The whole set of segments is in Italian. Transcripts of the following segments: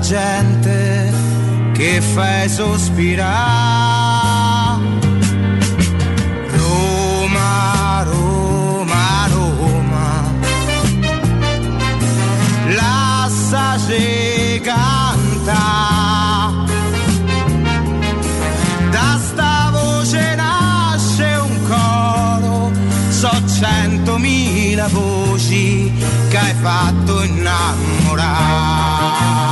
gente che fai sospirare. Roma, Roma, Roma, lasciaci cantare. Da sta voce nasce un coro, so 100.000 voci che hai fatto innamorare.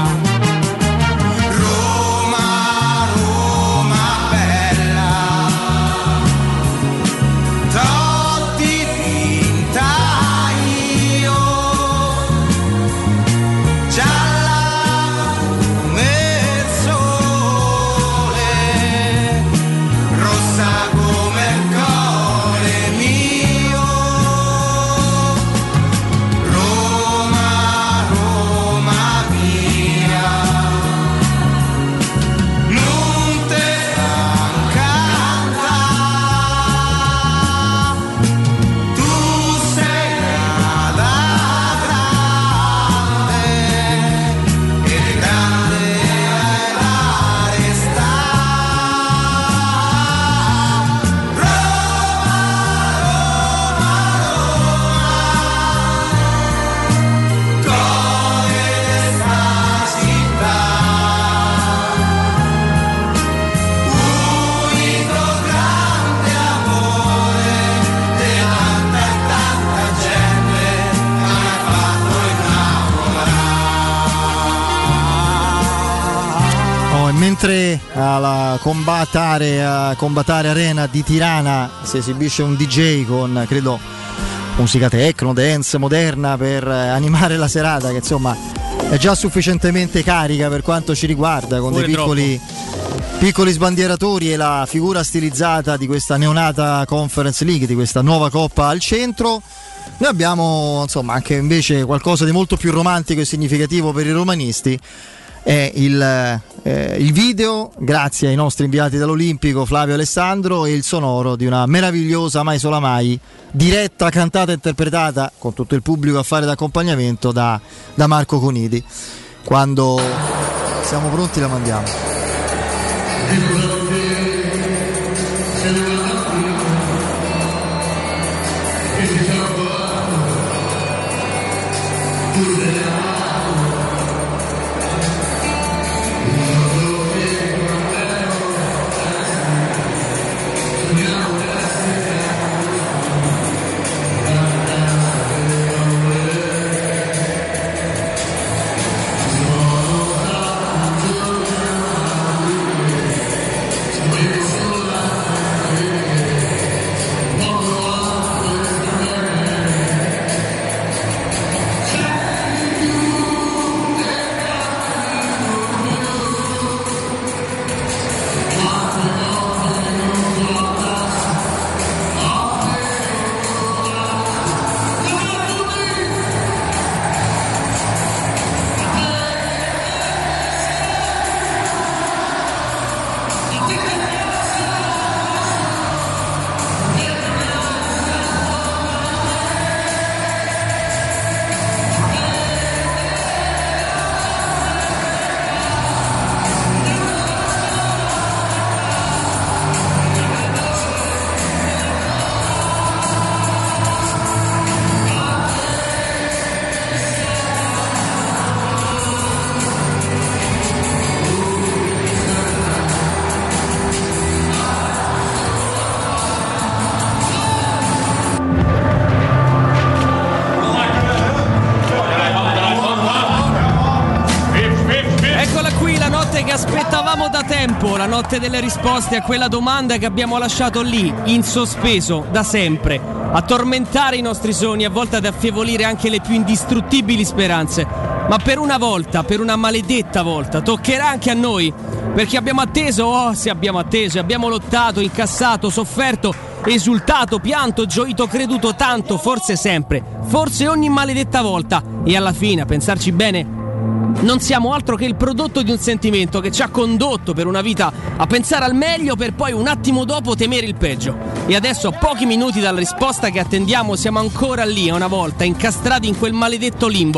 Mentre alla Combattere Arena di Tirana si esibisce un DJ con, credo, musica techno, dance, moderna per animare la serata, che insomma è già sufficientemente carica per quanto ci riguarda, con dei piccoli sbandieratori e la figura stilizzata di questa neonata Conference League, di questa nuova Coppa al centro. Noi abbiamo insomma anche invece qualcosa di molto più romantico e significativo per i romanisti. È il video, grazie ai nostri inviati dall'Olimpico Flavio e Alessandro, e il sonoro di una meravigliosa Mai Sola Mai, diretta, cantata e interpretata con tutto il pubblico a fare d'accompagnamento da Marco Conidi. Quando siamo pronti la mandiamo. La notte delle risposte a quella domanda che abbiamo lasciato lì, in sospeso, da sempre, a tormentare i nostri sogni, a volte ad affievolire anche le più indistruttibili speranze. Ma per una volta, per una maledetta volta, toccherà anche a noi, perché abbiamo atteso, abbiamo lottato, incassato, sofferto, esultato, pianto, gioito, creduto tanto, forse sempre, forse ogni maledetta volta, e alla fine, a pensarci bene, non siamo altro che il prodotto di un sentimento che ci ha condotto per una vita a pensare al meglio per poi un attimo dopo temere il peggio. E adesso, a pochi minuti dalla risposta che attendiamo, siamo ancora lì a una volta, incastrati in quel maledetto limbo.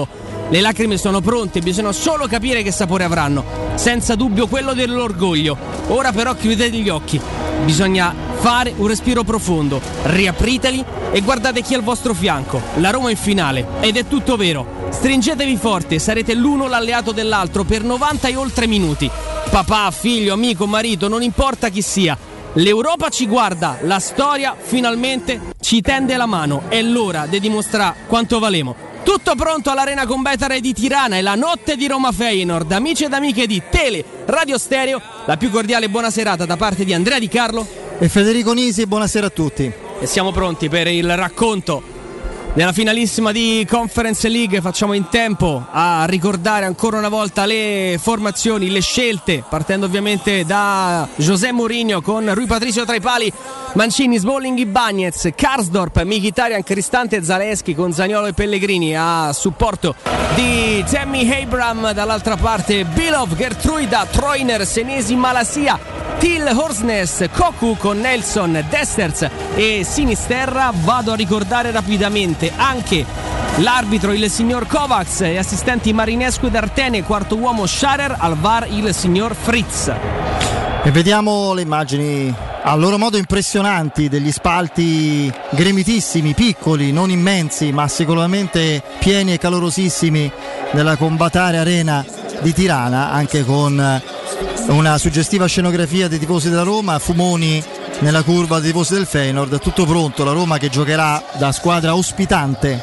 Le lacrime sono pronte, bisogna solo capire che sapore avranno. Senza dubbio quello dell'orgoglio. Ora però chiudete gli occhi. Bisogna fare un respiro profondo, riapriteli e guardate chi è al vostro fianco. La Roma in finale, ed è tutto vero. Stringetevi forte, sarete l'uno l'alleato dell'altro per 90 e oltre minuti. Papà, figlio, amico, marito, non importa chi sia. L'Europa ci guarda, la storia finalmente ci tende la mano. È l'ora di dimostrare quanto valemo. Tutto pronto all'Arena Combetare di Tirana e la notte di Roma Feyenoord. Amici ed amiche di Tele Radio Stereo, la più cordiale buona serata da parte di Andrea Di Carlo e Federico Nisi. Buonasera a tutti. E siamo pronti per il racconto della finalissima di Conference League. Facciamo in tempo a ricordare ancora una volta le formazioni, le scelte, partendo ovviamente da José Mourinho con Rui Patricio tra i pali, Mancini, Smalling, Ibañez, Karsdorp, Mkhitaryan, Cristante e Zalewski con Zaniolo e Pellegrini a supporto di Tammy Abraham. Dall'altra parte Bilov, Gertruida, Troiner, Senesi, Malasia, Till, Horsness, Cocu con Nelson, Desters e Sinisterra. Vado a ricordare rapidamente anche l'arbitro, il signor Kovacs, e assistenti Marinescu ed Artene, quarto uomo Scharer, al VAR il signor Fritz. E vediamo le immagini a loro modo impressionanti degli spalti gremitissimi, piccoli, non immensi, ma sicuramente pieni e calorosissimi della Combatare Arena di Tirana, anche con una suggestiva scenografia dei tifosi della Roma, fumoni nella curva dei tifosi del Feyenoord. Tutto pronto, la Roma che giocherà da squadra ospitante,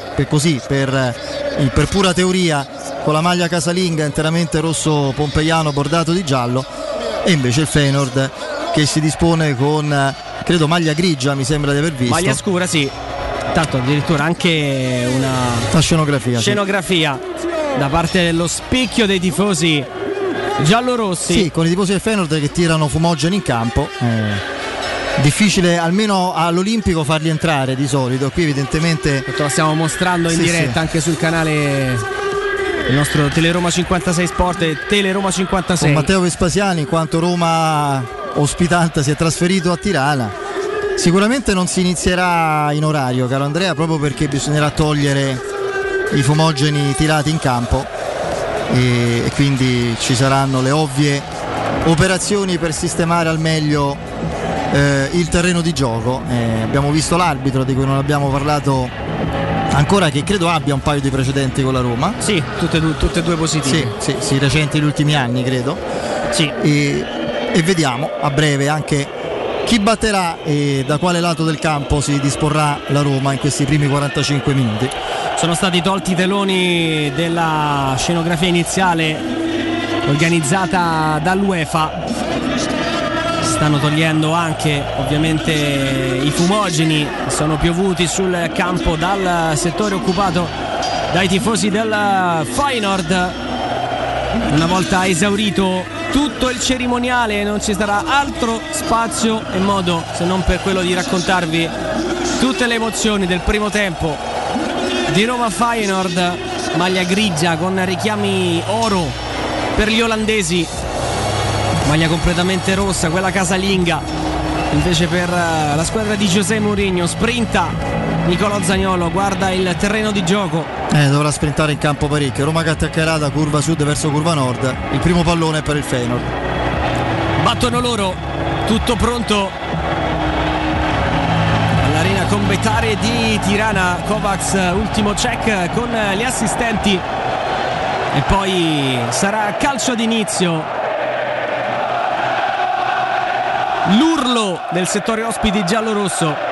per pura teoria, con la maglia casalinga interamente rosso pompeiano bordato di giallo, e invece il Feyenoord che si dispone con, credo, maglia grigia, mi sembra di aver visto. Maglia scura, sì. Tanto addirittura anche una scenografia sì, da parte dello specchio dei tifosi giallorossi. Sì, con i tifosi del Feyenoord che tirano fumogeni in campo. Difficile almeno all'Olimpico farli entrare di solito. Qui evidentemente lo stiamo mostrando in diretta anche sul canale, il nostro Teleroma 56 Sport e Teleroma 56 con Matteo Vespasiani, in quanto Roma ospitante si è trasferito a Tirana. Sicuramente non si inizierà in orario, caro Andrea, proprio perché bisognerà togliere i fumogeni tirati in campo e quindi ci saranno le ovvie operazioni per sistemare al meglio il terreno di gioco. Abbiamo visto l'arbitro, di cui non abbiamo parlato ancora, che credo abbia un paio di precedenti con la Roma. Sì, tutte e due positivi. Sì, recenti negli ultimi anni, credo. Sì. E vediamo a breve anche chi batterà e da quale lato del campo si disporrà la Roma in questi primi 45 minuti. Sono stati tolti i teloni della scenografia iniziale organizzata dall'UEFA. Stanno togliendo anche ovviamente i fumogeni, sono piovuti sul campo dal settore occupato dai tifosi del Feyenoord. Una volta esaurito tutto il cerimoniale non ci sarà altro spazio e modo se non per quello di raccontarvi tutte le emozioni del primo tempo di Roma Feyenoord. Maglia grigia con richiami oro per gli olandesi, maglia completamente rossa, quella casalinga invece per la squadra di José Mourinho. Sprinta Nicolò Zaniolo, guarda il terreno di gioco, dovrà sprintare in campo parecchio. Roma che attaccherà da curva sud verso curva nord. Il primo pallone è per il Feyenoord. Battono loro, tutto pronto all'Arena Combetare di Tirana. Kovacs, ultimo check con gli assistenti e poi sarà calcio d'inizio. L'urlo del settore ospiti giallorosso.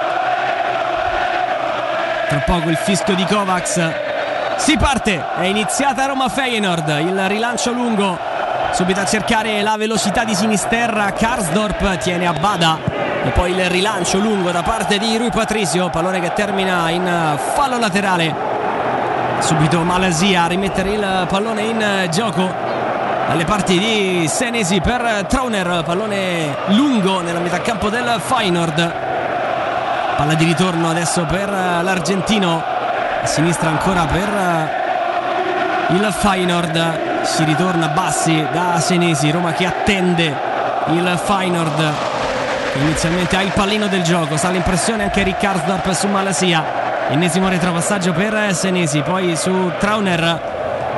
Tra poco il fischio di Kovacs. Si parte, è iniziata Roma Feyenoord, il rilancio lungo, subito a cercare la velocità di Sinisterra. Karsdorp tiene a bada e poi il rilancio lungo da parte di Rui Patricio, pallone che termina in fallo laterale. Subito Malasia a rimettere il pallone in gioco alle parti di Senesi per Trauner, pallone lungo nella metà campo del Feyenoord. Palla di ritorno adesso per l'argentino, a sinistra ancora per il Feyenoord. Si ritorna bassi da Senesi. Roma che attende il Feyenoord, che inizialmente ha il pallino del gioco. Sa l'impressione anche Riccardsdorp su Malasia. Ennesimo retropassaggio per Senesi, poi su Trauner.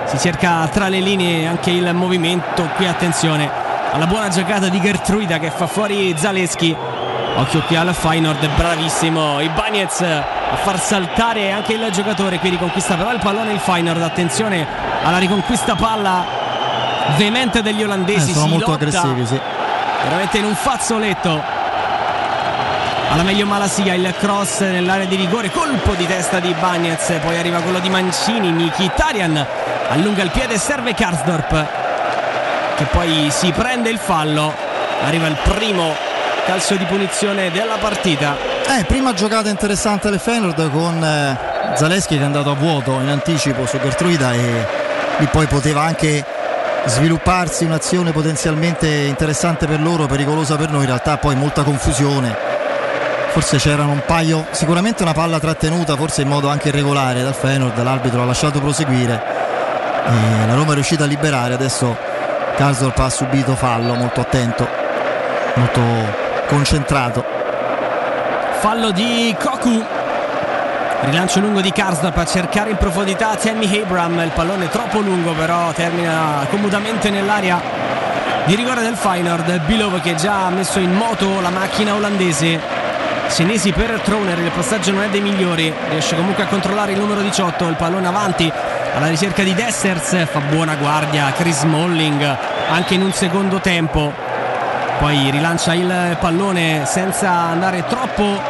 si cerca tra le linee anche il movimento. Qui attenzione alla buona giocata di Gertruida che fa fuori Zalewski. Occhio qui al Feyenoord, bravissimo Ibanez a far saltare anche il giocatore. Qui riconquista però il pallone il Feyenoord. Attenzione alla riconquista palla veemente degli olandesi, sono si molto lotta aggressivi, sì. veramente in un fazzoletto. Alla meglio Malasia, il cross nell'area di rigore, colpo di testa di Ibanez, poi arriva quello di Mancini. Mkhitaryan allunga il piede, serve Karsdorp che poi si prende il fallo. Arriva il primo calcio di punizione della partita. Prima giocata interessante del Feyenoord con Zalewski che è andato a vuoto in anticipo su Gertruida, e lì poi poteva anche svilupparsi un'azione potenzialmente interessante per loro, pericolosa per noi. In realtà poi molta confusione, forse c'erano un paio, sicuramente una palla trattenuta, forse in modo anche irregolare dal Feyenoord, l'arbitro ha lasciato proseguire e la Roma è riuscita a liberare. Adesso Karsdorp ha subito fallo, molto attento, molto concentrato. Fallo di Cocu, rilancio lungo di Karsdorp a cercare in profondità Tammy Abraham, il pallone troppo lungo però termina comodamente nell'area di rigore del Feyenoord. Bilov che già ha messo in moto la macchina olandese. Senesi per Trauner, il passaggio non è dei migliori, riesce comunque a controllare il numero 18, il pallone avanti alla ricerca di Dessers, fa buona guardia Chris Smalling anche in un secondo tempo, poi rilancia il pallone senza andare troppo.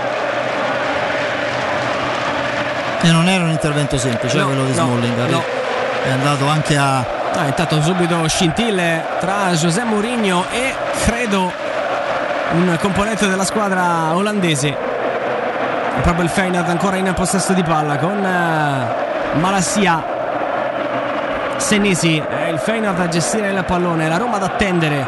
E non era un intervento semplice, quello di Smalling, no. È andato anche a intanto subito scintille tra José Mourinho e credo un componente della squadra olandese. È proprio il Feyenoord ancora in possesso di palla con Malasia, Senesi, il Feyenoord a gestire il pallone, la Roma ad attendere.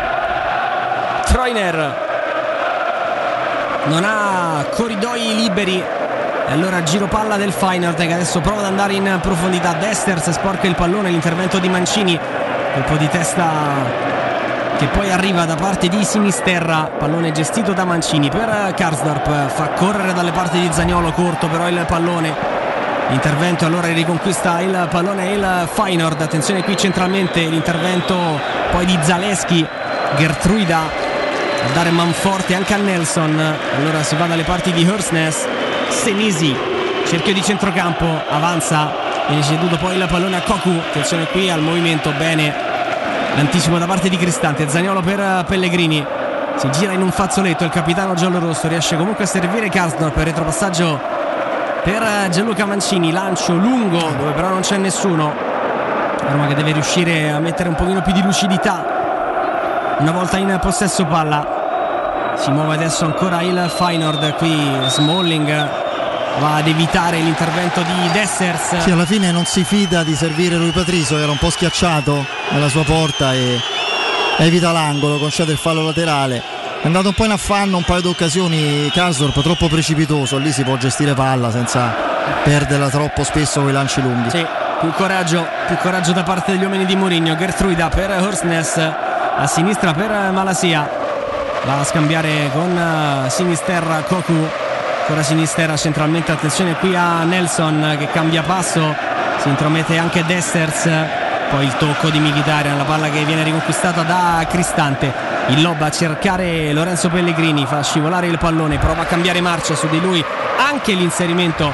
Trauner non ha corridoi liberi e allora giro palla del Feyenoord che adesso prova ad andare in profondità. Desters sporca il pallone, l'intervento di Mancini, colpo di testa che poi arriva da parte di Sinisterra, pallone gestito da Mancini per Karsdorp, fa correre dalle parti di Zaniolo, corto però il pallone, intervento allora riconquista il pallone il Feyenoord. Attenzione qui centralmente l'intervento poi di Zalewski, Gertruida a dare manforte anche a Nelson, allora si va dalle parti di Hørsnes, Senesi, cerchio di centrocampo, avanza, viene ceduto poi il pallone a Cocu. Attenzione qui al movimento, bene l'anticipo da parte di Cristante. Zaniolo per Pellegrini, si gira in un fazzoletto il capitano giallorosso, riesce comunque a servire Karsdorp, retropassaggio per Gianluca Mancini, lancio lungo dove però non c'è nessuno. Roma che deve riuscire a mettere un pochino più di lucidità una volta in possesso palla. Si muove adesso ancora il Feyenoord, qui Smalling va ad evitare l'intervento di Dessers. Sì, alla fine non si fida di servire Rui Patricio, era un po' schiacciato nella sua porta e evita l'angolo, concede il fallo laterale. È andato un po' in affanno, un paio di occasioni Karsdorp, troppo precipitoso, lì si può gestire palla senza perderla troppo spesso con i lanci lunghi. Sì, più coraggio da parte degli uomini di Mourinho. Gertruida per Hørsnes, a sinistra per Malasia, va a scambiare con Sinisterra Cocu. Ancora Sinisterra centralmente, attenzione qui a Nelson che cambia passo, si intromette anche Dessers, poi il tocco di Mkhitaryan, la palla che viene riconquistata da Cristante, il lob a cercare Lorenzo Pellegrini, fa scivolare il pallone, prova a cambiare marcia su di lui, anche l'inserimento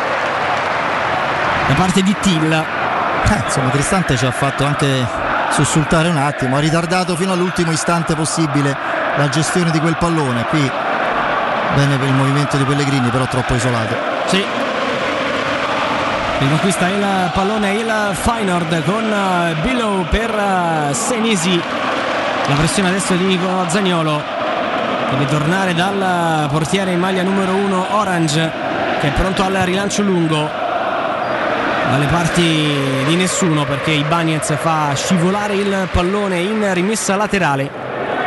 da parte di Till. Insomma Cristante ci ha fatto anche sussultare un attimo, ha ritardato fino all'ultimo istante possibile la gestione di quel pallone. Qui bene per il movimento di Pellegrini, però troppo isolato. Sì, riconquista il pallone il Feyenoord con Billow per Senesi, la pressione adesso di Nicolò Zaniolo, deve tornare dal portiere in maglia numero 1 Orange che è pronto al rilancio lungo dalle parti di nessuno, perché Ibanez fa scivolare il pallone in rimessa laterale.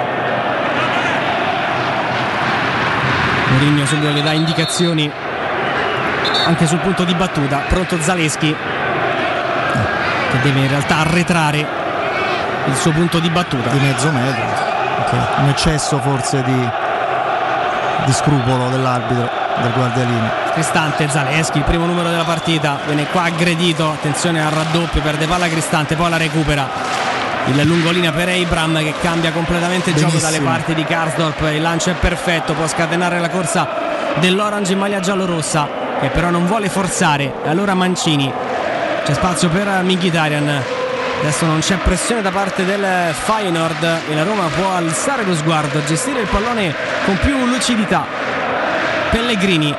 Mourinho subito che dà indicazioni anche sul punto di battuta, pronto Zalewski che deve in realtà arretrare il suo punto di battuta di mezzo metro, un eccesso forse di scrupolo dell'arbitro. del guardialinea. Cristante, Zaleschi, il primo numero della partita, viene qua aggredito, attenzione al raddoppio, perde palla Cristante, poi la recupera il lungolinea per Abraham che cambia completamente il gioco dalle parti di Karsdorp. Il lancio è perfetto, può scatenare la corsa dell'Orange in maglia giallorossa, che però non vuole forzare. E allora Mancini, c'è spazio per Mkhitaryan, adesso non c'è pressione da parte del Feyenoord e la Roma può alzare lo sguardo, gestire il pallone con più lucidità. Pellegrini,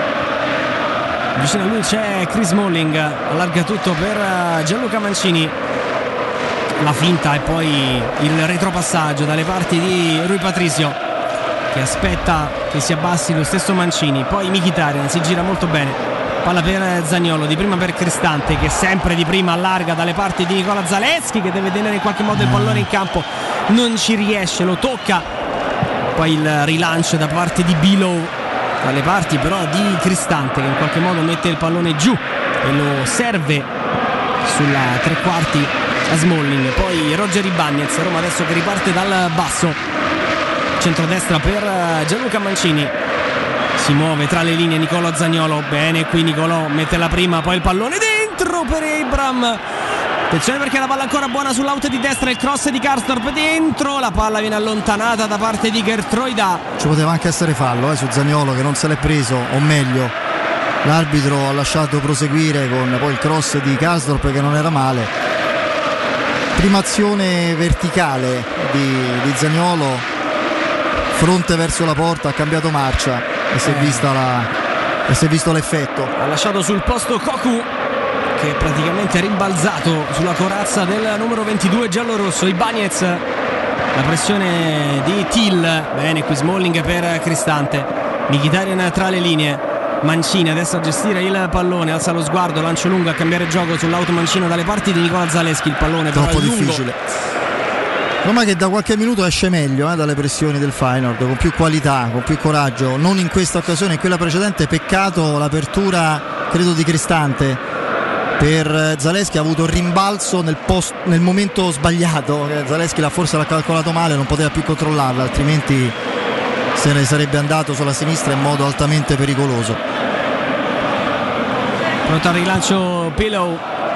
vicino a lui c'è Chris Smalling, allarga tutto per Gianluca Mancini, la finta e poi il retropassaggio dalle parti di Rui Patricio che aspetta che si abbassi lo stesso Mancini, poi Mkhitaryan si gira molto bene, palla per Zaniolo, di prima per Cristante che sempre di prima allarga dalle parti di Nicola Zaleschi che deve tenere in qualche modo il pallone in campo, non ci riesce, lo tocca, poi il rilancio da parte di Below dalle parti però di Cristante che in qualche modo mette il pallone giù e lo serve sulla tre quarti a Smalling. Poi Roger Ibañez, Roma adesso che riparte dal basso, centrodestra per Gianluca Mancini, si muove tra le linee Nicolò Zaniolo, bene qui Nicolò, mette la prima, poi il pallone dentro per Abraham, attenzione perché la palla ancora buona sull'out di destra, il cross di Karsdorp dentro, la palla viene allontanata da parte di Geertruida. Ci poteva anche essere fallo su Zaniolo che non se l'è preso, o meglio l'arbitro ha lasciato proseguire con poi il cross di Karsdorp che non era male. Prima azione verticale di Zaniolo, fronte verso la porta, ha cambiato marcia e si è visto l'effetto. Ha lasciato sul posto Cocu che praticamente è rimbalzato sulla corazza del numero 22 giallorosso. Ibañez, la pressione di Till, bene qui Smalling per Cristante, Mkhitaryan tra le linee, Mancini adesso a gestire il pallone, alza lo sguardo, lancio lungo a cambiare gioco sull'auto Mancino dalle parti di Nicola Zaleschi, il pallone però troppo è lungo. Difficile. Roma che da qualche minuto esce meglio dalle pressioni del Feyenoord, con più qualità, con più coraggio, non in questa occasione, in quella precedente peccato l'apertura credo di Cristante per Zaleschi, ha avuto il rimbalzo nel momento sbagliato, Zaleschi forse l'ha calcolato male, non poteva più controllarla, altrimenti se ne sarebbe andato sulla sinistra in modo altamente pericoloso. Pronto al rilancio Pillow,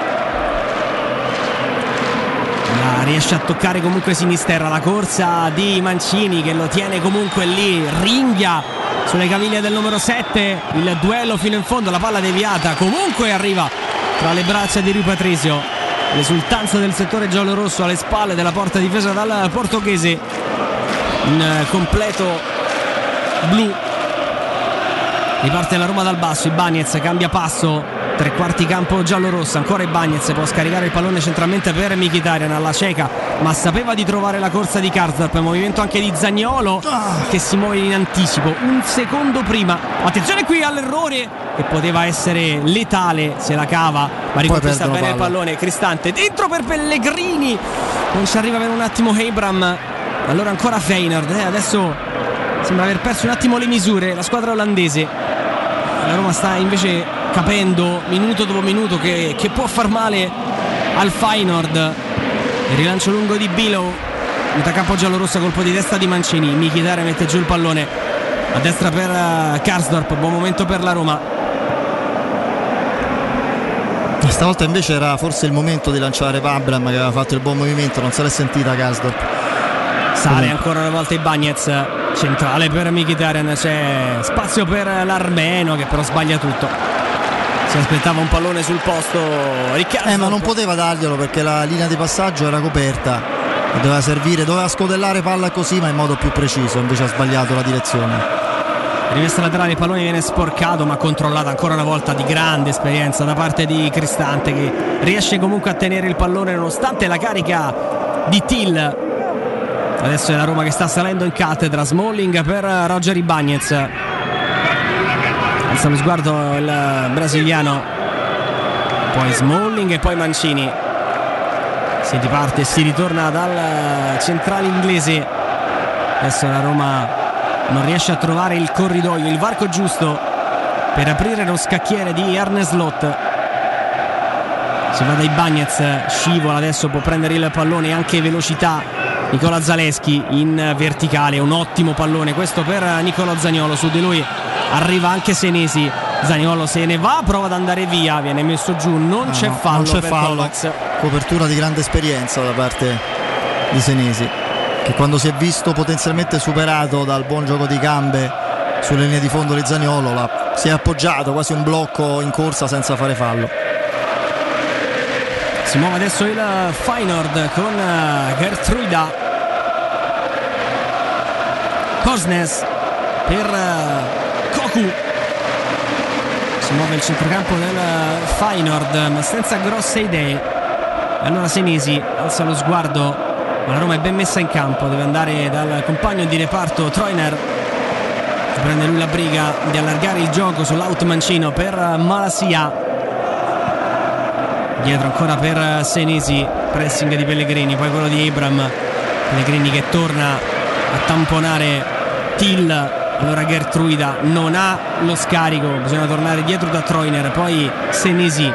riesce a toccare comunque Sinisterra, la corsa di Mancini che lo tiene comunque lì, ringhia sulle caviglie del numero 7, il duello fino in fondo, la palla deviata comunque arriva tra le braccia di Rui Patricio, l'esultanza del settore giallorosso alle spalle della porta difesa dal portoghese in completo blu. Riparte la Roma dal basso, Ibañez cambia passo, tre quarti campo giallorosso, ancora Ibañez, può scaricare il pallone centralmente per Mkhitaryan alla cieca, ma sapeva di trovare la corsa di Karsdorp, movimento anche di Zaniolo che si muove in anticipo, un secondo prima, attenzione qui all'errore che poteva essere letale, se la cava, ma riconquista bene il pallone Cristante, dentro per Pellegrini, non ci arriva per un attimo Abraham, allora ancora Feyenoord, adesso sembra aver perso un attimo le misure la squadra olandese, la Roma sta invece capendo minuto dopo minuto che può far male al Feyenoord. Il rilancio lungo di Below, metà campo giallorossa, colpo di testa di Mancini, Mkhitaryan mette giù il pallone a destra per Karsdorp, buon momento per la Roma. Stavolta invece era forse il momento di lanciare Abraham che aveva fatto il buon movimento, non se l'è sentita Karsdorp. Sale ancora una volta Ibañez, centrale per Mkhitaryan, c'è spazio per l'Armeno che però sbaglia tutto, si aspettava un pallone sul posto Riccardo, ma non poteva darglielo perché la linea di passaggio era coperta, doveva servire, doveva scodellare palla così ma in modo più preciso, invece ha sbagliato la direzione. Rimessa laterale, il pallone viene sporcato ma controllata ancora una volta, di grande esperienza da parte di Cristante che riesce comunque a tenere il pallone nonostante la carica di Till. Adesso è la Roma che sta salendo in cattedra, Smalling per Roger Ibañez, alza lo sguardo il brasiliano, poi Smalling e poi Mancini, si riparte e si ritorna dal centrale inglese. Adesso la Roma non riesce a trovare il corridoio, il varco giusto per aprire lo scacchiere di Arne Slot. Si va da Ibañez, scivola, adesso può prendere il pallone, anche velocità Nicola Zaleschi in verticale, un ottimo pallone questo per Nicolò Zaniolo, su di lui arriva anche Senesi, Zaniolo se ne va, prova ad andare via, viene messo giù, non c'è fallo per Kovacs. Copertura di grande esperienza da parte di Senesi, che quando si è visto potenzialmente superato dal buon gioco di gambe sulle linee di fondo di Zaniolo si è appoggiato, quasi un blocco in corsa senza fare fallo. Si muove adesso il Feyenoord con Gertruida, Horsnes per Cocu, si muove il centrocampo del Feyenoord ma senza grosse idee, e allora Senesi alza lo sguardo, ma la Roma è ben messa in campo, deve andare dal compagno di reparto Treuner, prende lui la briga di allargare il gioco sull'out mancino per Malasia, dietro ancora per Senesi, pressing di Pellegrini, poi quello di Abraham, Pellegrini che torna a tamponare Till, allora Gertruida non ha lo scarico, bisogna tornare dietro da Treuner, poi Senesi,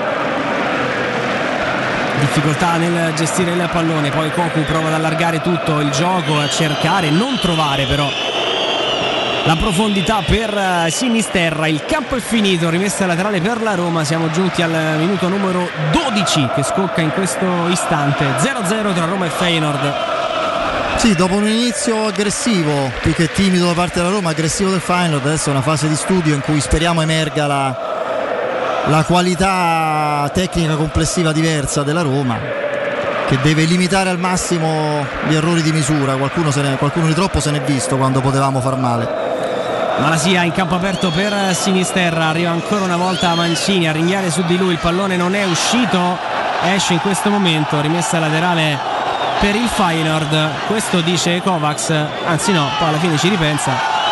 difficoltà nel gestire il pallone, poi Cocu prova ad allargare tutto il gioco, a cercare, non trovare però la profondità per Sinisterra. Il campo è finito, rimessa laterale per la Roma, siamo giunti al minuto numero 12 che scocca in questo istante, 0-0 tra Roma e Feyenoord. Sì, dopo un inizio aggressivo, più che timido da parte della Roma, aggressivo del Feyenoord, adesso è una fase di studio in cui speriamo emerga la qualità tecnica complessiva diversa della Roma, che deve limitare al massimo gli errori di misura. Qualcuno di troppo se n'è visto quando potevamo far male. Malasia in campo aperto per Sinisterra, arriva ancora una volta Mancini a ringhiare su di lui, il pallone non è uscito, esce in questo momento, rimessa laterale per il Feyenoord, questo dice Kovacs, anzi no, poi alla fine ci ripensa.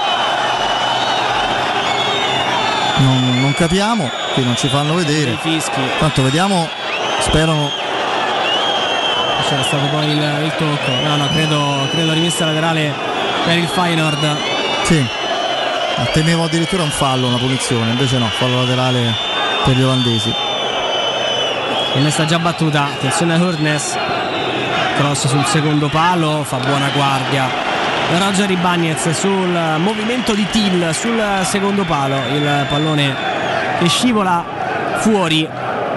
Non capiamo, qui non ci fanno vedere, fischi. Tanto vediamo, sperano. C'era stato poi il tocco, no, credo rimessa laterale per il Feyenoord. Sì, temevo addirittura un fallo, una punizione, invece no, fallo laterale per gli olandesi. Rimessa già battuta, attenzione a Horsnes, cross sul secondo palo, fa buona guardia Roger Ibañez sul movimento di Till sul secondo palo, il pallone che scivola fuori,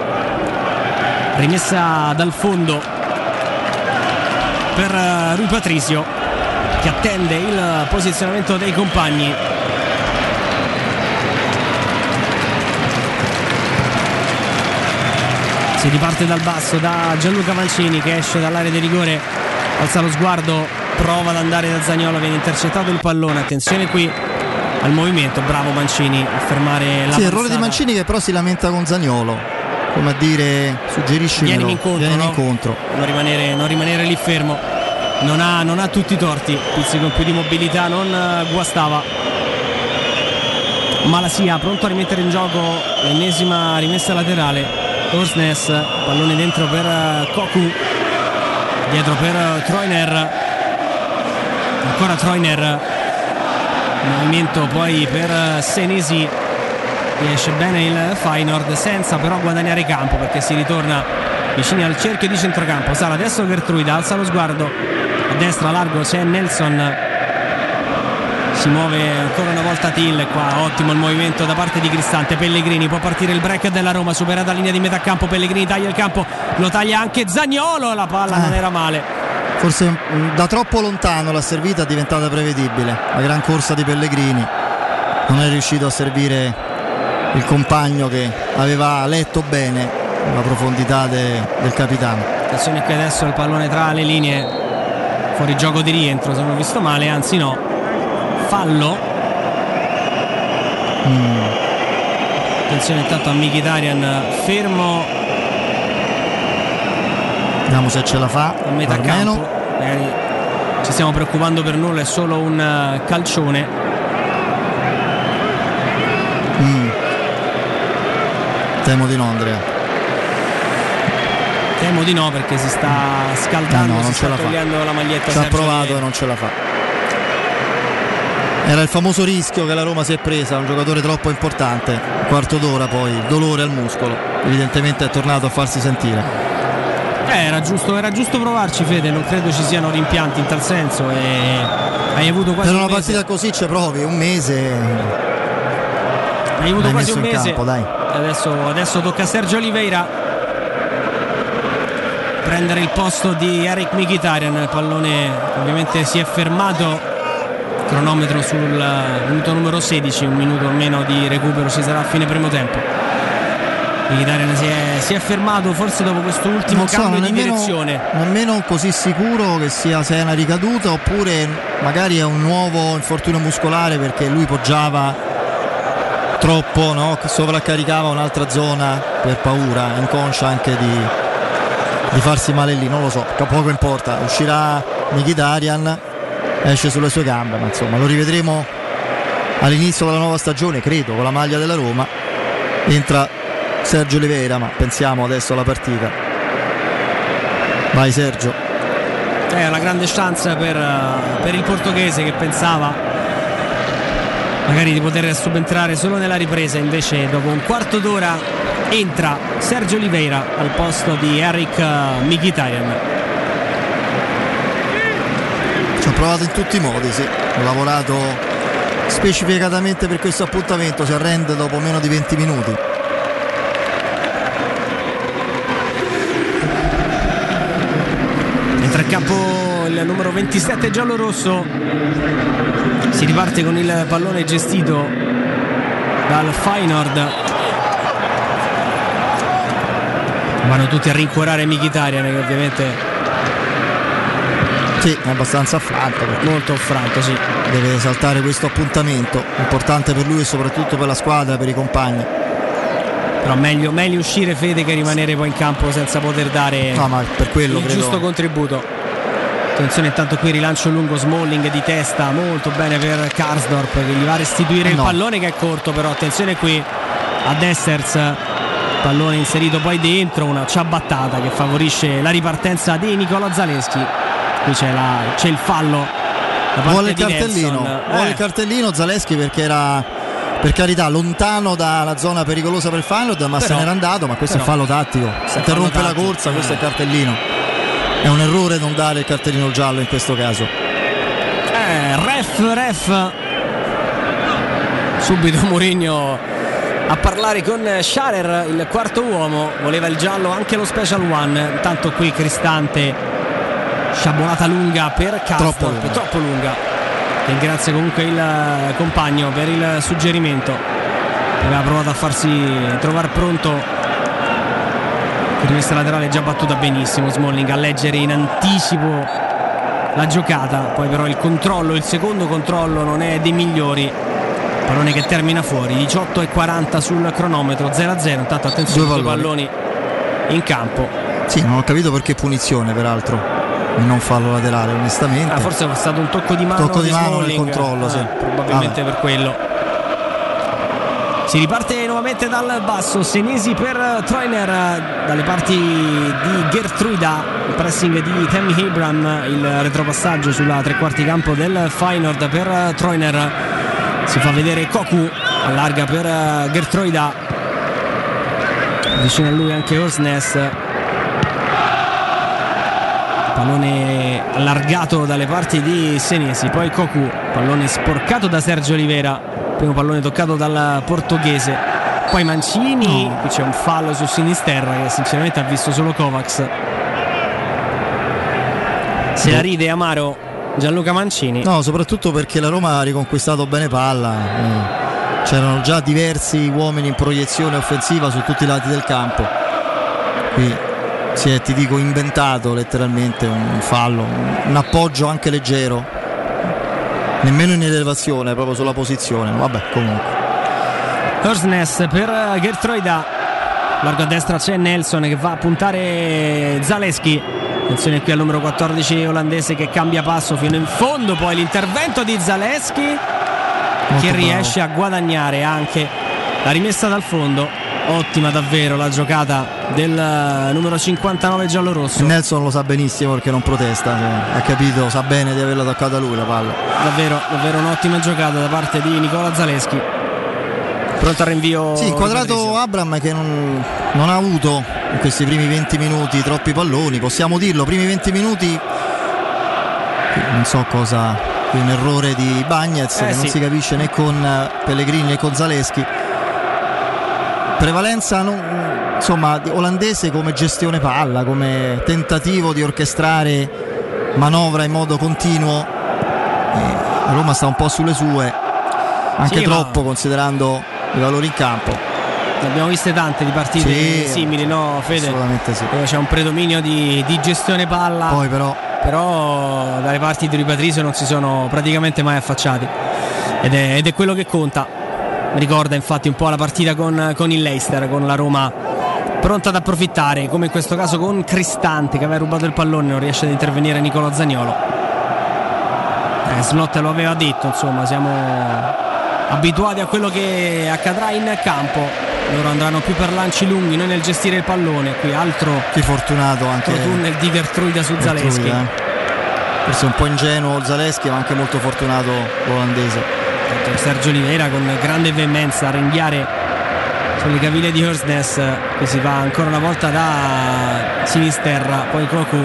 rimessa dal fondo per Rui Patricio che attende il posizionamento dei compagni. Si riparte dal basso da Gianluca Mancini che esce dall'area di rigore, alza lo sguardo, prova ad andare da Zaniolo, viene intercettato il pallone, attenzione qui al movimento, bravo Mancini a fermare la errore di Mancini che però si lamenta con Zaniolo, come a dire suggeriscimelo, vieni incontro. Non rimanere lì fermo, non ha tutti i torti, pizzico in più di mobilità non guastava. Malasia pronto a rimettere in gioco l'ennesima rimessa laterale, Horsnes, pallone dentro per Cocu, dietro per Treuner, ancora Treuner, movimento poi per Senesi, riesce bene il Feyenoord senza però guadagnare campo perché si ritorna vicini al cerchio di centrocampo. Sala adesso Gertruida, alza lo sguardo a destra, largo c'è Nelson, si muove ancora una volta Till, qua ottimo il movimento da parte di Cristante. Pellegrini, può partire il break della Roma, superata la linea di metà campo, Pellegrini taglia il campo, lo taglia anche Zaniolo, la palla non era male, forse da troppo lontano la servita è diventata prevedibile, la gran corsa di Pellegrini, non è riuscito a servire il compagno che aveva letto bene la profondità del capitano. Attenzione qui adesso il pallone tra le linee, fuori gioco di rientro se non ho visto male, anzi no, fallo. Attenzione intanto a Mkhitaryan fermo, vediamo se ce la fa a metà campo, magari ci stiamo preoccupando per nulla, è solo un calcione. Temo di no, Andrea. Temo di no perché si sta scaldando, non si sta togliendo la maglietta. Ci ha provato e non ce la fa. Era il famoso rischio che la Roma si è presa, un giocatore troppo importante, quarto d'ora poi, dolore al muscolo, evidentemente è tornato a farsi sentire. Era giusto provarci, Fede, non credo ci siano rimpianti in tal senso, e hai avuto quasi per un una mese. partita così ci provi un mese. Hai avuto quasi un mese. Campo, dai. Adesso tocca a Sergio Oliveira prendere il posto di Eric Mkhitaryan. Il pallone ovviamente si è fermato, cronometro sul minuto numero 16, un minuto meno di recupero ci sarà a fine primo tempo. Mkhitaryan si è fermato, forse dopo questo ultimo cambio di direzione. Nemmeno così sicuro che sia una ricaduta, oppure magari è un nuovo infortunio muscolare, perché lui poggiava troppo, no? Sovraccaricava un'altra zona per paura, inconscia anche di farsi male lì, non lo so, poco importa. Uscirà Mkhitaryan, esce sulle sue gambe, ma insomma lo rivedremo all'inizio della nuova stagione, credo, con la maglia della Roma. Entra Sergio Oliveira, ma pensiamo adesso alla partita. Vai Sergio. È una grande chance per il portoghese, che pensava magari di poter subentrare solo nella ripresa, invece dopo un quarto d'ora entra Sergio Oliveira al posto di Eric Mkhitaryan. Ci ho provato in tutti i modi, sì. Ho lavorato specificatamente per questo appuntamento, si arrende dopo meno di 20 minuti. Entra in campo il numero 27 giallorosso, si riparte con il pallone gestito dal Feyenoord. Vanno tutti a rincuorare Mkhitaryan, che ovviamente sì, è abbastanza affranto, molto affranto, sì. Deve saltare questo appuntamento importante per lui e soprattutto per la squadra, per i compagni. Però meglio uscire, Fede, che rimanere poi in campo senza poter dare ma per quello il credo giusto contributo. Attenzione, intanto qui rilancio lungo, Smalling di testa, molto bene per Karsdorp, che gli va a restituire il pallone, che è corto, però attenzione qui a Dessers, pallone inserito poi dentro, una ciabattata che favorisce la ripartenza di Nicola Zalewski. Qui c'è il fallo da parte vuole il di cartellino, Nelson. vuole il cartellino Zalewski, perché era, per carità, lontano dalla zona pericolosa per il Feyenoord, ma se n'era andato. Ma questo è fallo tattico, interrompe la corsa, questo è il cartellino. È un errore non dare il cartellino giallo in questo caso. Ref. Subito Mourinho a parlare con Scharer, il quarto uomo. Voleva il giallo anche lo special one. Intanto qui Cristante, sciabolata lunga per Karsdorp, troppo lunga. Ringrazio comunque il compagno per il suggerimento. Aveva provato a farsi trovare pronto. Rimessa laterale già battuta benissimo Smalling a leggere in anticipo la giocata, poi però il secondo controllo non è dei migliori. Pallone che termina fuori, 18:40 sul cronometro, 0-0. Intanto attenzione, due palloni in campo. Sì, non ho capito perché punizione, peraltro, e non fallo laterale, onestamente. Forse è stato un tocco di mano nel controllo, sì. Probabilmente per quello. Si riparte nuovamente dal basso, Senesi per Treuner dalle parti di Gertruida, il pressing di Tammy Abraham, il retropassaggio sulla tre quarti campo del Feyenoord per Treuner. Si fa vedere Cocu, allarga per Gertruida, vicino a lui anche Horsnes. Pallone allargato dalle parti di Senesi, poi Cocu, pallone sporcato da Sergio Oliveira. Primo pallone toccato dal portoghese, poi Mancini. Qui c'è un fallo su Sinisterra che sinceramente ha visto solo Kovacs. Se la ride amaro Gianluca Mancini. No, soprattutto perché la Roma ha riconquistato bene palla, c'erano già diversi uomini in proiezione offensiva su tutti i lati del campo. Qui si è, ti dico, inventato letteralmente un fallo, un appoggio anche leggero, nemmeno in elevazione, proprio sulla posizione. Vabbè, comunque Horsnes per Gertruida, largo a destra c'è Nelson che va a puntare Zalewski. Attenzione qui al numero 14 olandese che cambia passo fino in fondo, poi l'intervento di Zalewski che riesce a guadagnare anche la rimessa dal fondo. Ottima davvero la giocata del numero 59 giallorosso. Nelson lo sa benissimo perché non protesta, ha capito, sa bene di averla toccata lui la palla. Davvero un'ottima giocata da parte di Nicola Zalewski. Pronto al rinvio. Sì, inquadrato Abraham, che non ha avuto in questi primi 20 minuti troppi palloni, possiamo dirlo, primi 20 minuti non so cosa, un errore di Bagnez che non si capisce né con Pellegrini né con Zalewski, prevalenza insomma olandese come gestione palla, come tentativo di orchestrare manovra in modo continuo. Roma sta un po' sulle sue, anche troppo considerando i valori in campo. Ne abbiamo viste tante di partite simili, no Fede? Assolutamente sì. C'è un predominio di gestione palla, poi però dalle parti di Rui Patricio non si sono praticamente mai affacciati ed è quello che conta. Mi ricorda infatti un po' la partita con il Leicester, con la Roma pronta ad approfittare, come in questo caso con Cristante che aveva rubato il pallone, non riesce ad intervenire Nicolò Zaniolo. Slot lo aveva detto, insomma siamo abituati a quello che accadrà in campo, loro andranno più per lanci lunghi, noi nel gestire il pallone. Qui altro che fortunato anche tunnel di Gertruida su Zalewski, forse un po' ingenuo Zalewski, ma anche molto fortunato l'olandese. Sergio Oliveira con grande veemenza a ringhiare sulle caviglie di Horsnes, che si va ancora una volta da Sinisterra, poi Cocu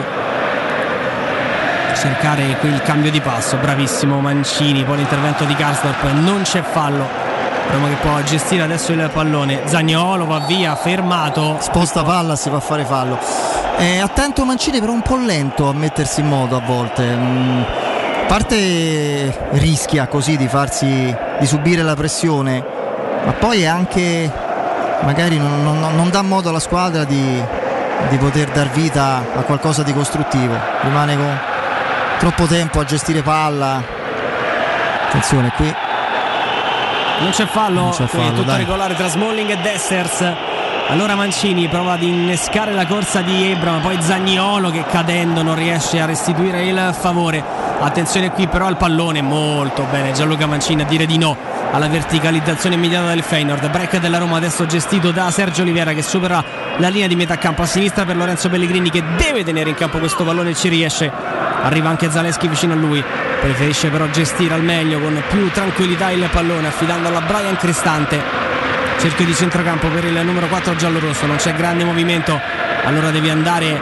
cercare qui il cambio di passo, bravissimo Mancini, poi l'intervento di Karsdorp, non c'è fallo, Roma che può gestire adesso il pallone. Zaniolo va via, fermato, sposta palla, si fa fare fallo. Attento Mancini, però un po' lento a mettersi in moto a volte, a parte rischia così di subire la pressione, ma poi è anche magari non dà modo alla squadra di poter dar vita a qualcosa di costruttivo, rimane con troppo tempo a gestire palla. Attenzione qui, non c'è fallo, tutto dai. Regolare tra Smalling e Dessers. Allora Mancini prova ad innescare la corsa di Ebram, poi Zaniolo che cadendo non riesce a restituire il favore. Attenzione qui però al pallone, molto bene Gianluca Mancini a dire di no alla verticalizzazione immediata del Feyenoord. Break della Roma adesso gestito da Sergio Oliveira che supera la linea di metà campo a sinistra per Lorenzo Pellegrini che deve tenere in campo questo pallone e ci riesce. Arriva anche Zalewski vicino a lui, preferisce però gestire al meglio con più tranquillità il pallone affidandolo a Brian Cristante. Cerchio di centrocampo per il numero 4 giallorosso, non c'è grande movimento, allora devi andare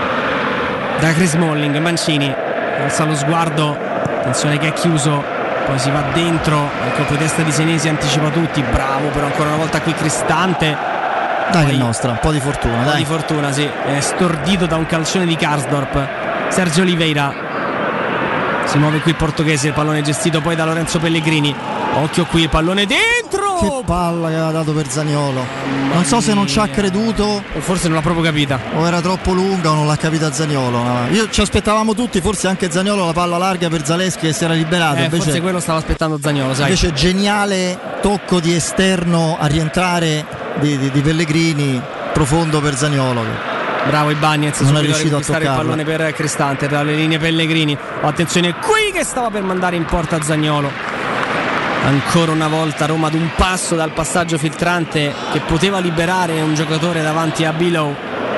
da Chris Smalling. Mancini alza lo sguardo, attenzione che è chiuso, poi si va dentro, il colpo di testa di Senesi anticipa tutti, bravo però ancora una volta qui Cristante. Dai, che nostra, un po' di fortuna, un po' di fortuna, sì, è stordito da un calcione di Karsdorp. Sergio Oliveira, si muove qui il portoghese, il pallone gestito poi da Lorenzo Pellegrini, occhio qui il pallone dentro, che palla che aveva dato per Zaniolo, non so se non ci ha creduto o forse non l'ha proprio capita, o era troppo lunga o non l'ha capita Zaniolo. Io ci aspettavamo tutti, forse anche Zaniolo, la palla larga per Zalewski che si era liberato, invece, forse quello stava aspettando Zaniolo, sai. Invece geniale tocco di esterno a rientrare di Pellegrini, profondo per Zaniolo. Bravo Ibañez, non è riuscito a toccare il pallone per Cristante dalle linee Pellegrini. Attenzione qui che stava per mandare in porta Zaniolo. Ancora una volta Roma ad un passo dal passaggio filtrante che poteva liberare un giocatore davanti a Below.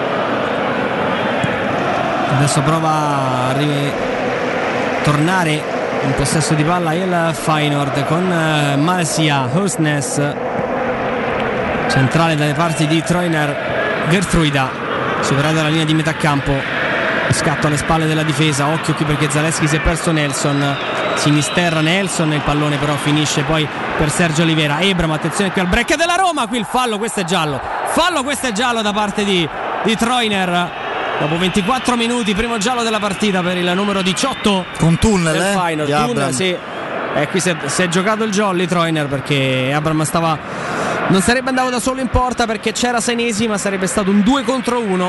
Adesso prova a tornare in possesso di palla il Feyenoord con Marcia, Horsnes centrale dalle parti di Troiner, Gertruida superata la linea di metà campo, scatto alle spalle della difesa, occhio qui perché Zalewski si è perso Nelson, Sinisterra Nelson, il pallone però finisce poi per Sergio Oliveira. Ebram, attenzione qui al break della Roma, qui il fallo, questo è giallo, da parte di Troiner dopo 24 minuti, primo giallo della partita per il numero 18 con tunnel del Feyenoord. Tunnel, sì. Qui si è giocato il jolly Troiner perché Ebram non sarebbe andato da solo in porta perché c'era Senesi, ma sarebbe stato un 2 contro 1.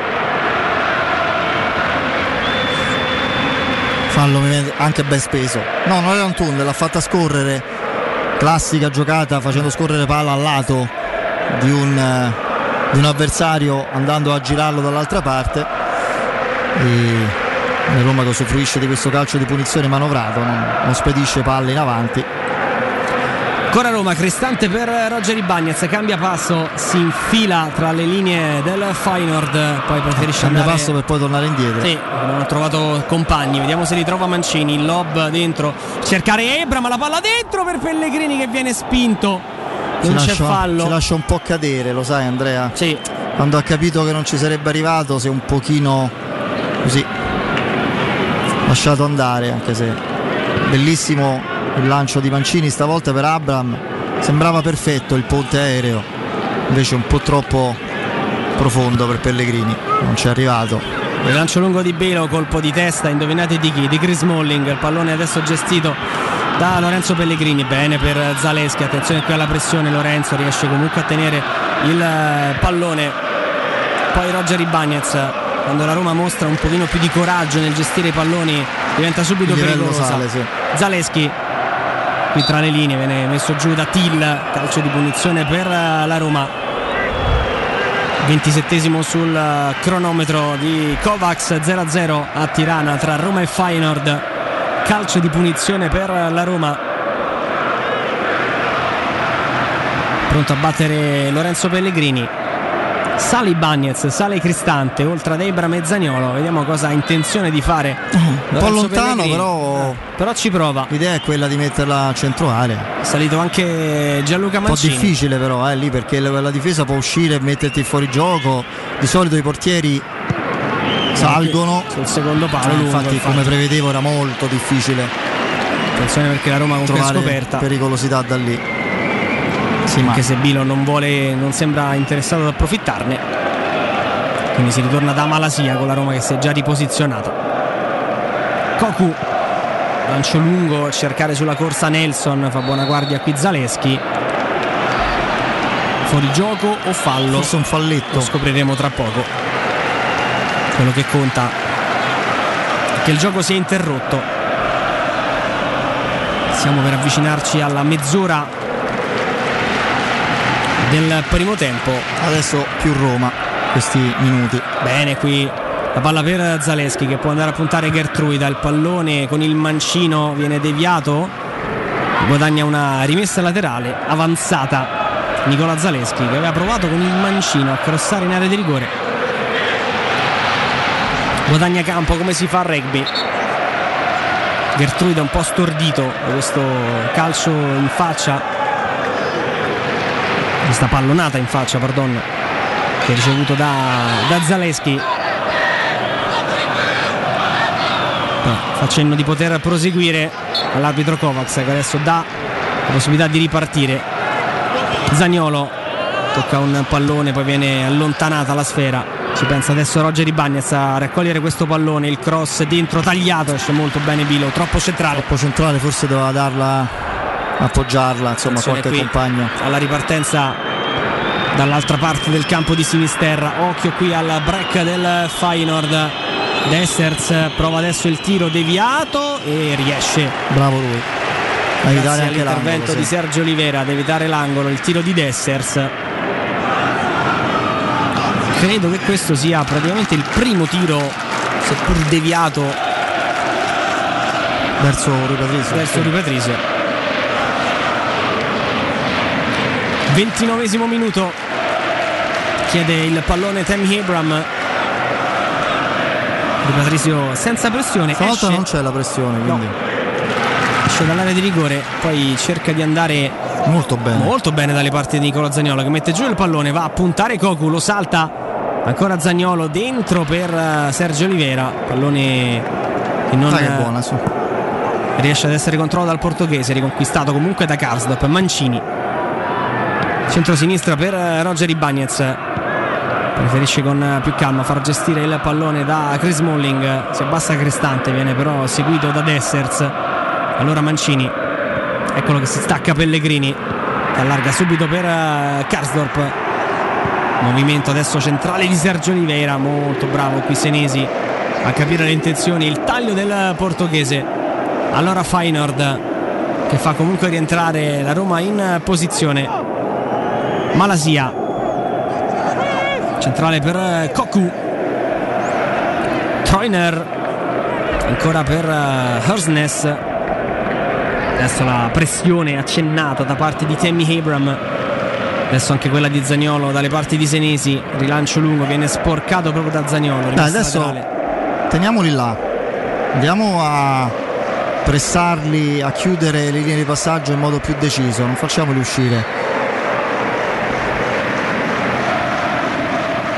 Fallo anche ben speso. No, non era un tunnel, l'ha fatta scorrere. Classica giocata facendo scorrere palla al lato di un avversario andando a girarlo dall'altra parte. E Roma che usufruisce di questo calcio di punizione manovrato, non spedisce palle in avanti. Ancora Roma, Cristante per Roger Ibañez, cambia passo, si infila tra le linee del Feyenoord, poi preferisce cambia andare passo per poi tornare indietro. Sì, non ha trovato compagni, vediamo se li trova Mancini, il lob dentro, cercare Ebram, la palla dentro per Pellegrini che viene spinto, non c'è fallo. Si lascia un po' cadere, lo sai Andrea? Sì. quando ha capito che non ci sarebbe arrivato si è un pochino così lasciato andare, anche se bellissimo il lancio di Mancini stavolta per Abraham, sembrava perfetto il ponte aereo, invece un po' troppo profondo per Pellegrini, non ci è arrivato. Il lancio lungo di Belo, colpo di testa, indovinate di chi? Di Chris Smalling. Il pallone adesso gestito da Lorenzo Pellegrini, bene per Zaleschi, attenzione qui alla pressione, Lorenzo riesce comunque a tenere il pallone. Poi Roger Ibañez, quando la Roma mostra un pochino più di coraggio nel gestire i palloni, diventa subito pericolosa. Sale, sì. Zaleschi qui tra le linee, viene messo giù da Till, calcio di punizione per la Roma. 27esimo sul cronometro di Kovacs, 0-0 a Tirana tra Roma e Feyenoord, calcio di punizione per la Roma. Pronto a battere Lorenzo Pellegrini, sale Ibañez, sale Cristante, oltre ad Abraham e Zaniolo, vediamo cosa ha intenzione di fare. Un po' lontano, però ci prova. L'idea è quella di metterla a centro area. È salito anche Gianluca Mancini. Un po' difficile però lì, perché la difesa può uscire e metterti fuori gioco. Di solito i portieri salgono sul secondo palo, infatti come prevedevo era molto difficile. Attenzione perché la Roma comunque è scoperta, pericolosità da lì. Sì, anche se Bilo non sembra interessato ad approfittarne, quindi si ritorna da Malasia con la Roma che si è già riposizionata. Cocu, lancio lungo, cercare sulla corsa Nelson, fa buona guardia qui Zaleschi, fuori gioco o fallo? Forse un falletto, lo scopriremo tra poco. Quello che conta è che il gioco si è interrotto, stiamo per avvicinarci alla mezz'ora del primo tempo. Adesso più Roma questi minuti. Bene qui la palla per Zaleschi che può andare a puntare Gertruida, il pallone con il mancino viene deviato, guadagna una rimessa laterale avanzata Nicola Zaleschi, che aveva provato con il mancino a crossare in area di rigore, guadagna campo come si fa a rugby. Gertruida un po' stordito da questo calcio in faccia, questa pallonata in faccia, pardon, che ha ricevuto da Zaleschi. Fa cenno di poter proseguire all'arbitro Kovacs, che adesso dà la possibilità di ripartire. Zaniolo tocca un pallone, poi viene allontanata la sfera, ci pensa adesso Roger Ibañez a raccogliere questo pallone, il cross dentro tagliato, esce molto bene Bilo, troppo centrale, forse doveva darla, appoggiarla, insomma, qualche compagno. Alla ripartenza dall'altra parte del campo di Sinisterra, occhio qui al break del Feyenoord. Dessers prova adesso il tiro deviato e riesce, bravo lui, grazie all'intervento di Sergio Olivera ad evitare l'angolo. Il tiro di Dessers, credo che questo sia praticamente il primo tiro, seppur deviato, verso Rui Patricio. 29esimo minuto, chiede il pallone Tammy Abraham. Rui Patricio senza pressione, stavolta non c'è la pressione, quindi esce dall'area di rigore, poi cerca di andare molto bene dalle parti di Nicola Zaniolo, che mette giù il pallone, va a puntare Cocu, lo salta ancora Zaniolo, dentro per Sergio Olivera, pallone che non riesce ad essere controllato dal portoghese, riconquistato comunque da Karsdorp. Mancini, centro-sinistra per Roger Ibañez, preferisce con più calma far gestire il pallone da Chris Smalling, si abbassa Cristante, viene però seguito da Dessers. Allora Mancini, eccolo che si stacca Pellegrini, che allarga subito per Karsdorp, movimento adesso centrale di Sergio Oliveira, molto bravo qui Senesi a capire le intenzioni, il taglio del portoghese. Allora Feyenoord che fa comunque rientrare la Roma in posizione. Malasia, centrale per Cocu, Treuner ancora per Hersnes. Adesso la pressione accennata da parte di Tammy Abraham, adesso anche quella di Zaniolo dalle parti di Senesi, rilancio lungo, viene sporcato proprio da Zaniolo. Adesso laterale. Teniamoli là, andiamo a pressarli, a chiudere le linee di passaggio in modo più deciso, non facciamoli uscire.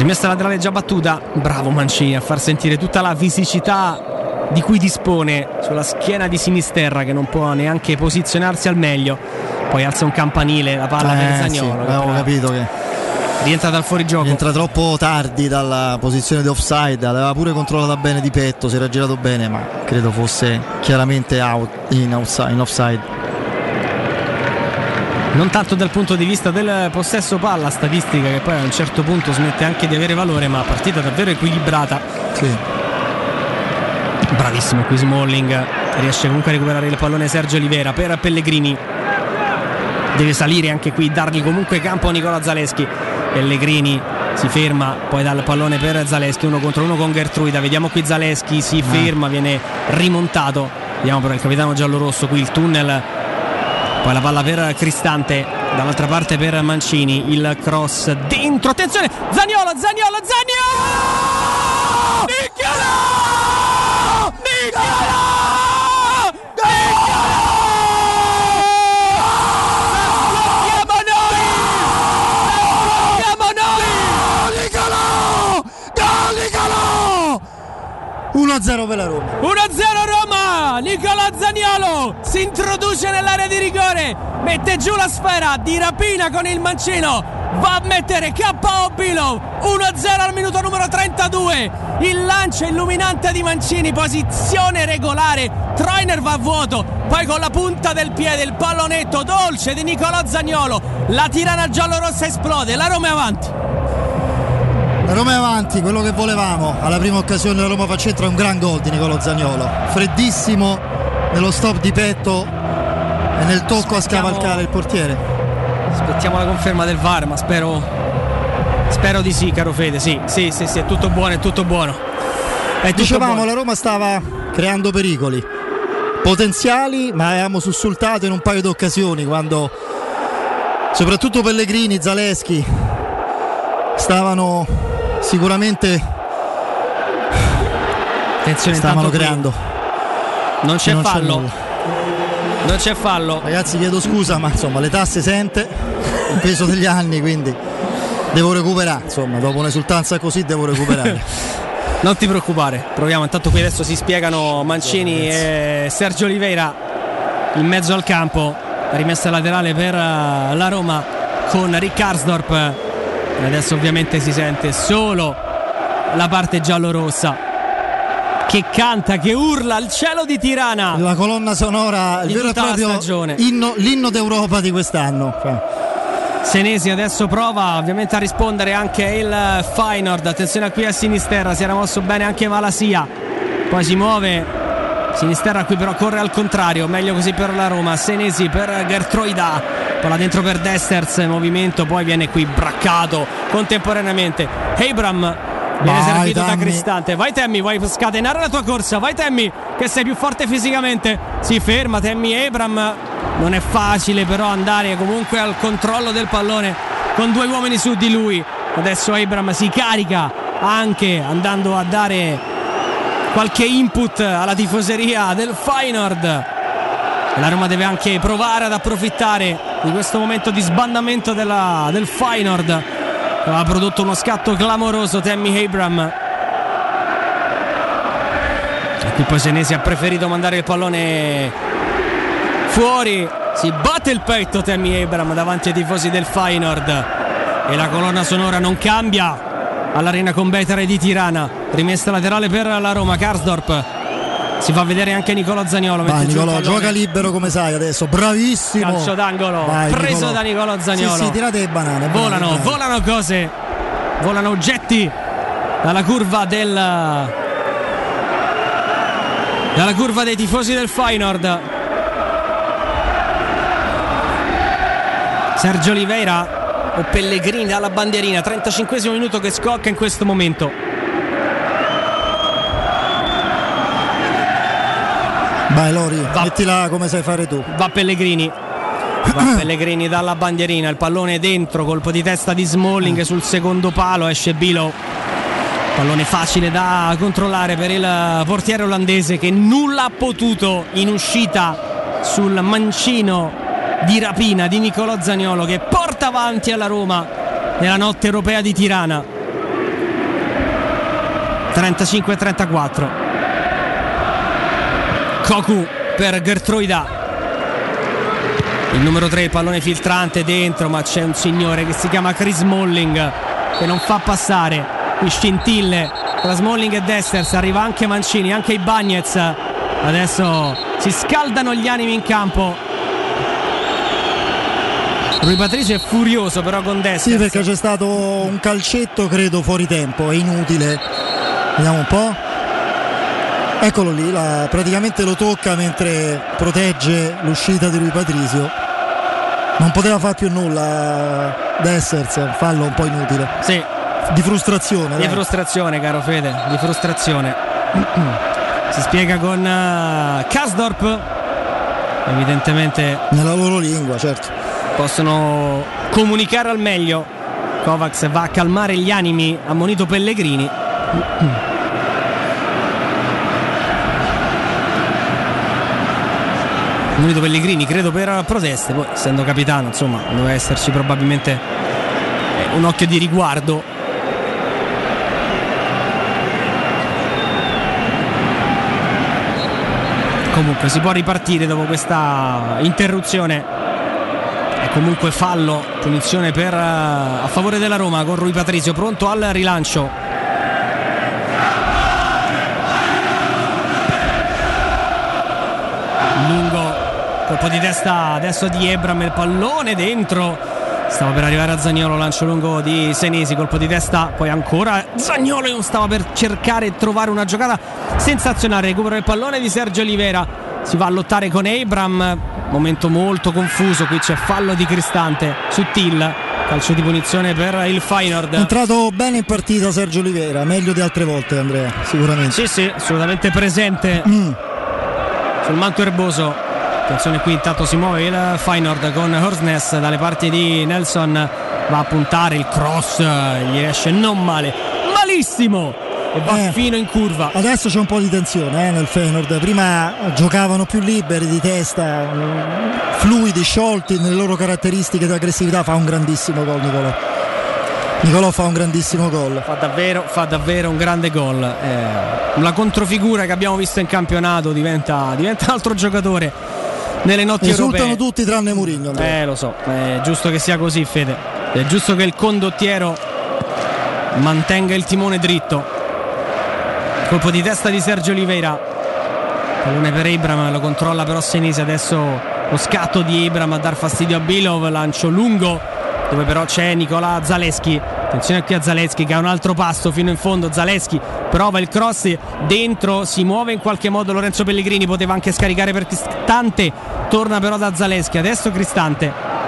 Rimessa laterale già battuta, bravo Mancini a far sentire tutta la fisicità di cui dispone sulla schiena di Sinisterra, che non può neanche posizionarsi al meglio. Poi alza un campanile, la palla per Zaniolo. Sì, avevo capito che rientra dal fuorigioco. Entra troppo tardi dalla posizione di offside, l'aveva pure controllata bene Di Petto, si era girato bene, ma credo fosse chiaramente in offside. Non tanto dal punto di vista del possesso palla, statistica che poi a un certo punto smette anche di avere valore, ma partita davvero equilibrata. Sì. Bravissimo qui Smalling, riesce comunque a recuperare il pallone Sergio Olivera per Pellegrini. Deve salire anche qui, dargli comunque campo a Nicola Zalewski. Pellegrini si ferma, poi dà il pallone per Zalewski, 1 contro 1 con Gertruida. Vediamo qui Zalewski, si ferma, viene rimontato. Vediamo però il capitano giallorosso, qui il tunnel. Poi la palla per Cristante, dall'altra parte per Mancini, il cross dentro, attenzione, Zaniolo! Nicolò! 1-0 per la Roma. 1-0 Roma! Nicolò Zaniolo si introduce nell'area di rigore, mette giù la sfera di rapina con il mancino, va a mettere KO Bilo. 1-0 al minuto numero 32. Il lancio illuminante di Mancini, posizione regolare. Troiner va a vuoto, poi con la punta del piede il pallonetto dolce di Nicolò Zaniolo. La Tirana giallorossa esplode, la Roma è avanti. La Roma è avanti, quello che volevamo. Alla prima occasione la Roma fa centro, è un gran gol di Nicolò Zaniolo, freddissimo nello stop di petto e nel tocco a scavalcare il portiere. Aspettiamo la conferma del VAR, ma spero di sì, caro Fede. Sì, è tutto buono, è tutto buono. Dicevamo, buono. la Roma stava creando pericoli potenziali, ma avevamo sussultato in un paio di occasioni quando soprattutto Pellegrini, Zalewski stavano sicuramente stavano creando. Non c'è fallo. Ragazzi, chiedo scusa, ma insomma le tasse sente il peso degli anni, quindi devo recuperare, insomma, dopo un'esultanza così devo recuperare. Non ti preoccupare, proviamo. Intanto qui adesso si spiegano Mancini e Sergio Oliveira in mezzo al campo. Rimessa laterale per la Roma con Rick Karsdorp. E adesso ovviamente si sente solo la parte giallorossa che canta, che urla al cielo di Tirana. La colonna sonora, il vero e proprio l'inno d'Europa di quest'anno. Senesi adesso prova ovviamente a rispondere anche il Feyenoord. Attenzione qui a Sinisterra, si era mosso bene anche Malasia, poi si muove Sinisterra, qui però corre al contrario, meglio così per la Roma. Senesi per Gertruida, palla dentro per Desters, movimento, poi viene qui braccato contemporaneamente Abraham, viene servito da Cristante. Vai Tammy, vuoi scatenare la tua corsa, vai Tammy che sei più forte fisicamente. Si ferma Tammy Abraham, non è facile però andare comunque al controllo del pallone con due uomini su di lui. Adesso Abraham si carica anche andando a dare qualche input alla tifoseria del Feyenoord. La Roma deve anche provare ad approfittare di questo momento di sbandamento del Feyenoord. Ha prodotto uno scatto clamoroso Tammy Abraham. E qui poi Senesi ha preferito mandare il pallone fuori. Si batte il petto Tammy Abraham davanti ai tifosi del Feyenoord. E la colonna sonora non cambia all'Arena Combattere di Tirana. Rimessa laterale per la Roma. Karsdorp, si fa vedere anche Nicolò Zaniolo. Vai Nicolò, gioca libero come sai adesso, bravissimo. Calcio d'angolo. Vai, preso Nicolò. Da Nicolò Zaniolo. Sì, tirate le banane. Volano cose, volano oggetti dalla curva dei tifosi del Feyenoord. Sergio Oliveira o Pellegrini dalla bandierina, 35esimo minuto che scocca in questo momento. Vai Lori, mettila come sai fare tu. Va Pellegrini dalla bandierina, il pallone dentro, colpo di testa di Smalling sul secondo palo, esce Bilo. Pallone facile da controllare per il portiere olandese che nulla ha potuto in uscita sul mancino di rapina di Nicolò Zaniolo che porta avanti alla Roma nella notte europea di Tirana. 35-34. Cocu per Gertruida, il numero 3, il pallone filtrante dentro, ma c'è un signore che si chiama Chris Smalling che non fa passare. Qui scintille tra Smalling e Desters, arriva anche Mancini, anche i Bagnez. Adesso si scaldano gli animi in campo. Rui Patricio è furioso però con Desters. Sì, perché c'è stato un calcetto, credo, fuori tempo, è inutile. Vediamo un po'. Eccolo lì, praticamente lo tocca mentre protegge l'uscita di Rui Patricio. Non poteva fare più nulla Dessers, fallo un po' inutile. Sì. Di frustrazione. Di frustrazione, caro Fede, di frustrazione. Si spiega con Kasdorp. Evidentemente nella loro lingua, certo. Possono comunicare al meglio. Kovacs va a calmare gli animi, ammonito Pellegrini. Munito Pellegrini, credo per proteste, poi essendo capitano insomma doveva esserci probabilmente un occhio di riguardo. Comunque si può ripartire dopo questa interruzione. È comunque fallo, punizione a favore della Roma con Rui Patricio pronto al rilancio. Lungo, colpo di testa adesso di Ebram, il pallone dentro, stava per arrivare a Zaniolo, lancio lungo di Senesi, colpo di testa, poi ancora Zaniolo stava per cercare di trovare una giocata sensazionale, recupero del pallone di Sergio Oliveira, si va a lottare con Ebram, momento molto confuso, qui c'è fallo di Cristante su Till, calcio di punizione per il Feyenoord. È entrato bene in partita Sergio Oliveira, meglio di altre volte Andrea, sicuramente. Sì, assolutamente presente sul manto erboso. Attenzione, qui intanto si muove il Feyenoord con Horsness dalle parti di Nelson, va a puntare il cross, gli riesce non male, malissimo, e va fino in curva. Adesso c'è un po' di tensione nel Feyenoord, prima giocavano più liberi di testa, fluidi, sciolti nelle loro caratteristiche di aggressività. Fa un grandissimo gol Nicolò fa un grandissimo gol, fa davvero un grande gol, la controfigura che abbiamo visto in campionato diventa un altro giocatore nelle notti europee. Esultano tutti tranne Mourinho. Lo so, è giusto che sia così, Fede, è giusto che il condottiero mantenga il timone dritto. Colpo di testa di Sergio Oliveira, pallone per Ebram, lo controlla però Senesi, adesso lo scatto di Ebram a dar fastidio a Bilov, lancio lungo dove però c'è Nicola Zalewski. Attenzione qui a Zalewski che ha un altro passo fino in fondo. Zalewski prova il cross dentro, si muove in qualche modo Lorenzo Pellegrini, poteva anche scaricare per Cristante, torna però da Zalewski, adesso Cristante,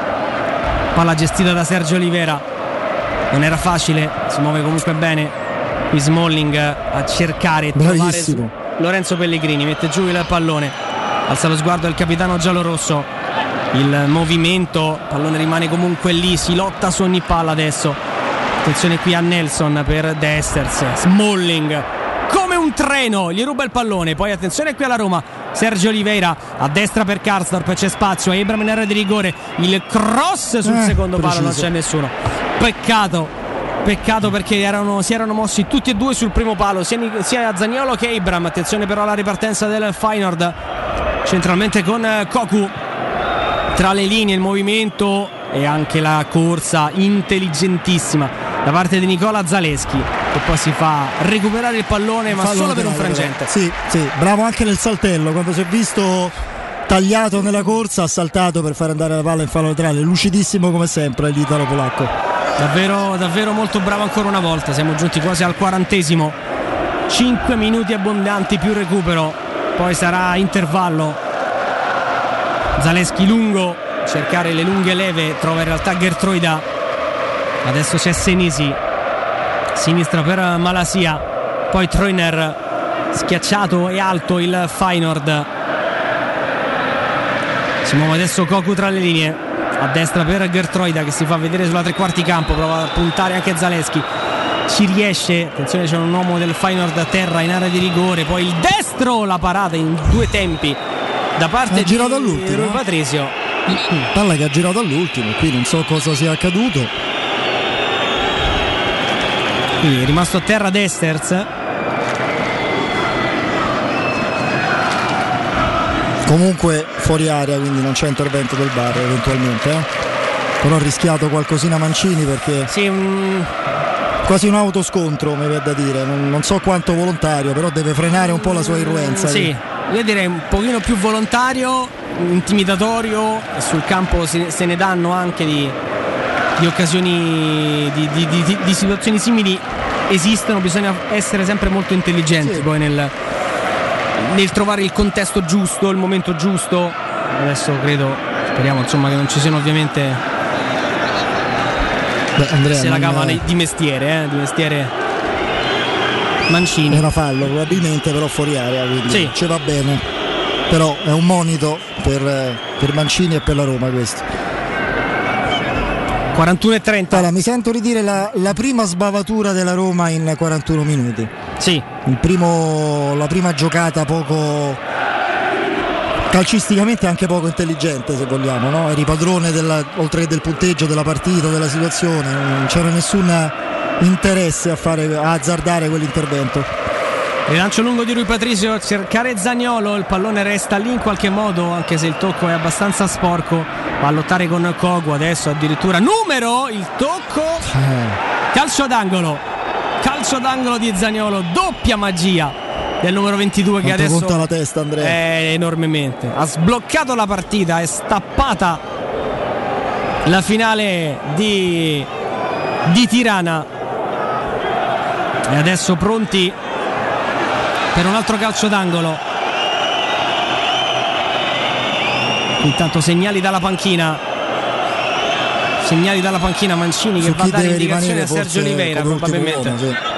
palla gestita da Sergio Oliveira, non era facile, si muove comunque bene qui Smalling a cercare di trovare Lorenzo Pellegrini, mette giù il pallone, alza lo sguardo del capitano giallorosso, il movimento, pallone rimane comunque lì, si lotta su ogni palla adesso. Attenzione qui a Nelson per Desters, Smalling come un treno gli ruba il pallone, poi attenzione qui alla Roma, Sergio Oliveira a destra per Karsdorp, c'è spazio, Ebram in area di rigore, il cross sul secondo palo, non c'è nessuno, peccato perché si erano mossi tutti e due sul primo palo, sia Zaniolo che Ebram. Attenzione però alla ripartenza del Feyenoord centralmente con Cocu, tra le linee il movimento e anche la corsa intelligentissima da parte di Nicola Zalewski, che poi si fa recuperare il pallone ma solo per un frangente. Sì, bravo anche nel saltello, quando si è visto tagliato nella corsa ha saltato per far andare la palla in fallo laterale, lucidissimo come sempre l'italo polacco. Davvero molto bravo ancora una volta, siamo giunti quasi al 40°, 5 minuti abbondanti più recupero, poi sarà intervallo. Zalewski lungo, cercare le lunghe leve, trova in realtà Gertruida, adesso c'è Senesi, sinistra per Malasia, poi Treuner, schiacciato e alto il Feyenoord, si muove adesso Cocu tra le linee, a destra per Gertruida che si fa vedere sulla tre quarti campo, prova a puntare anche Zalewski, ci riesce, attenzione c'è un uomo del Feyenoord a terra in area di rigore, poi il destro, la parata in due tempi da parte di Rui Patricio, palla che ha girato all'ultimo, qui non so cosa sia accaduto. Qui è rimasto a terra Desters, Comunque fuori area, quindi non c'è intervento del VAR eventualmente, però ha rischiato qualcosina Mancini, perché sì, quasi un autoscontro, mi viene da dire, non so quanto volontario, però deve frenare un po' la sua irruenza. Sì, io direi un pochino più volontario, intimidatorio, e sul campo se ne danno anche di occasioni, di situazioni simili esistono, bisogna essere sempre molto intelligenti, sì, poi nel trovare il contesto giusto, il momento giusto. Adesso speriamo insomma che non ci siano ovviamente Andrea, se la cava di mestiere Mancini. Era fallo probabilmente, però fuori area, quindi sì, ci va bene, però è un monito per Mancini e per la Roma questo. 41-30. Allora, mi sento ridire la prima sbavatura della Roma in 41 minuti. Sì. La prima giocata poco calcisticamente anche poco intelligente, se vogliamo, no? Eri padrone oltre che del punteggio, della partita, della situazione, non c'era nessun interesse a azzardare quell'intervento. Rilancio lungo di Rui Patricio a cercare Zaniolo, il pallone resta lì in qualche modo, anche se il tocco è abbastanza sporco, va a lottare con Kogu, adesso addirittura il tocco, calcio d'angolo di Zaniolo, doppia magia del numero 22 che adesso conta la testa, Andrea, enormemente, ha sbloccato la partita, è stappata la finale di Tirana e adesso pronti per un altro calcio d'angolo. Intanto segnali dalla panchina, Mancini che va a dare indicazione a Sergio Oliveira probabilmente, uomo, sì.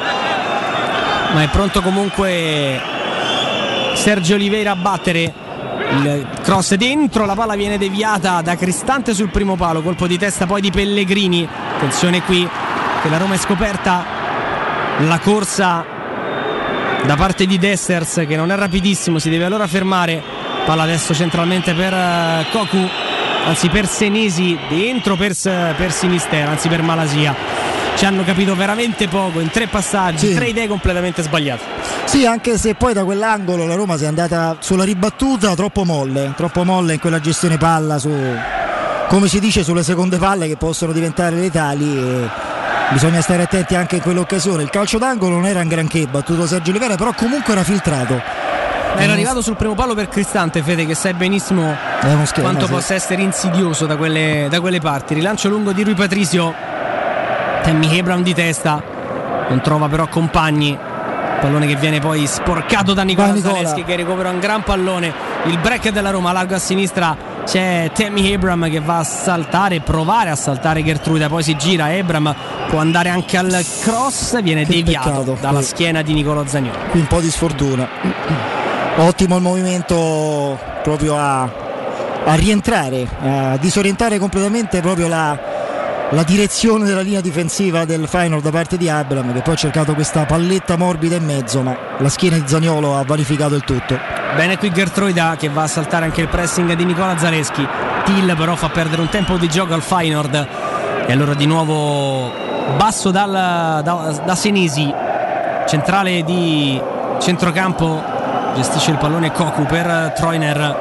Ma è pronto comunque Sergio Oliveira a battere il cross dentro, la palla viene deviata da Cristante sul primo palo, colpo di testa poi di Pellegrini. Attenzione qui che la Roma è scoperta, la corsa da parte di Dessers che non è rapidissimo, si deve allora fermare. Palla adesso centralmente per Koku, anzi per Senesi, dentro per Sinisterra, anzi per Malasia. Ci hanno capito veramente poco in 3 passaggi, sì, 3 idee completamente sbagliate. Sì, anche se poi da quell'angolo la Roma si è andata sulla ribattuta troppo molle in quella gestione palla, come si dice, sulle seconde palle che possono diventare letali, e bisogna stare attenti anche in quell'occasione. Il calcio d'angolo non era un granché battuto Sergio Oliveira, però comunque era filtrato. Era arrivato sul primo palo per Cristante, Fede, che sai benissimo quanto possa essere insidioso da quelle parti. Rilancio lungo di Rui Patricio, Tammy Abraham di testa, non trova però compagni, pallone che viene poi sporcato da Nicola Zalewski che recupera un gran pallone. Il break della Roma, largo a sinistra c'è Tammy Abraham che va a provare a saltare Gertruida, poi si gira, Abraham può andare anche al cross, viene deviato dalla schiena di Nicolò Zaniolo. Qui un po' di sfortuna. Ottimo il movimento proprio a rientrare, a disorientare completamente proprio la direzione della linea difensiva del Feyenoord da parte di Abraham, che poi ha cercato questa palletta morbida in mezzo, ma la schiena di Zaniolo ha vanificato il tutto. Bene qui Gertruida che va a saltare anche il pressing di Nicola Zalewski. Till però fa perdere un tempo di gioco al Feyenoord e allora di nuovo basso da Senesi, centrale di centrocampo, gestisce il pallone Koku per Treuner,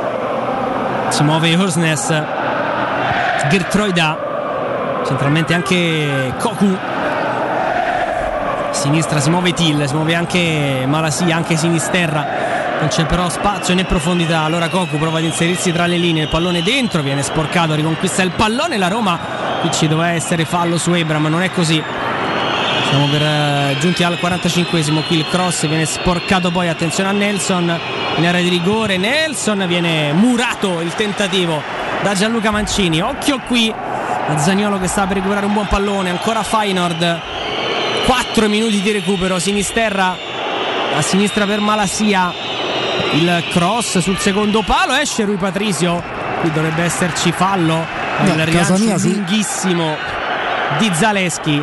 si muove Horsnes, Gertruida, centralmente anche Koku, sinistra si muove Till, si muove anche Malasia, anche Sinisterra, non c'è però spazio né profondità, allora Koku prova ad inserirsi tra le linee, il pallone dentro, viene sporcato, riconquista il pallone la Roma, qui ci doveva essere fallo su Abraham, ma non è così. Siamo giunti al 45esimo, qui il cross viene sporcato, poi attenzione a Nelson in area di rigore, Nelson, viene murato il tentativo da Gianluca Mancini. Occhio qui a Zaniolo che sta per recuperare un buon pallone, ancora Feyenoord, 4 minuti di recupero, Sinisterra a sinistra per Malasia, il cross sul secondo palo, esce Rui Patricio, qui dovrebbe esserci fallo, il rilancio lunghissimo di Zalewski.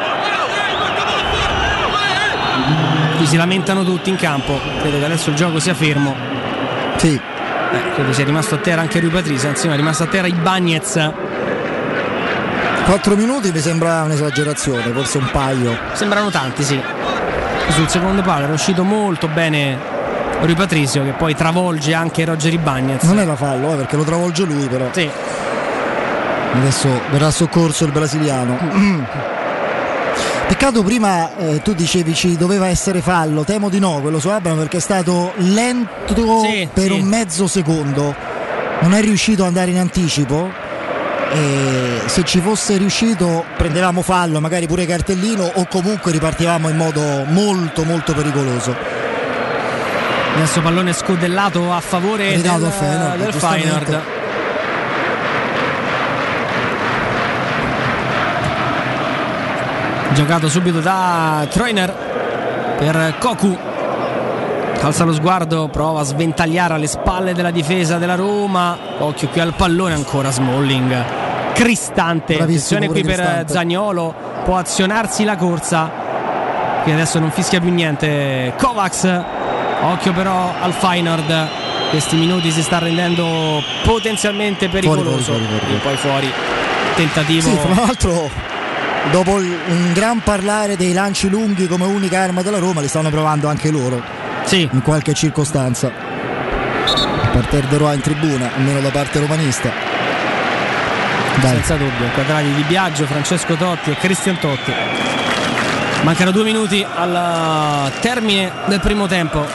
Qui si lamentano tutti in campo, credo che adesso il gioco sia fermo. Sì. Credo sia rimasto a terra anche Rui Patricio, anzi no, è rimasto a terra Ibañez. 4 minuti mi sembra un'esagerazione, forse un paio. Sembrano tanti, sì. Sul secondo palo era uscito molto bene Rui Patricio, che poi travolge anche Roger Ibañez. Non era fallo, perché lo travolge lui, però. Sì. Adesso verrà soccorso il brasiliano. Peccato, prima tu dicevi ci doveva essere fallo, temo di no quello su Abraham, perché è stato lento per un mezzo secondo, non è riuscito ad andare in anticipo, e se ci fosse riuscito prendevamo fallo, magari pure cartellino, o comunque ripartivamo in modo molto molto pericoloso. Adesso pallone scodellato a favore del Feyenoord. Giocato subito da Treuner per Cocu, alza lo sguardo, prova a sventagliare alle spalle della difesa della Roma. Occhio qui al pallone, ancora Smalling, Cristante, attenzione qui per Zaniolo, può azionarsi la corsa, qui adesso non fischia più niente Kovacs. Occhio però al Feyenoord, questi minuti si sta rendendo potenzialmente pericoloso. Fuori. E poi fuori, tentativo. Sì, fra l'altro dopo un gran parlare dei lanci lunghi come unica arma della Roma, li stanno provando anche loro, sì, in qualche circostanza. Parterre de Roi in tribuna, almeno da parte romanista. Dai. Senza dubbio, quadrati di Biagio, Francesco Totti e Cristian Totti. Mancano 2 minuti al termine del primo tempo.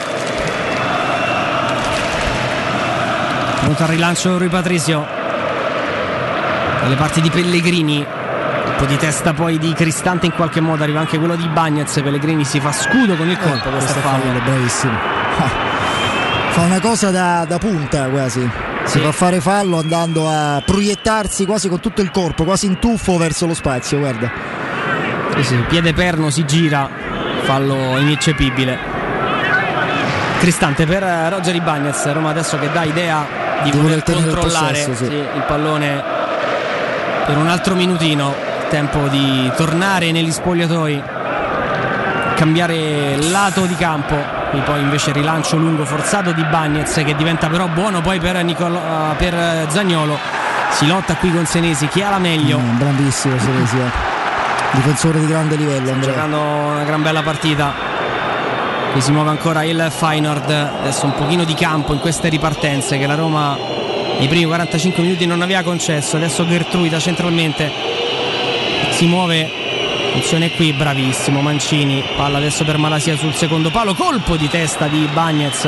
Pronto al rilancio Rui Patricio dalle parti di Pellegrini. Di testa poi di Cristante, in qualche modo arriva anche quello di Bagnez. Pellegrini si fa scudo con il colpo, questo è fallo. Bravissimo, fa una cosa da punta quasi, si fa fare fallo andando a proiettarsi quasi con tutto il corpo, quasi in tuffo verso lo spazio, guarda. Sì, piede perno, si gira, fallo ineccepibile. Cristante per Roger Ibañez. Roma adesso che dà idea di voler controllare il pallone per un altro minutino. Tempo di tornare negli spogliatoi, cambiare lato di campo, e poi invece rilancio lungo forzato di Bagnez, che diventa però buono poi per Zaniolo. Si lotta qui con Senesi, chi ha la meglio. Bravissimo Senesi, difensore di grande livello. Sta giocando una gran bella partita. Qui si muove ancora il Feyenoord, adesso un pochino di campo in queste ripartenze che la Roma nei primi 45 minuti non aveva concesso. Adesso Gertruida centralmente si muove, attenzione qui, bravissimo Mancini, palla adesso per Malasia sul secondo palo, colpo di testa di Bagnez,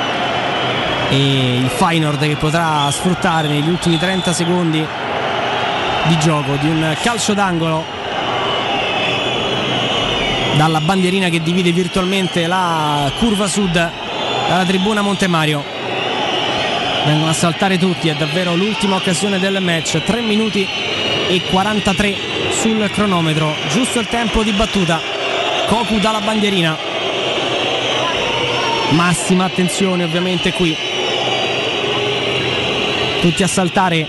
e il Feyenoord che potrà sfruttare negli ultimi 30 secondi di gioco di un calcio d'angolo dalla bandierina che divide virtualmente la curva sud dalla tribuna Montemario. Vengono a saltare tutti, è davvero l'ultima occasione del match. 3 minuti e 43 sul cronometro, giusto il tempo di battuta. Cocu dalla bandierina, massima attenzione ovviamente qui, tutti a saltare.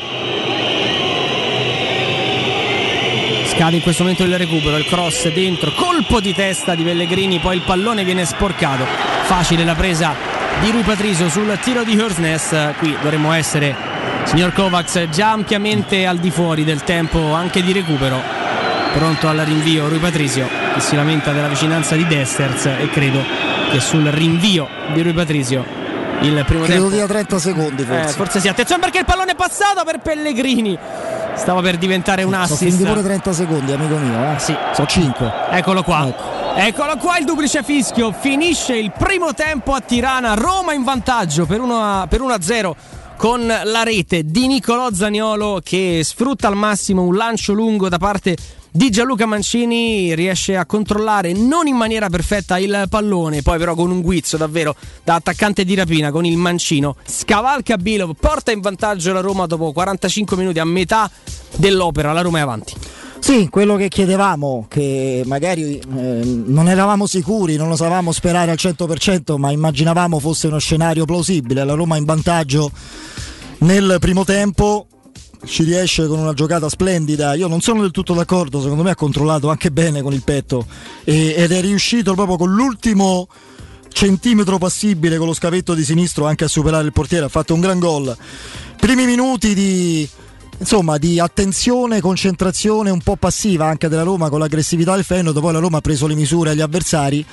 Scade in questo momento il recupero, il cross dentro, colpo di testa di Pellegrini, poi il pallone viene sporcato. Facile la presa di Rui Patricio sul tiro di Horsnes. Qui dovremmo essere, signor Kovacs, già ampiamente al di fuori del tempo anche di recupero. Pronto al rinvio Rui Patricio, che si lamenta della vicinanza di Desters, e credo che sul rinvio di Rui Patricio il primo tempo dia 30 secondi forse sì. Attenzione perché il pallone è passato per Pellegrini, stava per diventare un assist. Sono pure 30 secondi, amico mio, Sì. Sono 5. Eccolo qua. Eccolo qua il duplice fischio. Finisce il primo tempo a Tirana, Roma in vantaggio per 1-0 con la rete di Nicolò Zaniolo, che sfrutta al massimo un lancio lungo da parte di Gianluca Mancini, riesce a controllare non in maniera perfetta il pallone, poi però con un guizzo davvero da attaccante di rapina con il mancino scavalca Bilov, porta in vantaggio la Roma dopo 45 minuti, a metà dell'opera la Roma è avanti. Sì, quello che chiedevamo, che magari non eravamo sicuri, non lo sapevamo sperare al 100%, ma immaginavamo fosse uno scenario plausibile. La Roma in vantaggio nel primo tempo, ci riesce con una giocata splendida. Io non sono del tutto d'accordo, secondo me ha controllato anche bene con il petto ed è riuscito proprio con l'ultimo centimetro passibile con lo scavetto di sinistro anche a superare il portiere. Ha fatto un gran gol. Primi minuti di attenzione, concentrazione un po' passiva anche della Roma con l'aggressività del Feyenoord. Poi la Roma ha preso le misure agli avversari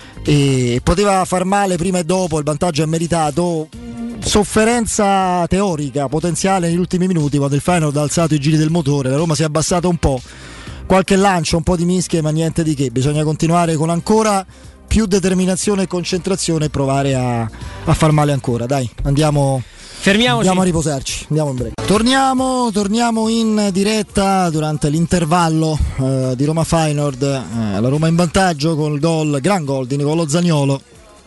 e poteva far male prima e dopo, il vantaggio è meritato. Sofferenza teorica potenziale negli ultimi minuti, quando il Feyenoord ha alzato i giri del motore, la Roma si è abbassata un po', qualche lancio, un po' di mischie, ma niente di che. Bisogna continuare con ancora più determinazione e concentrazione e provare a far male ancora. Dai, andiamo a riposarci, andiamo in break. Torniamo in diretta durante l'intervallo di Roma Feyenoord, la Roma in vantaggio con il gran gol di Niccolò Zaniolo,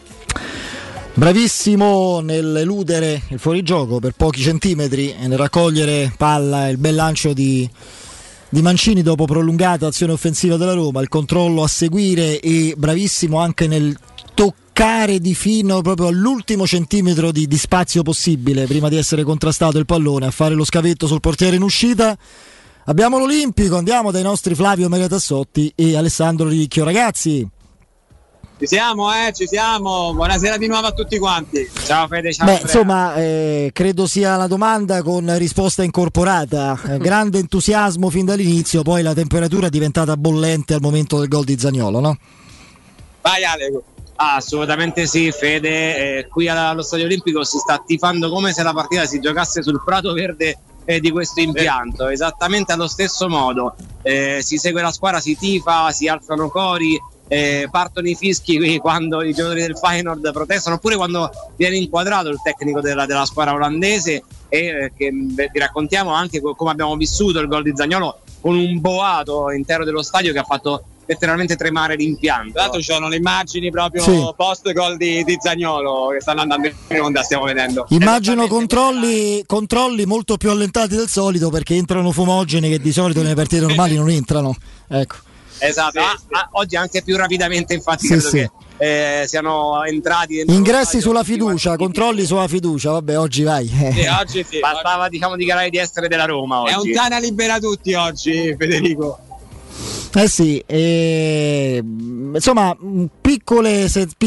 bravissimo nell'eludere il fuorigioco per pochi centimetri e nel raccogliere palla, il bel lancio di Mancini dopo prolungata azione offensiva della Roma, il controllo a seguire e bravissimo anche nel toccare di fino proprio all'ultimo centimetro di spazio possibile prima di essere contrastato il pallone, a fare lo scavetto sul portiere in uscita. Abbiamo l'Olimpico, andiamo dai nostri Flavio Meratassotti e Alessandro Ricchio. Ragazzi, ci siamo, buonasera di nuovo a tutti quanti. Ciao Fede, ciao. Insomma, credo sia la domanda con risposta incorporata. Grande entusiasmo fin dall'inizio, poi la temperatura è diventata bollente al momento del gol di Zaniolo, no? Vai Ale. Assolutamente sì, Fede, qui allo Stadio Olimpico si sta tifando come se la partita si giocasse sul prato verde di questo impianto, esattamente allo stesso modo. Si segue la squadra, si tifa, si alzano cori, partono i fischi quando i giocatori del Feyenoord protestano, oppure quando viene inquadrato il tecnico della squadra olandese, e che vi raccontiamo anche come abbiamo vissuto il gol di Zaniolo, con un boato intero dello stadio che ha fatto letteralmente tremare l'impianto. Tra l'altro ci sono le immagini proprio post gol di Zaniolo che stanno andando in onda, stiamo vedendo. Immagino controlli molto più allentati del solito, perché entrano fumogeni che di solito nelle partite normali non entrano, ecco. Esatto, oggi anche più rapidamente, infatti credo che siano entrati dentro ingressi sulla fiducia, controlli sulla fiducia, vabbè, oggi vai. Oggi sì, bastava dichiarare di essere della Roma oggi. È un Tana libera tutti oggi, Federico. Insomma, piccole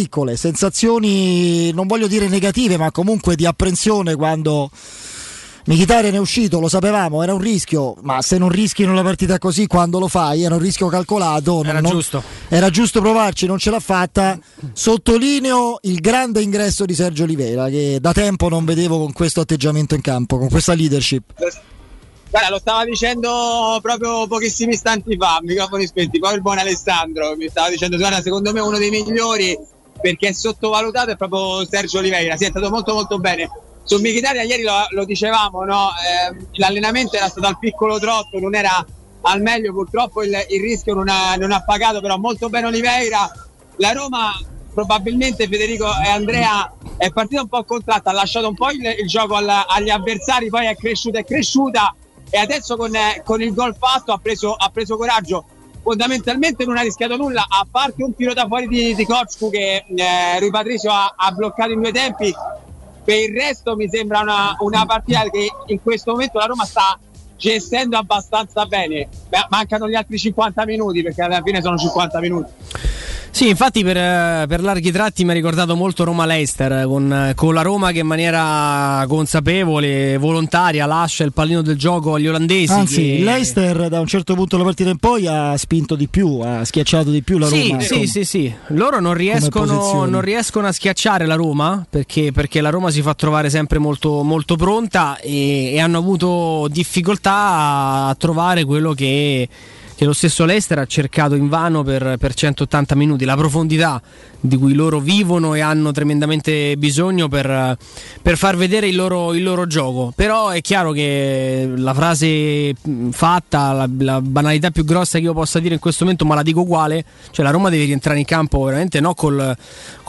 sensazioni, non voglio dire negative, ma comunque di apprensione quando Mkhitaryan è uscito, lo sapevamo, era un rischio, ma se non rischi in una partita così, quando lo fai, era un rischio calcolato, era giusto provarci, non ce l'ha fatta. Sottolineo il grande ingresso di Sergio Oliveira, che da tempo non vedevo con questo atteggiamento in campo, con questa leadership. Guarda, lo stava dicendo proprio pochissimi istanti fa, microfoni spenti, poi il buon Alessandro mi stava dicendo, guarda, secondo me uno dei migliori, perché è sottovalutato, è proprio Sergio Oliveira, si è stato molto molto bene. Su Mkhitaryan ieri lo dicevamo, no? L'allenamento era stato al piccolo trotto, non era al meglio, purtroppo il rischio non ha pagato, però molto bene Oliveira. La Roma probabilmente, Federico e Andrea, è partita un po' contratta, ha lasciato un po' il gioco agli avversari, poi è cresciuta e adesso con il gol fatto ha preso coraggio. Fondamentalmente non ha rischiato nulla, a parte un tiro da fuori di Koczku che Rui Patricio ha bloccato in due tempi. Per il resto mi sembra una partita che in questo momento la Roma sta gestendo abbastanza bene. Mancano gli altri 50 minuti, perché alla fine sono 50 minuti. Sì, infatti per larghi tratti mi ha ricordato molto Roma-Leicester, con la Roma che in maniera consapevole, volontaria, lascia il pallino del gioco agli olandesi. Anzi, Leicester da un certo punto della partita in poi ha spinto di più, ha schiacciato di più la Roma. Sì. Loro non riescono a schiacciare la Roma, perché la Roma si fa trovare sempre molto, molto pronta e hanno avuto difficoltà a trovare quello che lo stesso Leicester ha cercato invano per 180 minuti, la profondità di cui loro vivono e hanno tremendamente bisogno per far vedere il loro gioco. Però è chiaro che la frase fatta, la banalità più grossa che io possa dire in questo momento, ma la dico uguale, cioè la Roma deve rientrare in campo veramente no con lo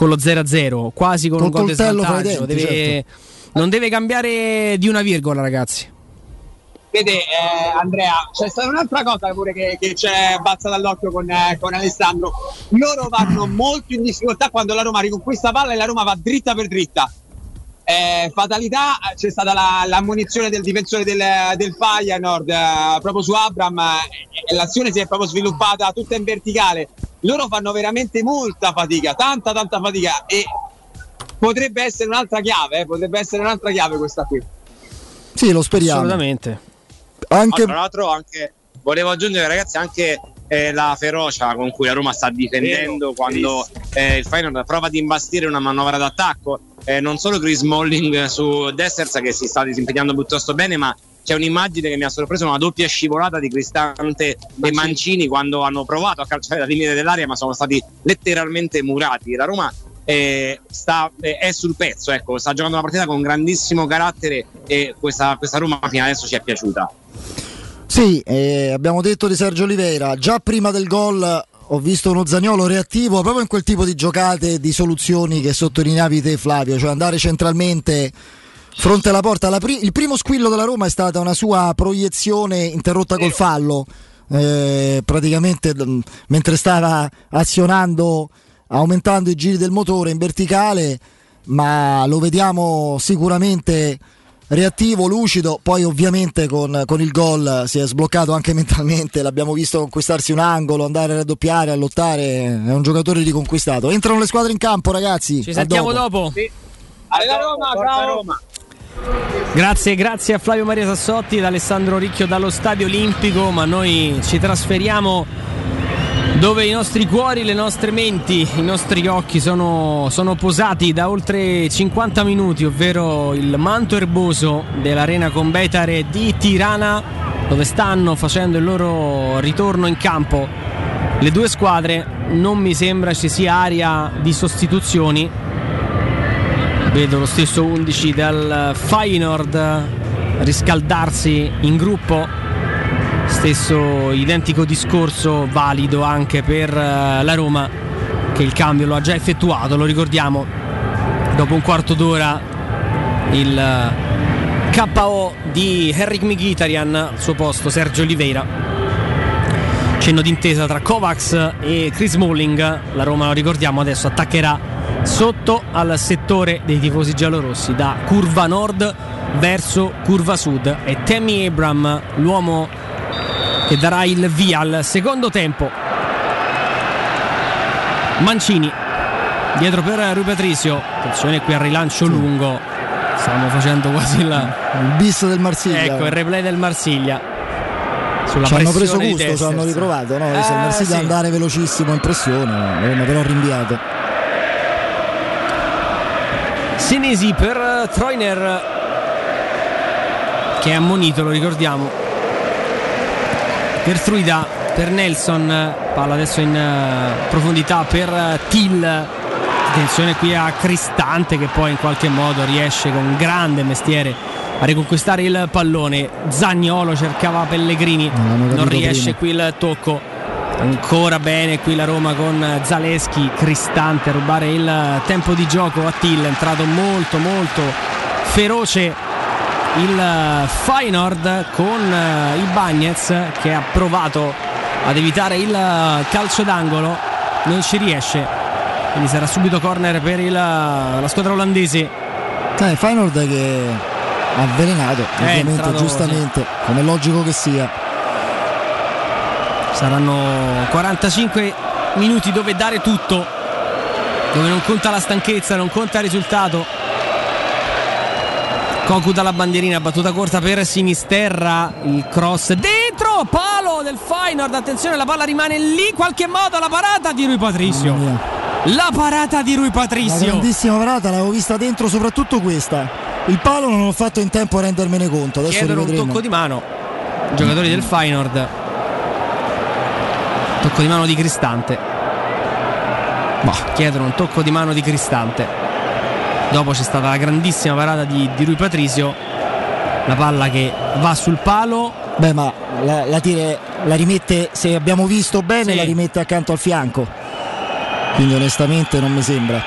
0-0, quasi con un gol di svantaggio, non deve cambiare di una virgola, ragazzi. Vede Andrea, c'è stata un'altra cosa pure che c'è balza dall'occhio con Alessandro. Loro vanno molto in difficoltà quando la Roma riconquista palla e la Roma va dritta per dritta. Fatalità, c'è stata l'ammonizione del difensore del Feyenoord proprio su Abraham, e l'azione si è proprio sviluppata tutta in verticale. Loro fanno veramente molta fatica, tanta fatica, e potrebbe essere un'altra chiave questa qui. Sì, lo speriamo. Assolutamente. Tra l'altro anche volevo aggiungere, ragazzi, anche la ferocia con cui la Roma sta difendendo quando il Feyenoord prova ad imbastire una manovra d'attacco. Non solo Chris Smalling su Dessers, che si sta disimpegnando piuttosto bene, ma c'è un'immagine che mi ha sorpreso, una doppia scivolata di Cristante e Mancini quando hanno provato a calciare la linea dell'area, ma sono stati letteralmente murati. La Roma è sul pezzo, ecco, sta giocando una partita con grandissimo carattere e questa Roma fino adesso ci è piaciuta. Sì, abbiamo detto di Sergio Oliveira, già prima del gol ho visto uno Zaniolo reattivo proprio in quel tipo di giocate e di soluzioni che sottolineavi te, Flavio, cioè andare centralmente fronte alla porta. Il primo squillo della Roma è stata una sua proiezione interrotta col fallo, praticamente mentre stava azionando, aumentando i giri del motore in verticale, ma lo vediamo sicuramente reattivo, lucido. Poi ovviamente con il gol si è sbloccato anche mentalmente, l'abbiamo visto conquistarsi un angolo, andare a raddoppiare, a lottare, è un giocatore riconquistato. Entrano le squadre in campo, ragazzi, ci sentiamo dopo. Sì. Alla Roma, ciao Roma. Grazie a Flavio Maria Sassotti ed Alessandro Ricchio dallo Stadio Olimpico, ma noi ci trasferiamo dove i nostri cuori, le nostre menti, i nostri occhi sono posati da oltre 50 minuti, ovvero il manto erboso dell'Arena Combaitare di Tirana, dove stanno facendo il loro ritorno in campo le due squadre. Non mi sembra ci sia aria di sostituzioni, vedo lo stesso 11 del Feyenoord riscaldarsi in gruppo. Stesso identico discorso valido anche per la Roma, che il cambio lo ha già effettuato, lo ricordiamo, dopo un quarto d'ora il KO di Henrik Mkhitaryan, al suo posto Sergio Oliveira. Cenno d'intesa tra Kovacs e Chris Smalling. La Roma, lo ricordiamo, adesso attaccherà sotto al settore dei tifosi giallorossi, da curva nord verso curva sud. E Tammy Abraham l'uomo che darà il via al secondo tempo. Mancini dietro per Rui Patricio, attenzione qui al rilancio lungo, stiamo facendo quasi il bis del Marsiglia, ecco il replay del Marsiglia. Ci hanno preso gusto, ci hanno riprovato, no? Il Marsiglia sì, andare velocissimo in pressione, però rinviato. Senesi per Treuner, che è ammonito, lo ricordiamo. Gertruida per Nelson, palla adesso in profondità per Till. Attenzione qui a Cristante, che poi in qualche modo riesce con grande mestiere a riconquistare il pallone. Zaniolo cercava Pellegrini, non riesce qui il tocco. Ancora bene qui la Roma con Zaleschi. Cristante a rubare il tempo di gioco a Till, è entrato molto feroce il Feyenoord con Ibañez, che ha provato ad evitare il calcio d'angolo, non ci riesce, quindi sarà subito corner per la squadra olandese. Feyenoord che ha avvelenato, ovviamente, giustamente, sì, come è logico che sia. Saranno 45 minuti dove dare tutto, dove non conta la stanchezza, non conta il risultato. Cocu dalla bandierina, battuta corta per Sinisterra, il cross dentro, palo del Feyenoord, attenzione, la palla rimane lì, in qualche modo la parata di Rui Patricio. La parata di Rui Patricio, una grandissima parata, l'avevo vista dentro, soprattutto questa. Il palo non ho fatto in tempo a rendermene conto. Adesso chiedono un tocco di mano i giocatori del Feyenoord. Tocco di mano di Cristante. Chiedono un tocco di mano di Cristante. Dopo c'è stata la grandissima parata di Rui Patricio, la palla che va sul palo. Ma la rimette, se abbiamo visto bene, sì, la rimette accanto al fianco, quindi onestamente non mi sembra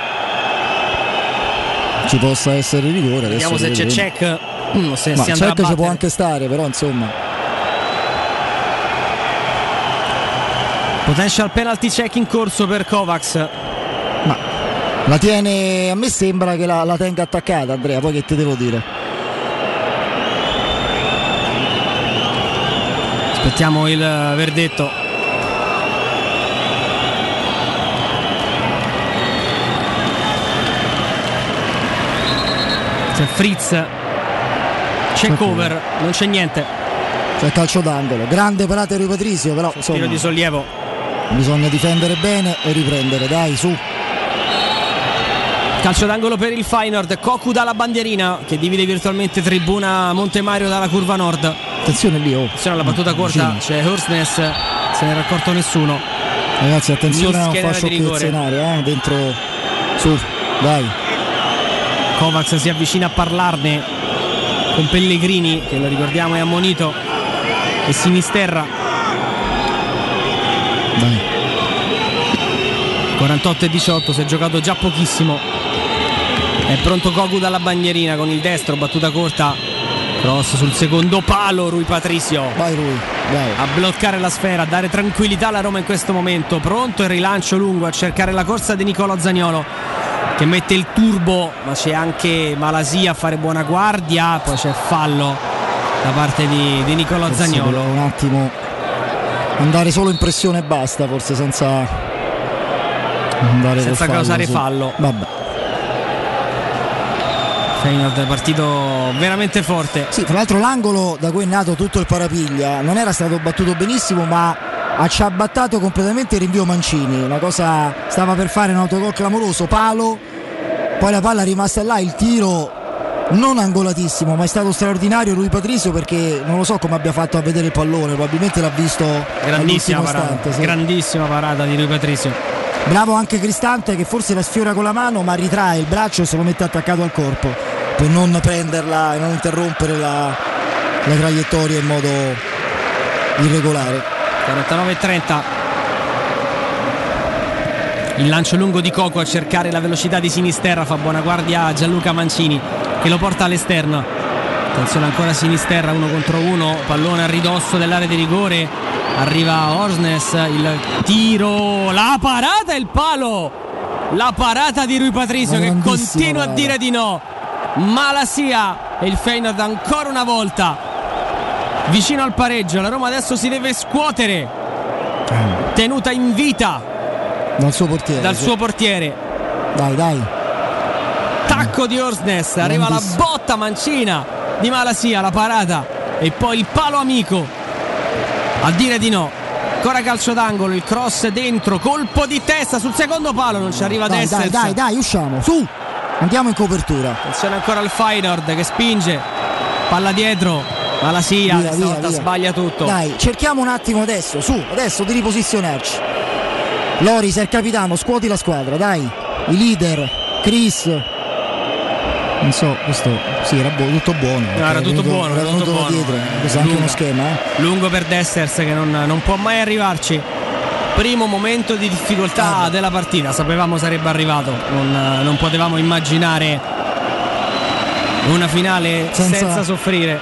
ci possa essere il rigore. Vediamo se c'è check, se si andrà a check ci può anche stare, però insomma. Potential penalty check in corso per Kovacs. Ma la tiene, a me sembra che la tenga attaccata, Andrea, poi che te devo dire. Aspettiamo il verdetto. C'è Fritz, c'è cover, non c'è niente. C'è calcio d'angolo, grande parata di Rui Patricio, però tiro di sollievo bisogna difendere bene e riprendere, dai, su. Calcio d'angolo per il Feyenoord, Cocu dalla bandierina che divide virtualmente tribuna Montemario dalla curva nord. Attenzione lì, attenzione alla battuta corta, c'è Horsnes, se ne era accorto nessuno. Ragazzi, attenzione a non far sciocchezze in aria, dentro, su, dai. Kovacs si avvicina a parlarne con Pellegrini, che lo ricordiamo è ammonito, e Sinisterra. Dai. 48-18, si è giocato già pochissimo. È pronto Cocu dalla bandierina con il destro, battuta corta, cross sul secondo palo, Rui Patricio. Vai Rui, dai. A bloccare la sfera, a dare tranquillità alla Roma in questo momento. Pronto il rilancio lungo a cercare la corsa di Nicolò Zaniolo, che mette il turbo, ma c'è anche Malasia a fare buona guardia. Poi c'è fallo da parte di Nicolò Zaniolo. Un attimo andare solo in pressione e basta, forse senza andare senza causare fallo. Vabbè. Feyenoord è partito veramente forte. Sì, tra l'altro l'angolo da cui è nato tutto il parapiglia non era stato battuto benissimo, ma ha ciabattato completamente il rinvio Mancini. Una cosa, stava per fare un autogol clamoroso, palo, poi la palla è rimasta là, il tiro non angolatissimo, ma è stato straordinario Rui Patricio, perché non lo so come abbia fatto a vedere il pallone, probabilmente l'ha visto grandissima parata, istante, sì. Grandissima parata di Rui Patricio. Bravo anche Cristante, che forse la sfiora con la mano, ma ritrae il braccio e se lo mette attaccato al corpo per non prenderla e non interrompere la traiettoria in modo irregolare. 49-30. Il lancio lungo di Coco a cercare la velocità di Sinisterra, fa buona guardia a Gianluca Mancini che lo porta all'esterno. Attenzione ancora Sinisterra, 1 contro 1, pallone a ridosso dell'area di rigore, arriva Horsnes, il tiro, la parata e il palo, la parata di Rui Patricio che continua a dire di no. Malasia e il Feyenoord ancora una volta vicino al pareggio. La Roma adesso si deve scuotere, tenuta in vita dal suo portiere. Suo portiere. Dai. Tacco di Horsnes, arriva la botta mancina di Malasia, la parata e poi il palo amico a dire di no. Ancora calcio d'angolo, il cross dentro, colpo di testa sul secondo palo, non ci arriva Dessers. Dai, usciamo, su, andiamo in copertura. Attenzione ancora al Feyenoord che spinge, palla dietro, Malasia questa volta sbaglia tutto. Dai, cerchiamo un attimo adesso di riposizionarci. Loris è il capitano, scuoti la squadra, dai, i leader, Chris. Non so, questo sì, era tutto buono. Era tutto buono. Dietro, questo è anche uno schema. Lungo per Dessers che non può mai arrivarci. Primo momento di difficoltà della partita, sapevamo sarebbe arrivato, non potevamo immaginare una finale senza soffrire.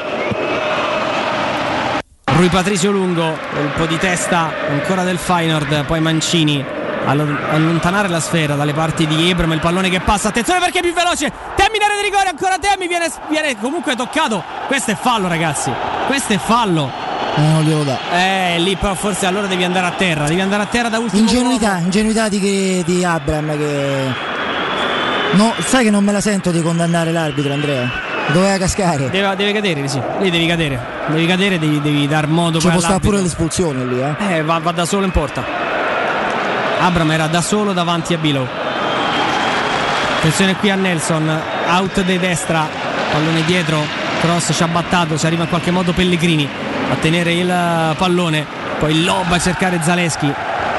Rui Patricio lungo, colpo di testa ancora del Feyenoord, poi Mancini allontanare la sfera dalle parti di Ebram, il pallone che passa, attenzione perché è più veloce, Temmi in area di rigore, ancora Temmi, viene comunque toccato, questo è fallo ragazzi, questo è fallo. Non glielo dà. Lì però forse allora devi andare a terra da ultimo. Ingenuità di Abram, che no, sai che non me la sento di condannare l'arbitro, Andrea. Doveva cascare. Deve cadere, sì. Lì devi cadere, devi dar modo. Ci può stare pure l'espulsione lì, va da solo in porta. Abram era da solo davanti a Bilo. Attenzione qui a Nelson, out di destra, pallone dietro, cross ciabattato, ci arriva in qualche modo Pellegrini a tenere il pallone, poi il lob a cercare Zaleschi.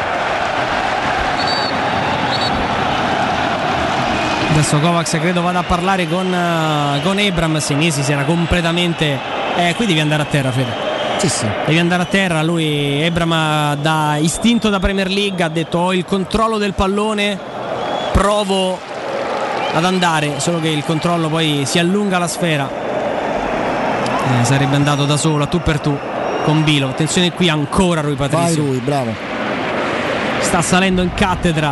Adesso Kovacs credo vada a parlare con Ebram. Senesi si era completamente qui devi andare a terra, Fede. Sì. Devi andare a terra. Lui, Ebram, da istinto da Premier League, ha detto ho il controllo del pallone, provo ad andare, solo che il controllo poi si allunga la sfera. Sarebbe andato da solo a tu per tu con Bilo. Attenzione qui ancora Rui Patricio. Vai Rui, bravo. Sta salendo in cattedra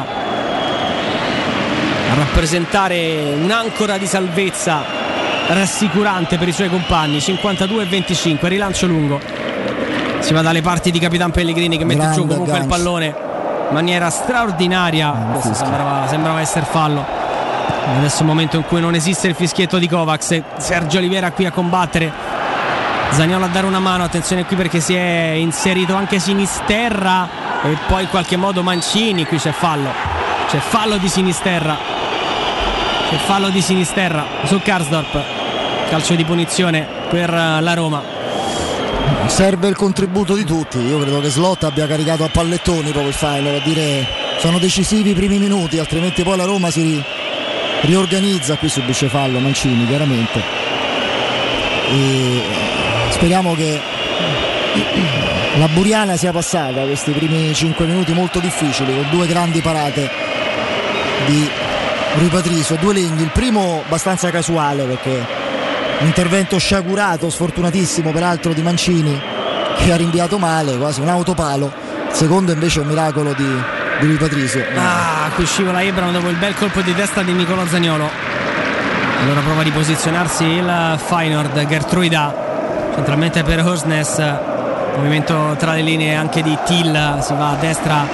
a rappresentare un'ancora di salvezza rassicurante per i suoi compagni. 52-25, rilancio lungo, si va dalle parti di Capitan Pellegrini che mette giù comunque aggancio. Il pallone in maniera straordinaria. Sembrava essere fallo. Adesso è un momento in cui non esiste il fischietto di Kovacs. Sergio Oliveira qui a combattere, Zaniolo a dare una mano. Attenzione qui perché si è inserito anche Sinisterra e poi in qualche modo Mancini. Qui c'è fallo di Sinisterra, su Karsdorp, calcio di punizione per la Roma. Serve il contributo di tutti. Io credo che Slot abbia caricato a pallettoni proprio il final, a dire sono decisivi i primi minuti, altrimenti poi la Roma si riorganizza. Qui subisce fallo Mancini chiaramente, e speriamo che la Buriana sia passata questi primi 5 minuti molto difficili, con due grandi parate di Rui Patricio, due legni, il primo abbastanza casuale perché un intervento sciagurato, sfortunatissimo peraltro di Mancini, che ha rinviato male, quasi un autopalo. Il secondo invece è un miracolo di Rui Patricio. Qui scivola Ebram dopo il bel colpo di testa di Nicolò Zaniolo. Allora prova a riposizionarsi il Feyenoord, Gertruida centralmente per Horsnes, movimento tra le linee anche di Thiel, si va a destra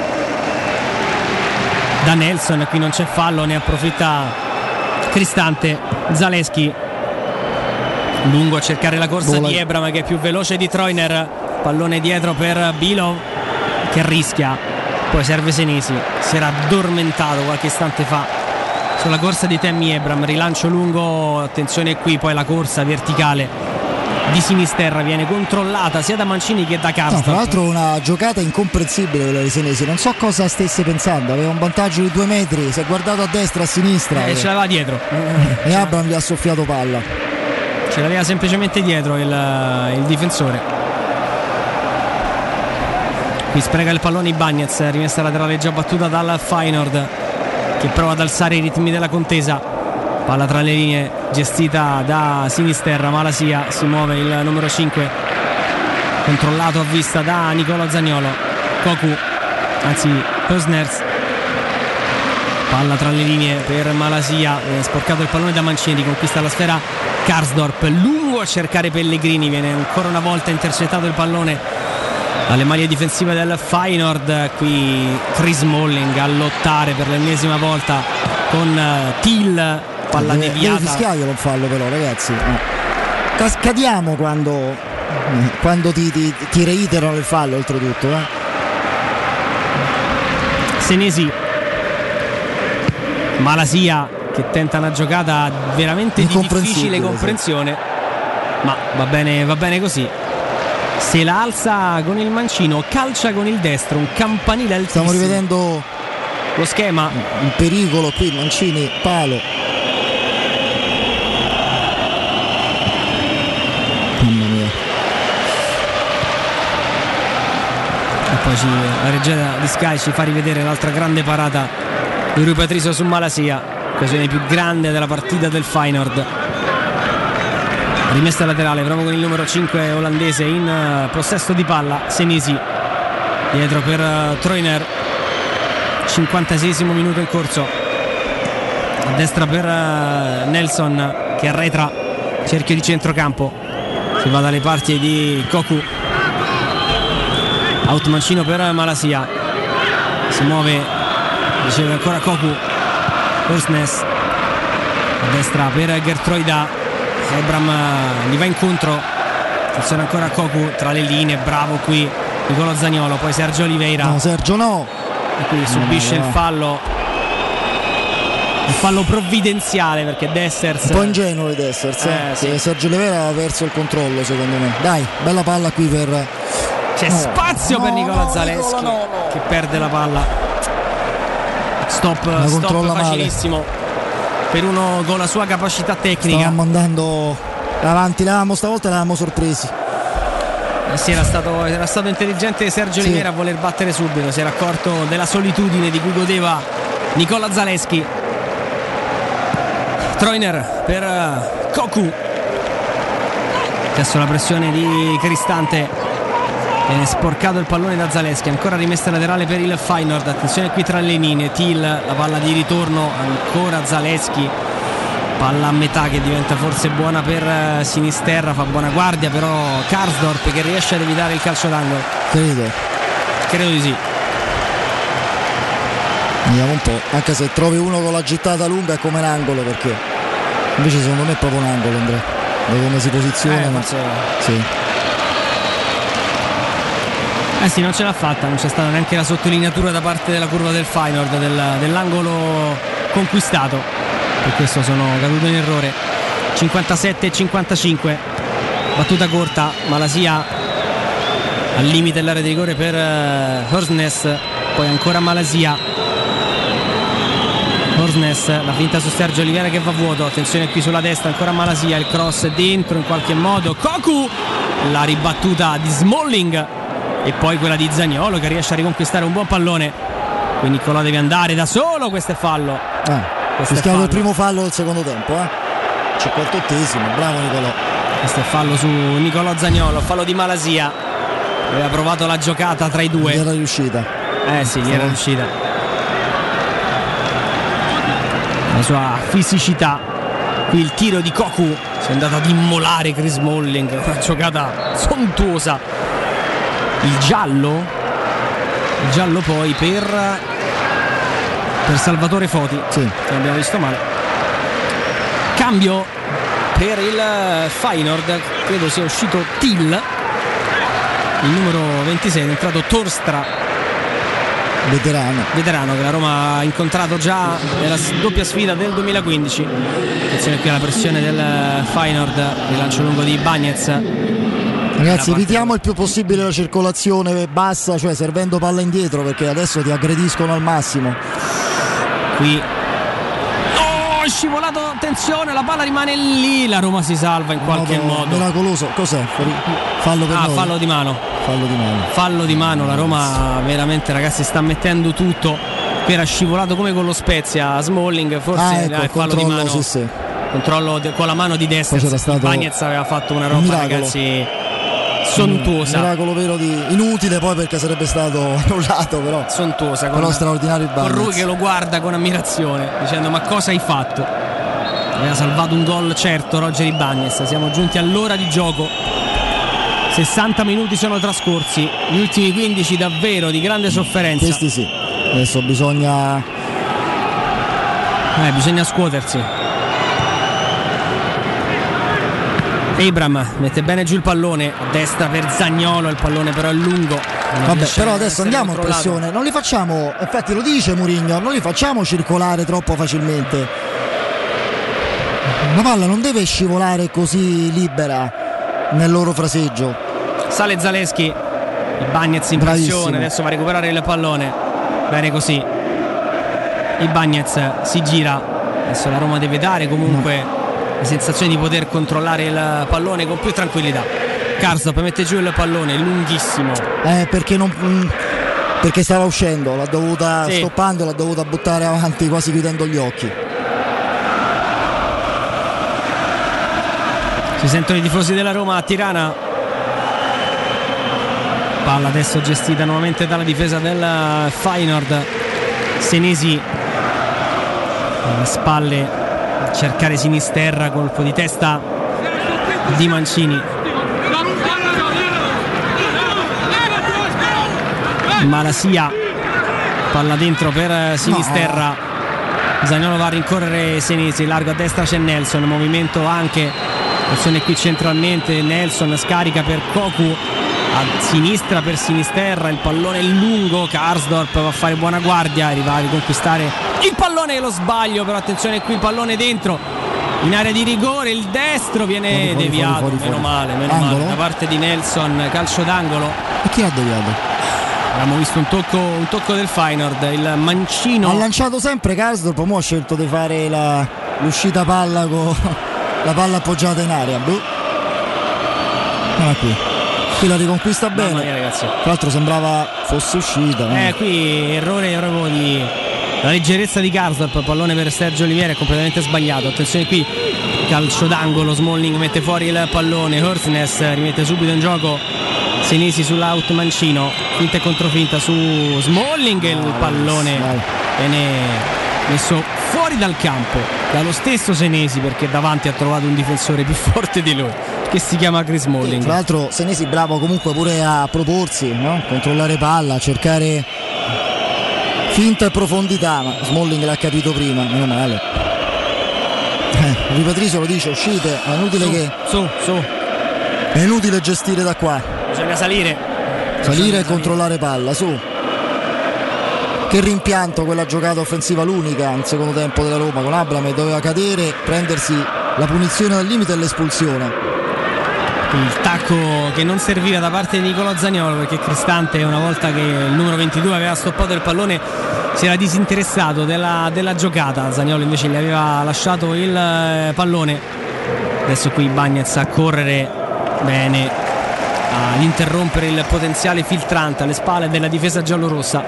da Nelson, qui non c'è fallo, ne approfitta Cristante. Zalewski lungo a cercare la corsa di Ebram, che è più veloce di Treuner, pallone dietro per Bilov che rischia, poi serve Senesi, si era addormentato qualche istante fa sulla corsa di Tammy Ebram, rilancio lungo, attenzione qui, poi la corsa verticale di Sinisterra viene controllata sia da Mancini che da Karsdorp. Tra l'altro una giocata incomprensibile quella di Senesi, non so cosa stesse pensando, aveva un vantaggio di 2 metri, si è guardato a destra, a sinistra e ce l'aveva dietro e Abram gli ha soffiato palla, ce l'aveva semplicemente dietro il difensore. Qui spreca il pallone Ibañez, rimessa laterale già battuta dal Feyenoord, che prova ad alzare i ritmi della contesa. Palla tra le linee gestita da Sinisterra, Malasia, si muove il numero 5, controllato a vista da Nicolò Zaniolo. Cocu, anzi Horsnes, palla tra le linee per Malasia, sporcato il pallone da Mancini, conquista la sfera Karsdorp, lungo a cercare Pellegrini, viene ancora una volta intercettato il pallone alle maglie difensive del Feyenoord. Qui Chris Smalling a lottare per l'ennesima volta con Thiel, palla deviata. Deve fischiarglielo un fallo però, ragazzi. Cadiamo quando ti reiterano il fallo, oltretutto. Senesi, Malasia che tenta una giocata veramente di difficile comprensione, ma va bene così. Se la alza con il mancino, calcia con il destro, un campanile altissimo. Stiamo rivedendo lo schema. Il pericolo qui, Mancini, palo. Mamma mia. E poi la regia di Sky ci fa rivedere l'altra grande parata di Rui Patricio su Malasia, occasione più grande della partita del Feyenoord. Rimessa laterale proprio con il numero 5 olandese in possesso di palla, Senesi dietro per Treuner, 56esimo minuto in corso, a destra per Nelson che arretra, cerchio di centrocampo, si va dalle parti di Cocu, out mancino per Malasia, si muove, riceve ancora Cocu, Horsnes a destra per Gertruida, Ebram gli va incontro, funziona ancora Cocu tra le linee, bravo qui Nicolò Zaniolo, poi Sergio Oliveira. No, Sergio no. E qui subisce il fallo provvidenziale, perché Dessers, un po' ingenuo di Dessers, sì. Sergio Oliveira aveva perso il controllo secondo me. Dai, bella palla qui per... C'è spazio per Nicola Zalewski che perde la palla. Stop facilissimo male per uno con la sua capacità tecnica. Stavamo andando avanti, stavolta l'avevamo sorpresi. Sì, era stato intelligente Sergio Oliveira a voler battere subito, si era accorto della solitudine di cui godeva Nicola Zalewski. Treuner per Cocu, adesso la pressione di Cristante, viene sporcato il pallone da Zalewski, ancora rimessa laterale per il Feyenoord, attenzione qui tra le linee, Thiel, la palla di ritorno, ancora Zalewski, palla a metà che diventa forse buona per Sinisterra, fa buona guardia però Karsdorp che riesce ad evitare il calcio d'angolo. Credo di sì. Vediamo un po', anche se trovi uno con la gittata lunga è come un angolo, perché invece secondo me è proprio un angolo, Andrea, da come si posiziona. Forse... sì. Sì, non ce l'ha fatta, non c'è stata neanche la sottolineatura da parte della curva del Feyenoord dell'angolo conquistato, per questo sono caduto in errore. 57-55, battuta corta, Malasia al limite dell'area di rigore per Horsnes, poi ancora Malasia. Horsnes, la finta su Sergio Oliveira che va vuoto, attenzione qui sulla destra, ancora Malasia, il cross dentro in qualche modo, Cocu, la ribattuta di Smalling e poi quella di Zaniolo che riesce a riconquistare un buon pallone. Qui Nicolò deve andare da solo, questo è fallo. Fischiato il primo fallo del secondo tempo, 58esimo, bravo Nicolò. Questo è fallo su Nicolò Zaniolo, fallo di Malasia, aveva provato la giocata tra i due. Gli era riuscita. Sì, gli era riuscita. La sua fisicità. Qui il tiro di Cocu, si è andato ad immolare Chris Smalling, una giocata sontuosa. Il giallo poi per Salvatore Foti, sì, che abbiamo visto male. Cambio per il Feyenoord, credo sia uscito Till, il numero 26, è entrato Torstra, veterano che la Roma ha incontrato già nella doppia sfida del 2015. Attenzione qui alla pressione del Feyenoord, il lancio lungo di Bagnez. Ragazzi, evitiamo il più possibile la circolazione bassa, cioè servendo palla indietro, perché adesso ti aggrediscono al massimo. Qui è scivolato, attenzione, la palla rimane lì, la Roma si salva in qualche modo. Miracoloso, cos'è? Fallo per noi? Fallo di mano, la Roma veramente, ragazzi, sta mettendo tutto. Qui era scivolato come con lo Spezia Smalling, forse ecco, fallo di mano. Sì. Controllo con la mano di destra. Bagnez aveva fatto una roba, ragazzi, sontuosa. Miracolo vero inutile poi, perché sarebbe stato annullato, però sontuosa, però straordinario il Bagnez. Con Rui che lo guarda con ammirazione dicendo: ma cosa hai fatto? Aveva salvato un gol certo Roger Ibañez. Siamo giunti all'ora di gioco, 60 minuti sono trascorsi, gli ultimi 15 davvero di grande sofferenza. Questi sì, adesso bisogna scuotersi. Abraham mette bene giù il pallone a destra per Zaniolo, il pallone però è lungo. Vabbè, però adesso andiamo a pressione, non li facciamo, infatti lo dice Mourinho, non li facciamo circolare troppo facilmente. La palla non deve scivolare così libera nel loro fraseggio. Sale Zaleschi, Ibañez in pressione, adesso va a recuperare il pallone, bene così. Ibañez si gira, adesso la Roma deve dare comunque la sensazione di poter controllare il pallone con più tranquillità. Karsdorp mette giù il pallone, lunghissimo. Perché stava uscendo, l'ha dovuta stoppando, l'ha dovuta buttare avanti quasi chiudendo gli occhi. Si sentono i tifosi della Roma a Tirana. Palla adesso gestita nuovamente dalla difesa del Feyenoord. Senesi alle spalle, cercare Sinisterra, colpo di testa di Mancini. Malasia, palla dentro per Sinisterra. Zaniolo va a rincorrere Senesi, largo a destra c'è Nelson, movimento anche, azione qui centralmente, Nelson scarica per Cocu, a sinistra per Sinisterra, il pallone è lungo, Karsdorp va a fare buona guardia, arriva a riconquistare il pallone, lo sbaglio, però attenzione qui il pallone dentro in area di rigore, il destro viene deviato, meno male da parte di Nelson, calcio d'angolo. E chi ha deviato? Abbiamo visto un tocco del Feyenoord, il mancino ha lanciato sempre Karsdorp, poi ha scelto di fare l'uscita palla con la palla appoggiata in area. Qui la riconquista bene, mia, ragazzi. Tra l'altro sembrava fosse uscita, qui errore proprio di la leggerezza di Karsdorp, pallone per Sergio Oliveira, è completamente sbagliato. Attenzione qui, calcio d'angolo, Smalling mette fuori il pallone, Horsnes rimette subito in gioco Senesi sull'out mancino, finta e controfinta su Smalling, il pallone viene messo fuori dal campo dallo stesso Senesi, perché davanti ha trovato un difensore più forte di lui che si chiama Chris Smalling. Tra l'altro Senesi bravo comunque pure a proporsi, no? Controllare palla, cercare finta e profondità, ma Smalling l'ha capito prima, meno male. Rui Patricio lo dice, uscite, è inutile su. è inutile gestire da qua. Bisogna salire. salire e controllare palla, su. Che rimpianto quella giocata offensiva, l'unica nel secondo tempo della Roma, con Abraham che doveva cadere, prendersi la punizione al limite e l'espulsione. Il tacco che non serviva da parte di Nicolò Zaniolo, perché Cristante, una volta che il numero 22 aveva stoppato il pallone, si era disinteressato della giocata. Zaniolo invece gli aveva lasciato il pallone. Adesso qui Bagnez a correre bene, ad interrompere il potenziale filtrante alle spalle della difesa giallorossa.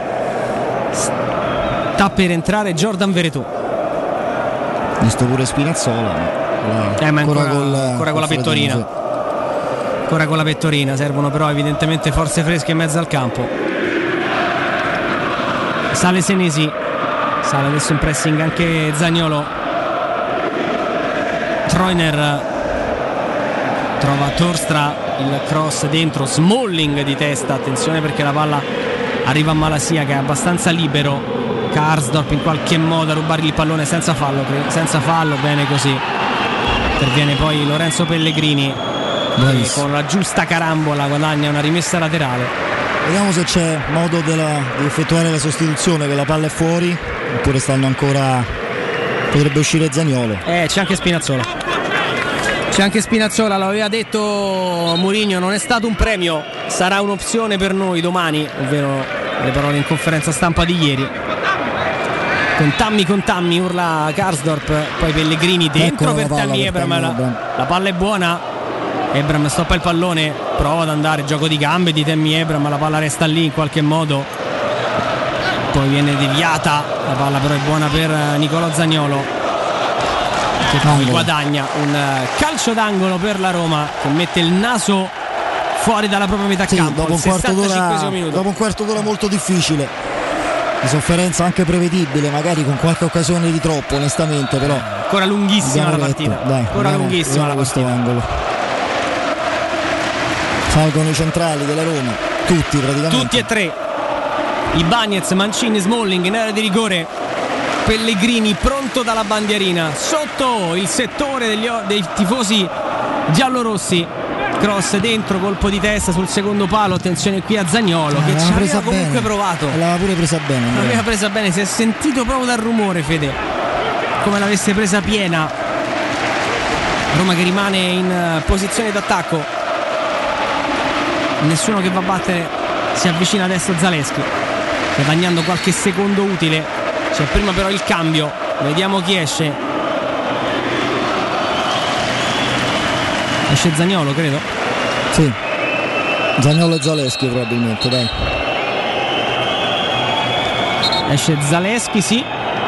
Sta per entrare Jordan Veretout. Visto pure Spinazzola, ma ancora con la pettorina. Ancora con la pettorina, servono però evidentemente forze fresche in mezzo al campo. Sale Senesi, sale adesso in pressing anche Zaniolo. Treuner trova Torstra, il cross dentro, Smalling di testa, attenzione perché la palla arriva a Malasia che è abbastanza libero. Karsdorp in qualche modo a rubargli il pallone senza fallo, bene così. Interviene poi Lorenzo Pellegrini. Con la giusta carambola guadagna una rimessa laterale. Vediamo se c'è modo di effettuare la sostituzione, che la palla è fuori, oppure stanno ancora, potrebbe uscire Zaniolo. C'è anche Spinazzola, l'aveva detto Mourinho, non è stato un premio, sarà un'opzione per noi domani, ovvero le parole in conferenza stampa di ieri. Con Tammy urla Karsdorp, poi Pellegrini dentro per Tammy Abraham, la palla è buona. Abraham stoppa il pallone, prova ad andare, gioco di gambe di Tammy Abraham, la palla resta lì in qualche modo, poi viene deviata, la palla però è buona per Nicolò Zaniolo, che poi guadagna un calcio d'angolo per la Roma, che mette il naso fuori dalla propria metà campo. Dopo un quarto d'ora molto difficile, di sofferenza anche prevedibile, magari con qualche occasione di troppo, onestamente, però ancora lunghissima la partita. Lunghissima la partita. Angolo. Salgono i centrali della Roma, tutti praticamente. Tutti e tre. Ibañez, Mancini, Smalling in area di rigore. Pellegrini pronto dalla bandierina. Sotto il settore dei tifosi giallorossi. Cross dentro, colpo di testa sul secondo palo. Attenzione qui a Zaniolo, che ci aveva comunque provato. L'aveva pure presa bene. L'aveva presa bene, si è sentito proprio dal rumore, Fede, come l'avesse presa piena. Roma che rimane in posizione d'attacco. Nessuno che va a battere, si avvicina adesso Zalewski, guadagnando qualche secondo utile. C'è prima però il cambio, vediamo chi esce. Esce Zaniolo, credo. Sì, Zaniolo e Zalewski probabilmente, dai. Esce Zalewski, sì.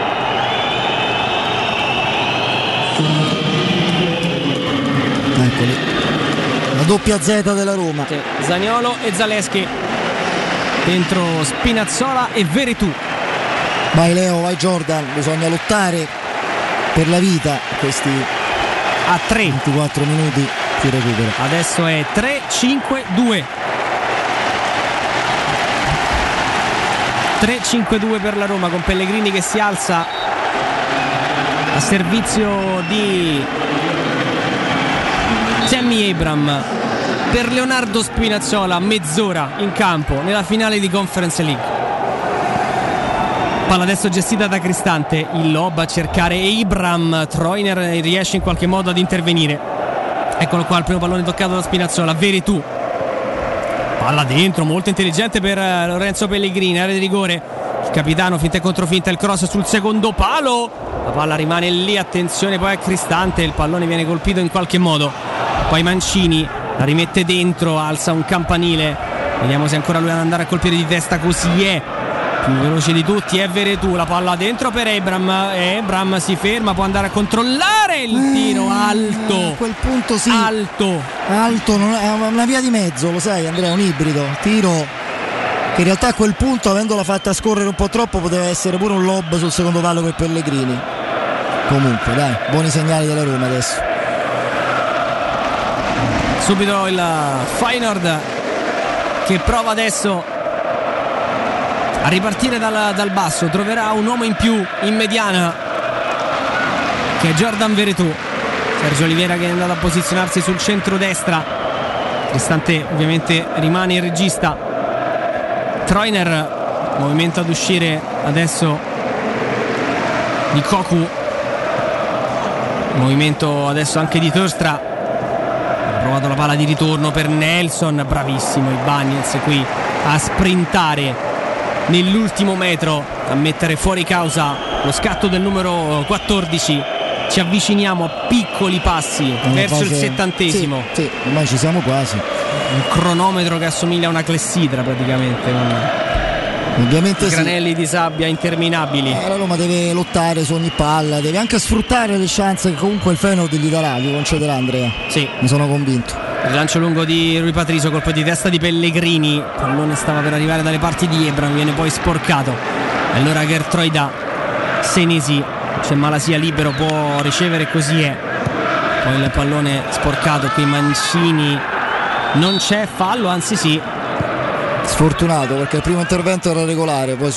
Eccoli. La doppia Z della Roma. Zaniolo e Zalewski. Dentro Spinazzola e Veretout. Vai Leo, vai Jordan, bisogna lottare per la vita. Questi a 3 24 minuti si recupera. Adesso è 3-5-2. 3-5-2 per la Roma, con Pellegrini che si alza a servizio di Tammy Abraham per Leonardo Spinazzola. Mezz'ora in campo nella finale di Conference League. Palla adesso gestita da Cristante, il lob a cercare Abraham. Treuner riesce in qualche modo ad intervenire. Eccolo qua il primo pallone toccato da Spinazzola. Veretout, palla dentro, molto intelligente per Lorenzo Pellegrini, area di rigore. Il capitano finta e controfinta, il cross sul secondo palo, la palla rimane lì, attenzione poi a Cristante, il pallone viene colpito in qualche modo, poi Mancini la rimette dentro, alza un campanile, vediamo se ancora lui ad andare a colpire di testa, così è. Più veloce di tutti è Veretout, la palla dentro per Abraham, Abraham si ferma, può andare a controllare il tiro alto, a quel punto sì, alto, non è una via di mezzo, lo sai Andrea, un ibrido, tiro che in realtà a quel punto, avendola fatta scorrere un po' troppo, poteva essere pure un lob sul secondo palo per Pellegrini. Comunque dai, buoni segnali della Roma adesso. Subito il Feyenoord che prova adesso a ripartire dal basso, troverà un uomo in più in mediana che è Jordan Veretout. Sergio Oliveira che è andato a posizionarsi sul centro-destra. Cristante ovviamente rimane il regista. Troiner, movimento ad uscire adesso di Koku, movimento adesso anche di Torstra. Ha provato la palla di ritorno per Nelson, bravissimo Ibañez qui a sprintare nell'ultimo metro, a mettere fuori causa lo scatto del numero 14. Ci avviciniamo a piccoli passi verso il 70°. Sì, ormai ci siamo quasi. Un cronometro che assomiglia a una clessidra praticamente, ovviamente granelli di sabbia interminabili. La Roma deve lottare su ogni palla, deve anche sfruttare le chance che comunque il Feyenoord gli darà, gli concederà, Andrea. Sì, ne sono convinto. Il lancio lungo di Rui Patricio, colpo di testa di Pellegrini, il pallone stava per arrivare dalle parti di Ebram, viene poi sporcato. E allora Gertruida, Senesi, c'è Malasia libero, può ricevere, così è. Poi il pallone sporcato qui, Mancini, non c'è fallo, anzi sì. Sfortunato perché il primo intervento era regolare, poi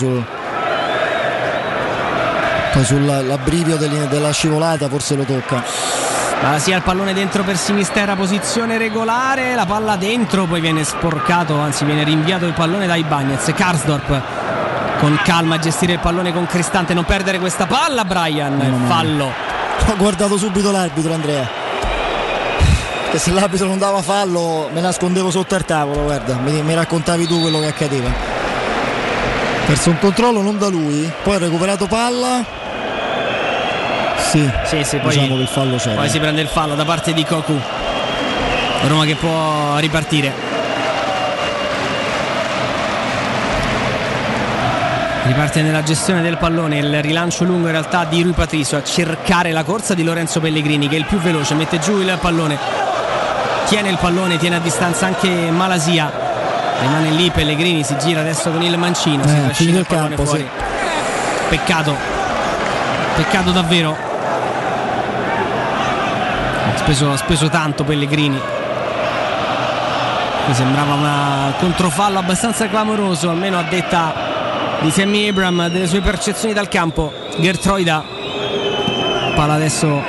sull'abbrivio della scivolata forse lo tocca. Malasia il pallone dentro per Sinisterra, posizione regolare, la palla dentro, poi viene sporcato, anzi viene rinviato il pallone da Ibañez. Karsdorp con calma a gestire il pallone con Cristante, non perdere questa palla. Brian, fallo. Ho guardato subito l'arbitro, Andrea, che se l'arbitro non dava fallo me nascondevo sotto al tavolo, guarda, mi raccontavi tu quello che accadeva. Perso un controllo non da lui, poi ha recuperato palla. Sì, poi diciamo che il fallo c'era. Poi si prende il fallo da parte di Koku. Roma che può ripartire. Riparte nella gestione del pallone, il rilancio lungo in realtà di Rui Patricio, a cercare la corsa di Lorenzo Pellegrini che è il più veloce, mette giù il pallone, tiene il pallone, tiene a distanza anche Malasia, rimane lì Pellegrini, si gira adesso con il mancino, si trascina il pallone campo, fuori. Sì. Peccato davvero, ha speso tanto Pellegrini. Mi sembrava un controfallo abbastanza clamoroso, almeno a detta di Tammy Abraham, delle sue percezioni dal campo. Gertruida, palla adesso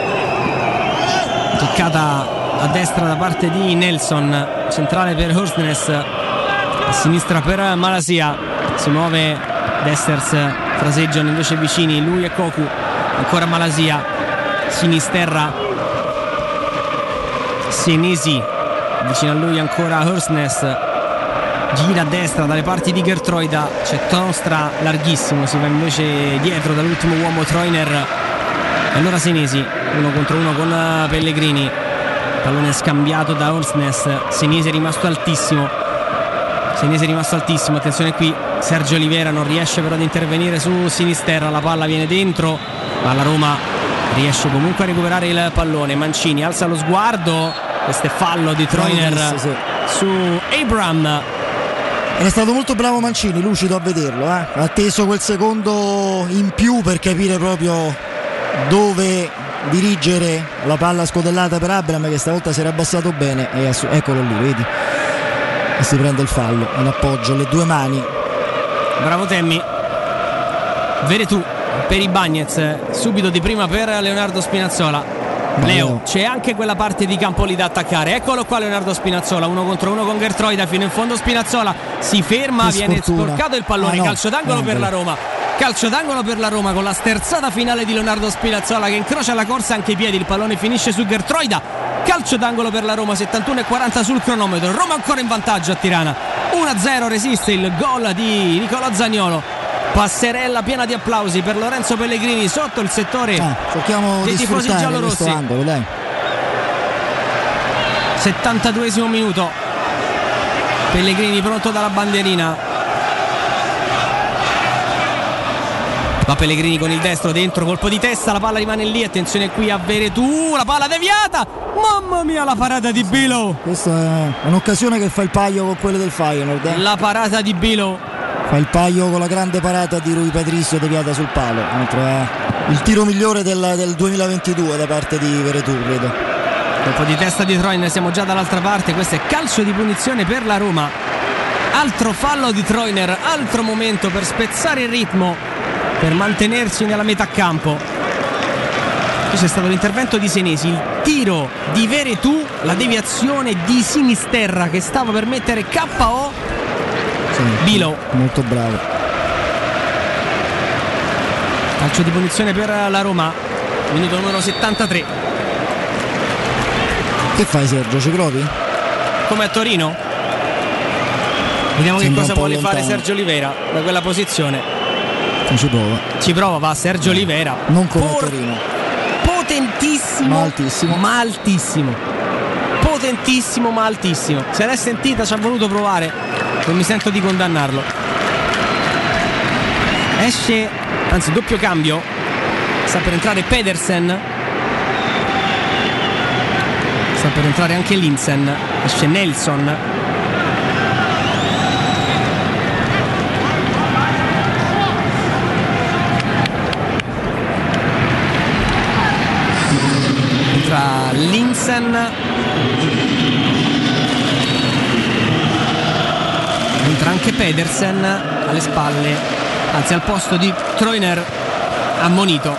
toccata a destra da parte di Nelson, centrale per Horsnes, a sinistra per Malasia, si muove Desters, fraseggiano invece vicini lui e Koku, ancora Malasia, Sinisterra, Senesi, vicino a lui ancora Horsnes, gira a destra dalle parti di Gertruida, c'è Tostra larghissimo, si va invece dietro dall'ultimo uomo Troiner. E allora Senesi 1 contro 1 con Pellegrini, pallone scambiato da Horsnes, Senesi è rimasto altissimo, attenzione qui Sergio Olivera non riesce però ad intervenire su Sinisterra, la palla viene dentro, ma la Roma riesce comunque a recuperare il pallone. Mancini alza lo sguardo, questo è fallo di Troiner su Abraham. Era stato molto bravo Mancini, lucido a vederlo, ha atteso quel secondo in più per capire proprio dove dirigere la palla scodellata per Abraham, che stavolta si era abbassato bene e eccolo lì, vedi, e si prende il fallo in appoggio, le due mani. Bravo Temmi. Veretù per Ibañez, subito di prima per Leonardo Spinazzola. Leo, c'è anche quella parte di campo lì da attaccare, eccolo qua Leonardo Spinazzola, 1 contro 1 con Gertruida, fino in fondo Spinazzola si ferma, viene sporcato il pallone, calcio d'angolo per la Roma. Calcio d'angolo per la Roma con la sterzata finale di Leonardo Spinazzola che incrocia la corsa anche i piedi, il pallone finisce su Gertruida. Calcio d'angolo per la Roma, 71:40 sul cronometro, Roma ancora in vantaggio a Tirana, 1-0, resiste il gol di Nicolò Zaniolo. Passerella piena di applausi per Lorenzo Pellegrini sotto il settore dei tifosi giallorossi. 72esimo minuto, Pellegrini pronto dalla bandierina, va Pellegrini con il destro dentro, colpo di testa, la palla rimane lì, attenzione qui a Veretù, la palla deviata, mamma mia la parata di Bilo, questa è un'occasione che fa il paio con quelle del Feyenoord, la parata di Bilo fa il paio con la grande parata di Rui Patricio deviata sul palo, il tiro migliore del 2022 da parte di Veretù, credo. Colpo di testa di Troiner, siamo già dall'altra parte, questo è calcio di punizione per la Roma, altro fallo di Troiner, altro momento per spezzare il ritmo, per mantenersi nella metà campo. Qui c'è stato l'intervento di Senesi, il tiro di Veretù, la deviazione di Sinisterra che stava per mettere KO Bilo. Molto bravo. Calcio di punizione per la Roma, minuto numero 73. Che fai, Sergio? Ci provi? Come a Torino? Vediamo Sembra che cosa un po' vuole fare lontano. Sergio Oliveira da quella posizione. Non ci prova. Ci prova, va Sergio Oliveira. Non come a Torino. Potentissimo, Ma altissimo. ma altissimo. Potentissimo, ma altissimo. Se l'è sentita, ci ha voluto provare. Non mi sento di condannarlo. Esce, anzi doppio cambio. Sta per entrare Pedersen. Sta per entrare anche Linsen. Esce Nelson. Entra Linsen. Entra anche Pedersen alle spalle, anzi al posto di Treuner, ammonito.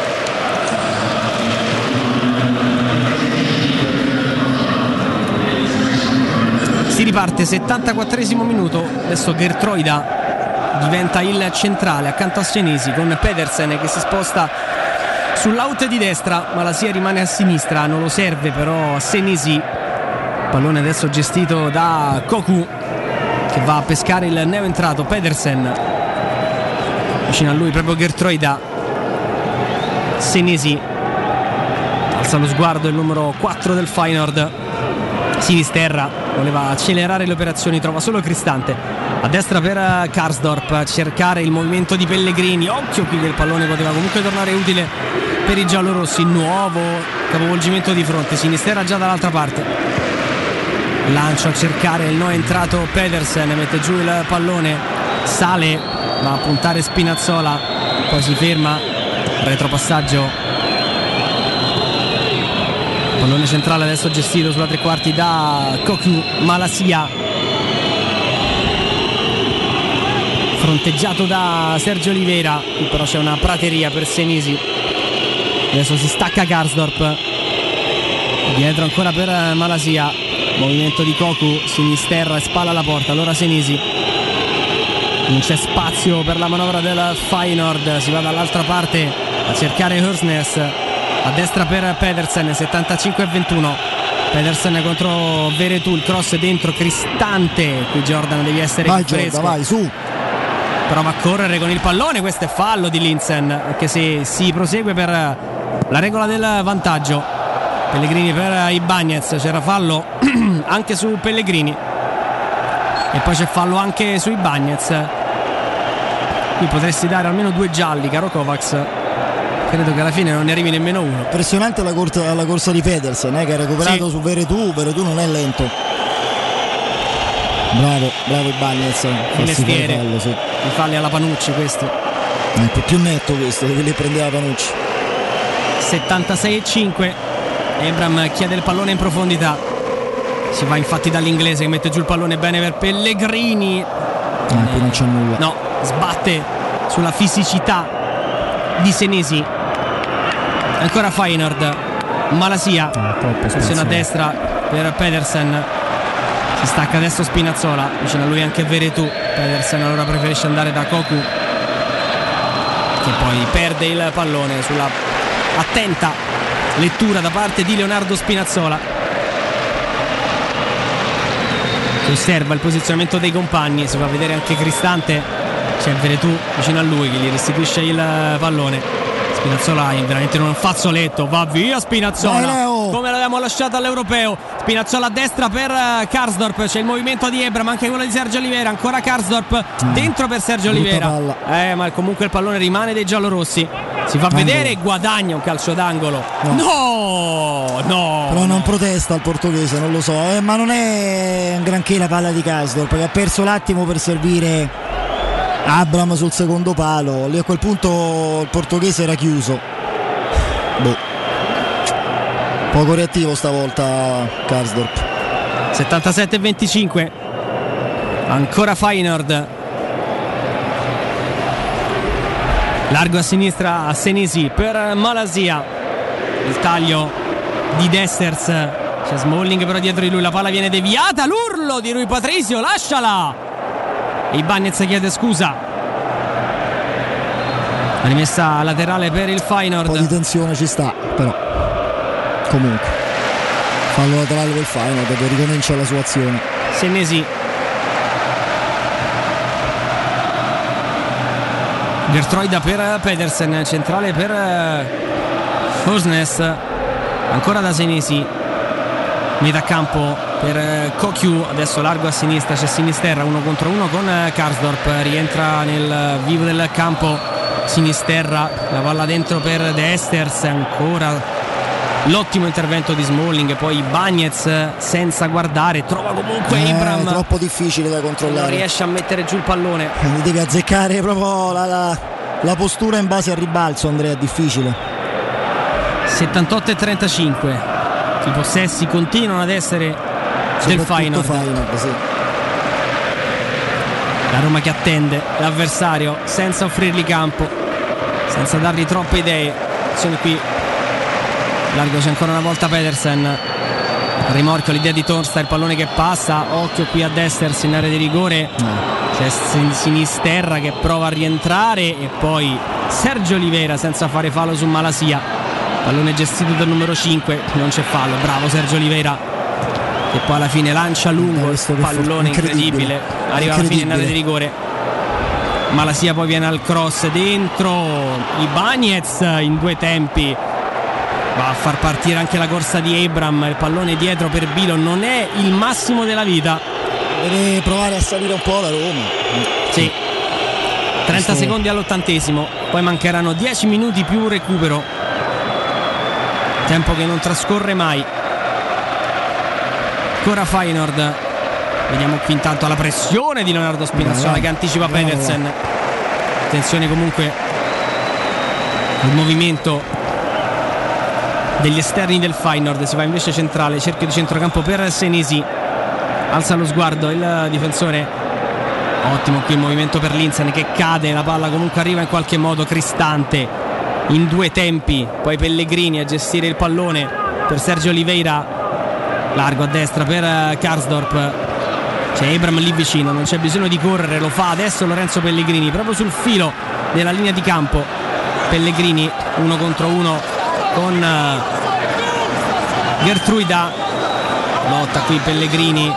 Si riparte, 74esimo minuto. Adesso Gertruida diventa il centrale accanto a Senesi, con Pedersen che si sposta sull'out di destra, Malasia rimane a sinistra, non lo serve però a Senesi. Pallone adesso gestito da Cocu, che va a pescare il neoentrato Pedersen. Vicino a lui proprio Gertruida. Senesi alza lo sguardo, il numero 4 del Feyenoord. Sinisterra voleva accelerare le operazioni, trova solo Cristante. A destra per Karsdorp, cercare il movimento di Pellegrini. Occhio qui che il pallone poteva comunque tornare utile per i giallorossi. Nuovo capovolgimento di fronte, Sinisterra già dall'altra parte. Lancio a cercare il entrato Pedersen, mette giù il pallone, sale, va a puntare Spinazzola, poi si ferma, retropassaggio. Pallone centrale adesso gestito sulla tre quarti da Cocu, Malasia, fronteggiato da Sergio Oliveira. Qui però c'è una prateria per Senesi. Adesso si stacca Karsdorp, dietro ancora per Malasia, movimento di Cocu, Sinisterra e spalla alla porta. Allora Senesi, non c'è spazio per la manovra del Feyenoord, si va dall'altra parte a cercare Hørsnes. A destra per Pedersen, 75-21. Pedersen contro Veretout, il cross dentro Cristante. Qui Jordan devi essere vai, più fresco. Giorda, vai, su. Prova a correre con il pallone, questo è fallo di Linsen, anche se si prosegue per la regola del vantaggio. Pellegrini per Ibañez, c'era fallo anche su Pellegrini e poi c'è fallo anche su Ibañez. Qui potresti dare almeno 2 gialli, caro Kovacs. Credo che alla fine non ne arrivi nemmeno uno. Impressionante la corsa di Pedersen, che ha recuperato su Veretout non è lento. Bravo Ibañez. Mestiere, fallo, sì. I falli alla Panucci questi. È un po' più netto questo, che li prendeva Panucci. 76-5. Ebram chiede il pallone in profondità. Si va infatti dall'inglese che mette giù il pallone bene per Pellegrini. Qui non c'è nulla. No, sbatte sulla fisicità di Senesi. Ancora Feyenoord, Malasia, posizione a destra per Pedersen. Si stacca adesso Spinazzola, vicino a lui anche Veretout. Pedersen allora preferisce andare da Cocu, che poi perde il pallone sulla attenta lettura da parte di Leonardo Spinazzola, che osserva il posizionamento dei compagni. Si fa vedere anche Cristante, c'è Veretout vicino a lui che gli restituisce il pallone. Spinazzola è veramente in un fazzoletto, va via Spinazzola, come l'abbiamo lasciata all'europeo. Spinazzola a destra per Karsdorp, c'è il movimento di Ebram, anche quello di Sergio Oliveira. Ancora Karsdorp dentro per Sergio Oliveira, ma comunque il pallone rimane dei giallorossi. Si fa vedere e guadagna un calcio d'angolo. No, però non protesta il portoghese, non lo so, ma non è un granché la palla di Karsdorp, che ha perso l'attimo per servire Abram sul secondo palo. Lì a quel punto il portoghese era chiuso. Poco reattivo stavolta Karsdorp. 77-25. Ancora Feyenoord. Largo a sinistra a Senesi per Malasia. Il taglio di Dessers. C'è Smalling però dietro di lui, la palla viene deviata. L'urlo di Rui Patricio, lasciala. e Ibañez chiede scusa. Rimessa laterale per il Feyenoord. Un po' di tensione ci sta, però comunque fallo laterale per il Feyenoord che ricomincia la sua azione. Senesi. Gertruida per Pedersen, centrale per Osnes, ancora da Senesi, metà campo per Kokyu, adesso largo a sinistra, c'è Sinisterra 1 contro 1 con Karsdorp, rientra nel vivo del campo Sinisterra, la palla dentro per De Esters, ancora l'ottimo intervento di Smalling, poi Bagnez senza guardare, trova comunque Ibram, troppo difficile da controllare, non riesce a mettere giù il pallone, quindi devi azzeccare proprio la postura in base al ribalzo, Andrea, è difficile. 78-35, i possessi continuano ad essere del Feyenoord, sì. La Roma che attende l'avversario senza offrirgli campo, senza dargli troppe idee. Sono qui largo, c'è ancora una volta Pedersen, rimorchio l'idea di Torsta, il pallone che passa, occhio qui a Desters in area di rigore, c'è Sinisterra che prova a rientrare e poi Sergio Oliveira senza fare fallo su Malasia, pallone gestito dal numero 5, non c'è fallo, bravo Sergio Oliveira che poi alla fine lancia lungo, pallone incredibile, arriva alla fine in area di rigore. Malasia poi viene al cross dentro, Ibañez in 2 tempi va a far partire anche la corsa di Abraham, il pallone dietro per Bilo, non è il massimo della vita, deve provare a salire un po' la Roma. Sì, 30 secondi all'80°, poi mancheranno 10 minuti più recupero, tempo che non trascorre mai. Ancora Feyenoord, vediamo qui intanto la pressione di Leonardo Spinazzola che anticipa Pedersen, attenzione comunque il movimento degli esterni del Feyenoord, si va invece centrale, cerchio di centrocampo per Senesi, alza lo sguardo il difensore, ottimo qui il movimento per Linsen che cade, la palla comunque arriva in qualche modo, Cristante in 2 tempi, poi Pellegrini a gestire il pallone per Sergio Oliveira, largo a destra per Karsdorp, c'è Abraham lì vicino, non c'è bisogno di correre, lo fa adesso Lorenzo Pellegrini proprio sul filo della linea di campo. Pellegrini 1 contro 1 con Gertruida, lotta qui Pellegrini,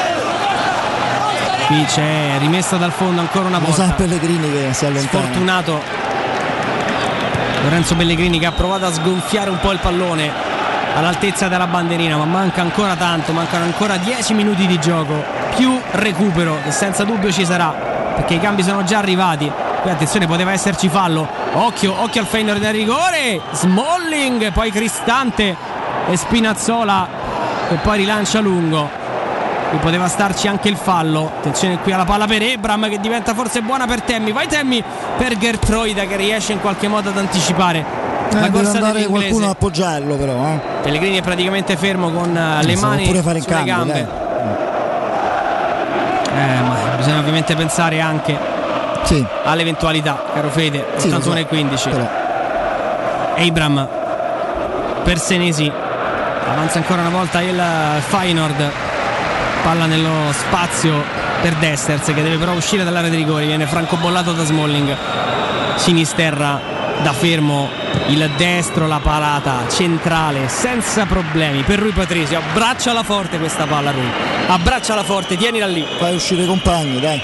qui c'è rimessa dal fondo ancora una volta, Pellegrini che si allontana, sfortunato Lorenzo Pellegrini che ha provato a sgonfiare un po' il pallone all'altezza della bandierina, ma manca ancora tanto, mancano ancora 10 minuti di gioco più recupero che senza dubbio ci sarà perché i cambi sono già arrivati. Qui attenzione, poteva esserci fallo, occhio al Feyenoord del rigore, Smalling, poi Cristante e Spinazzola che poi rilancia lungo, qui poteva starci anche il fallo. Attenzione qui alla palla per Abraham che diventa forse buona per Temmi, vai Temmi per Gertruida che riesce in qualche modo ad anticipare la corsa dell'inglese, qualcuno a appoggiarlo però Pellegrini è praticamente fermo con le mani pure fare in sulle cambio, gambe, ma bisogna ovviamente pensare anche all'eventualità, caro Fede. 81-15 però. Abraham per Senesi, avanza ancora una volta il Feyenoord, palla nello spazio per Desters che deve però uscire dall'area di rigore, viene francobollato da Smalling, Sinisterra da fermo, il destro, la parata centrale senza problemi per Rui Patricio, abbracciala forte questa palla Rui, abbracciala forte, tienila lì, fai uscire i compagni, dai.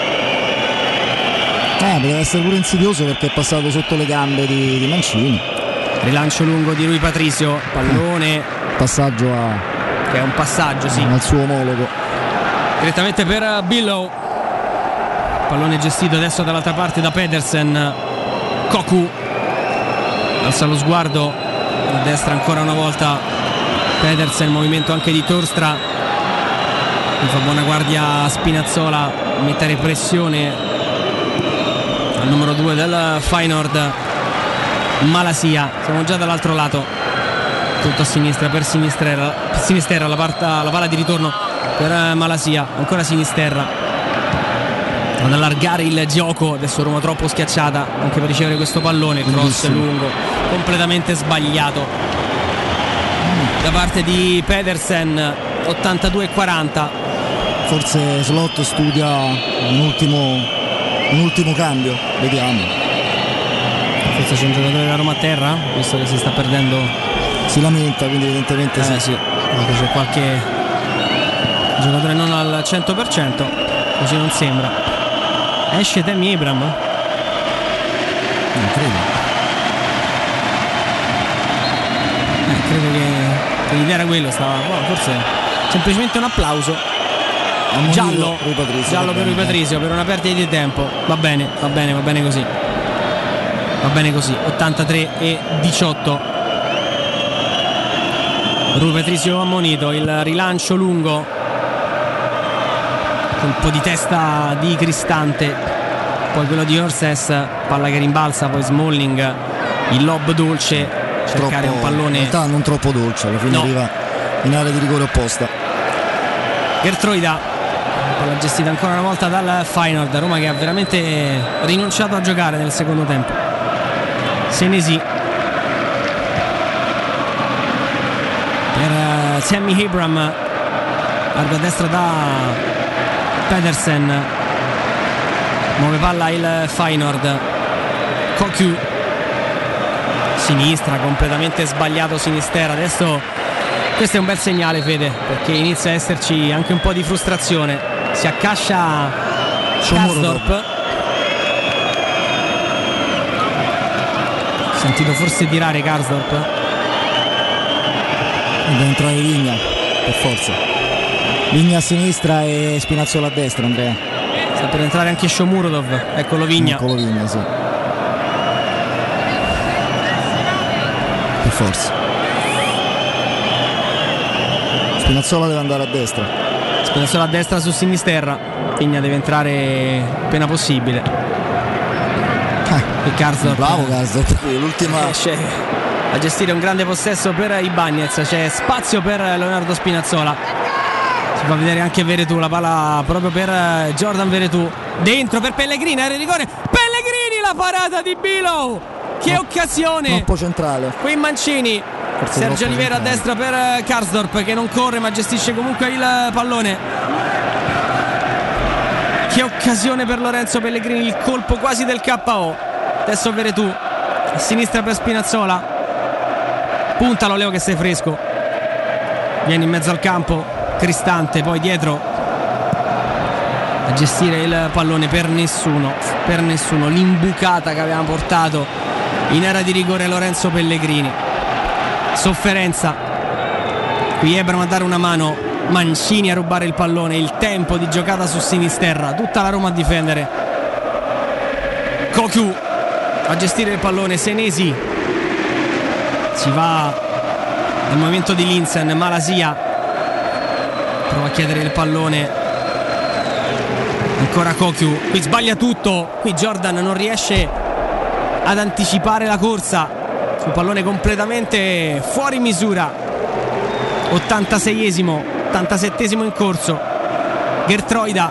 Deve essere pure insidioso perché è passato sotto le gambe di Mancini. Rilancio lungo di Rui Patricio, pallone passaggio che è un passaggio al suo omologo direttamente per Billow, pallone gestito adesso dall'altra parte da Pedersen, Koku alza lo sguardo a destra ancora una volta Pedersen, movimento anche di Torstra, mi fa buona guardia Spinazzola, mettere pressione al numero 2 del Feyenoord Malasia, siamo già dall'altro lato, tutto a sinistra per Sinisterra, la palla di ritorno per Malasia, ancora Sinisterra ad allargare il gioco, adesso Roma troppo schiacciata anche per ricevere questo pallone, cross lungo completamente sbagliato da parte di Pedersen. 82-40, forse Slot studia un ultimo cambio, vediamo. Forse c'è un giocatore della Roma a terra, visto che si sta perdendo. Si lamenta, quindi evidentemente sì. C'è qualche giocatore non al 100%, così non sembra. Esce Tammy Abraham? Non credo. Credo che l'idea era quello, forse semplicemente un applauso. Giallo per Rui Patrizio per una perdita di tempo. Va bene così. 83-18. Rui Patrizio ammonito, il rilancio lungo, colpo di testa di Cristante, poi quello di Orses, palla che rimbalza, poi Smalling, il lob dolce, cercare un pallone in realtà non troppo dolce, alla fine arriva in area di rigore opposta. Gertruida, palla gestita ancora una volta dal Feyenoord. Roma che ha veramente rinunciato a giocare nel secondo tempo. Senesi per Tammy Abraham, largo a destra da Pedersen, muove palla il Feyenoord. Cocu, sinistra, completamente sbagliato Sinisterra. Adesso questo è un bel segnale, Fede, perché inizia a esserci anche un po' di frustrazione. Si accascia Karsdorp, sentito forse tirare Karsdorp, deve entrare Vigna per forza. Vigna a sinistra e Spinazzola a destra, Andrea. Sta per entrare anche Shomurodov. Eccolo Vigna, sì. Per forza. Spinazzola deve andare a destra. Spinazzola a destra su Sinisterra. Vigna deve entrare appena possibile. E Karsdorp, bravo Karsdorp, l'ultima a gestire un grande possesso per Ibañez. C'è spazio per Leonardo Spinazzola. Si fa vedere anche Veretù, la palla proprio per Jordan Veretù. Dentro per Pellegrini, area di rigore. Pellegrini, la parata di Bilo. Che occasione! Troppo centrale. Qui in Mancini. Forse Sergio Oliveira a destra per Karsdorp, che non corre ma gestisce comunque il pallone. Che occasione per Lorenzo Pellegrini, il colpo quasi del KO. Adesso Veretù a sinistra per Spinazzola. Puntalo Leo che sei fresco. Viene in mezzo al campo Cristante, poi dietro a gestire il pallone per nessuno. L'imbucata che aveva portato in area di rigore Lorenzo Pellegrini. Sofferenza. Qui Abraham a dare una mano, Mancini a rubare il pallone, il tempo di giocata su Sinisterra, tutta la Roma a difendere. Cocu a gestire il pallone, Senesi si va al movimento di Linsen, Malasia prova a chiedere il pallone, ancora Cocu, qui sbaglia tutto, qui Jordan non riesce ad anticipare la corsa sul pallone completamente fuori misura. 86esimo, 87esimo in corso. Gertruida,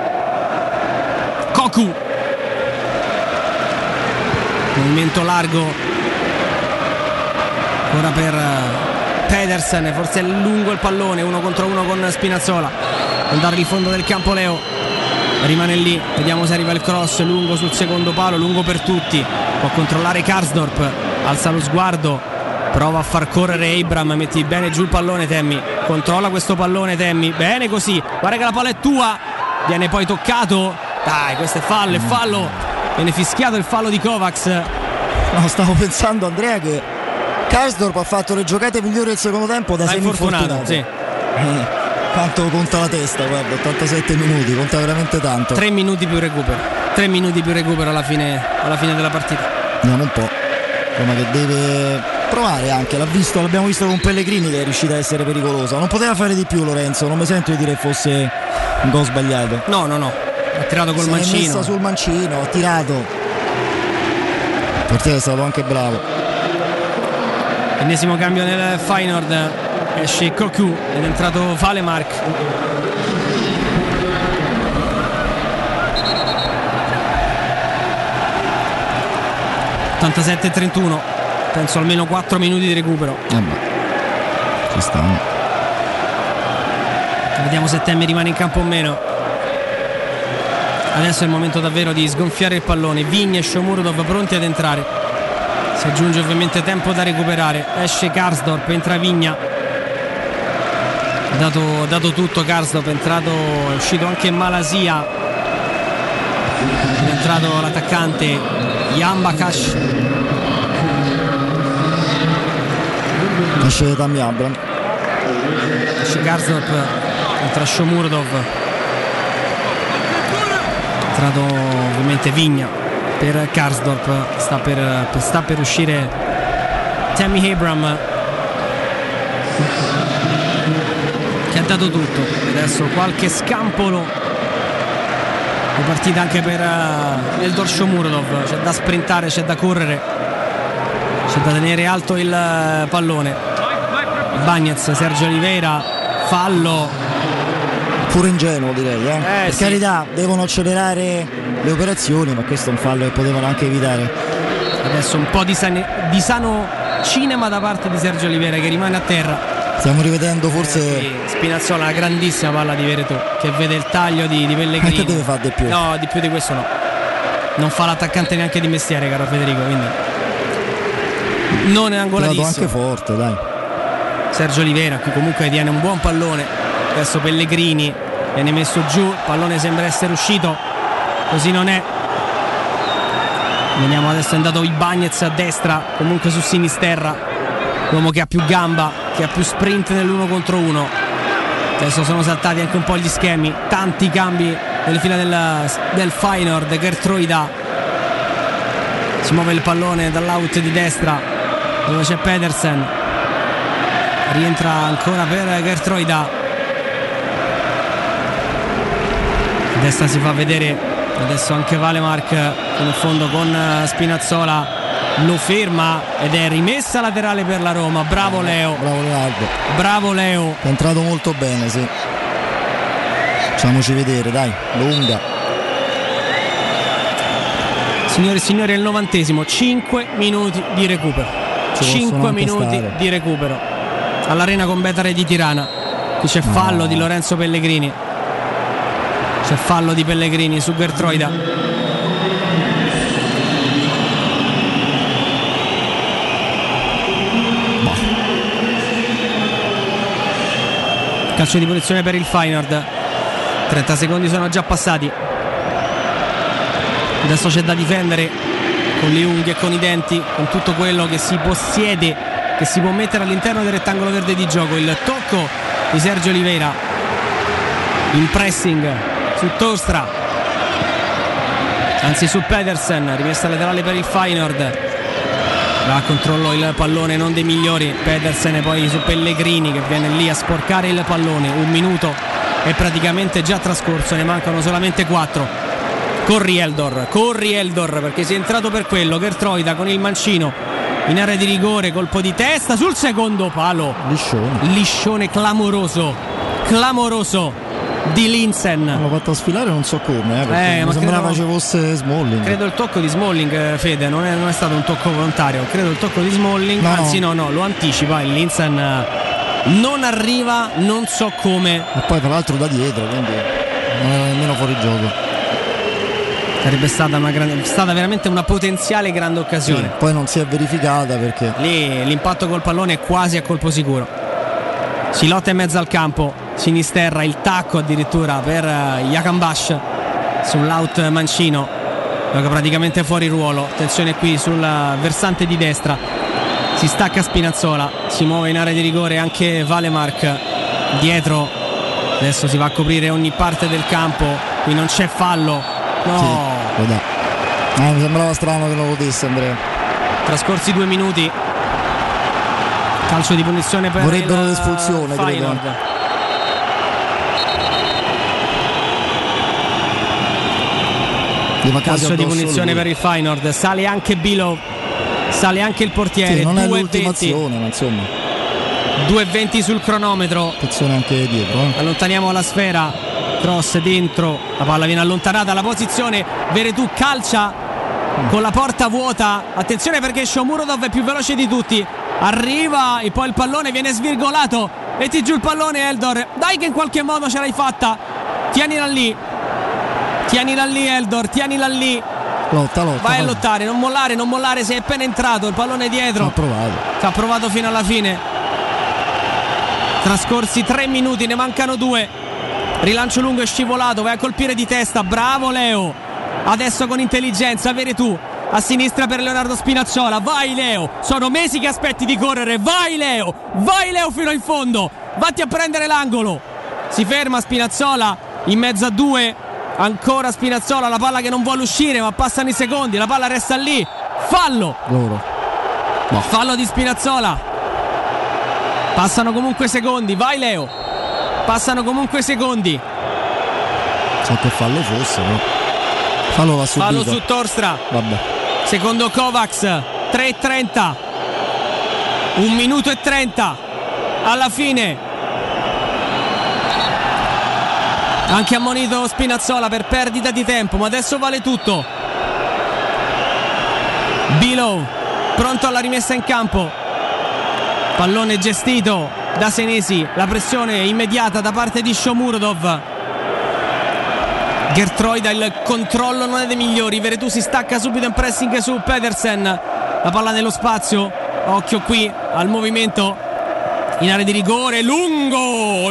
Cocu, movimento largo ora per Pedersen, forse è lungo il pallone, 1 contro 1 con Spinazzola, andare il fondo del campo Leo, rimane lì, vediamo se arriva il cross lungo sul secondo palo, lungo per tutti, può controllare Karsdorp, alza lo sguardo, prova a far correre Abraham, metti bene giù il pallone Tammy, controlla questo pallone Tammy, bene così, guarda che la palla è tua, viene poi toccato, dai questo è fallo, viene fischiato il fallo di Kovacs. No, stavo pensando Andrea che Karsdorp ha fatto le giocate migliori del secondo tempo da semi-infortunato. Sì. Quanto conta la testa, guarda, 87 minuti, conta veramente tanto. 3 minuti più recupero alla fine della partita. Vediamo un po'. Roma che deve provare anche, l'abbiamo visto con Pellegrini che è riuscita a essere pericolosa. Non poteva fare di più Lorenzo, non mi sento di dire che fosse un gol sbagliato. No, ha tirato col mancino. Si è messa sul mancino, ha tirato. Il portiere è stato anche bravo. Ennesimo cambio nel Feyenoord, esce Cocu ed è entrato Valemark. (87-31), penso almeno 4 minuti di recupero. Ci stanno. Vediamo se Temmi rimane in campo o meno. Adesso è il momento davvero di sgonfiare il pallone. Vigna e Shomurodov pronti ad entrare. Si aggiunge ovviamente tempo da recuperare. Esce Karsdorp, entra Vigna. Ha dato tutto Karsdorp, è uscito anche Malasia. È entrato l'attaccante Jambakash. Esce Tammy Abraham. Esce Karsdorp, entra Shomurodov. È entrato ovviamente Vigna per Karsdorp. Sta per uscire Tammy Abraham, che ha dato tutto. Adesso qualche scampolo di partita anche per Eldor Shomurodov. C'è da sprintare, c'è da correre, c'è da tenere alto il pallone. Bagnez, Sergio Oliveira, fallo. Pure ingenuo, direi, per sì. carità, devono accelerare le operazioni, ma questo è un fallo che potevano anche evitare. Adesso un po' di sano cinema da parte di Sergio Oliveira, che rimane a terra. Stiamo rivedendo forse sì. Spinazzola, una grandissima palla di Veretù, che vede il taglio di Pellegrini. Che deve fare di più? No, di più di questo no. Non fa l'attaccante neanche di mestiere, caro Federico, quindi non è angolatissimo. Anche forte, dai. Sergio Oliveira qui comunque tiene un buon pallone. Adesso Pellegrini viene messo giù, il pallone sembra essere uscito, così non è. Vediamo, adesso è andato Ibañez a destra, comunque su Sinisterra, l'uomo che ha più gamba, che ha più sprint nell'1 contro 1. Adesso sono saltati anche un po' gli schemi, tanti cambi nelle fila del Feyenoord. Geertruida, si muove il pallone dall'out di destra dove c'è Pedersen, rientra ancora per Geertruida. A destra si fa vedere adesso anche Valemark in fondo con Spinazzola, lo ferma ed è rimessa laterale per la Roma. Bravo Leo, bravo Leonardo, bravo Leo, è entrato molto bene, sì. Facciamoci vedere, dai, lunga. Signore e signori, è il 90esimo, 5 minuti di recupero. 5 minuti di recupero all'Arena con Betare di Tirana. Qui c'è fallo di Lorenzo Pellegrini. C'è fallo di Pellegrini su Geertruida. Calcio di punizione per il Feyenoord. 30 secondi sono già passati. Adesso c'è da difendere con le unghie e con i denti, con tutto quello che si possiede, che si può mettere all'interno del rettangolo verde di gioco. Il tocco di Sergio Oliveira in pressing su Tostra, anzi su Pedersen, rimessa laterale per il Feyenoord. Va a controllo il pallone, non dei migliori. Pedersen, poi su Pellegrini che viene lì a sporcare il pallone. Un minuto è praticamente già trascorso, ne mancano solamente 4. Corri Eldor perché sei entrato per quello. Geertruida con il mancino in area di rigore, colpo di testa sul secondo palo. Liscione clamoroso di Linsen. L'ho fatto sfilare non so come, perché mi sembrava ci fosse Smalling. Credo il tocco di Smalling, Fede, non è stato un tocco volontario, credo il tocco di Smalling, no, lo anticipa, il Linsen non arriva, non so come. E poi tra l'altro da dietro, quindi non era nemmeno fuori gioco. Sarebbe stata veramente una potenziale grande occasione. Sì, poi non si è verificata perché lì l'impatto col pallone è quasi a colpo sicuro. Si lotta in mezzo al campo, Sinisterra, il tacco addirittura per Jakambash sull'out mancino, gioca praticamente fuori ruolo. Attenzione qui sul versante di destra, si stacca Spinazzola, si muove in area di rigore anche Valemark dietro. Adesso si va a coprire ogni parte del campo, qui non c'è fallo. No, sì, mi sembrava strano che non lo disse Andrea. Trascorsi 2 minuti, calcio di punizione per vorrebbero l'espulsione, Feyenoord. Calcio di punizione per il Feyenoord. Sale anche Bilo, sale anche il portiere. Sì, non è l'ultimazione, ma insomma 2:20 sul cronometro. Attenzione anche dietro, Allontaniamo la sfera. Cross dentro, la palla viene allontanata, la posizione, Veretù calcia con la porta vuota. Attenzione perché Shomurodov è più veloce di tutti, arriva e poi il pallone viene svirgolato, metti giù il pallone Eldor, dai che in qualche modo ce l'hai fatta, tienila lì Eldor, tienila lì, lotta, vai a lottare, non mollare, sei appena entrato, il pallone dietro, ci ha provato fino alla fine. Trascorsi 3 minuti, ne mancano 2, rilancio lungo, è scivolato, vai a colpire di testa, bravo Leo, adesso con intelligenza, Veretù a sinistra per Leonardo Spinazzola, vai Leo, sono mesi che aspetti di correre, vai Leo fino in fondo, vatti a prendere l'angolo, si ferma Spinazzola in mezzo a 2, ancora Spinazzola, la palla che non vuole uscire ma passano i secondi, la palla resta lì, fallo fallo di Spinazzola, passano comunque secondi, vai Leo, passano comunque secondi, so che fallo fosse, no? Fallo va subito, fallo su Torstra, vabbè. Secondo Kovacs, 3:30, 1 minuto e 30 alla fine. Anche ammonito Spinazzola per perdita di tempo, ma adesso vale tutto. Below pronto alla rimessa in campo, pallone gestito da Senesi, la pressione immediata da parte di Shomurodov. Gertroida, il controllo non è dei migliori, Veretù si stacca subito in pressing su Pedersen, la palla nello spazio, occhio qui al movimento in area di rigore, lungo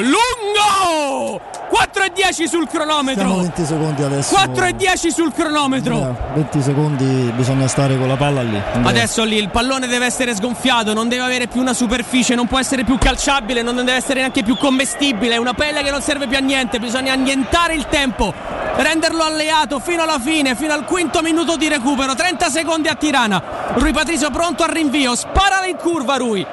4:10 sul cronometro. Siamo 20 secondi adesso. 4:10 sul cronometro. 20 secondi bisogna stare con la palla lì. Adesso lì il pallone deve essere sgonfiato, non deve avere più una superficie, non può essere più calciabile, non deve essere neanche più commestibile, è una pelle che non serve più a niente, bisogna annientare il tempo, renderlo alleato fino alla fine, fino al 5° minuto di recupero, 30 secondi a Tirana. Rui Patricio pronto al rinvio, spara in curva Rui.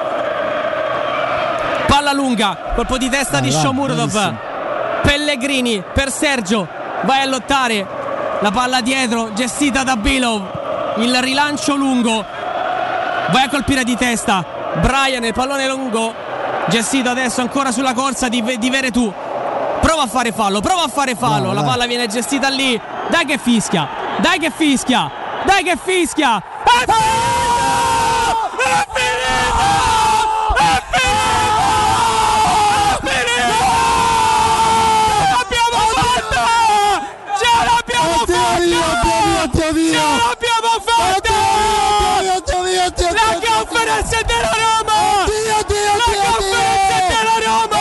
Palla lunga, colpo di testa di Shomurodov. Pellegrini per Sergio, vai a lottare, la palla dietro gestita da Below, il rilancio lungo, vai a colpire di testa Brian, il pallone lungo gestito adesso ancora sulla corsa di Veretù, prova a fare fallo, no, la palla viene gestita lì, dai che fischia, è finito! La conferenza della Roma! La conferenza della Roma!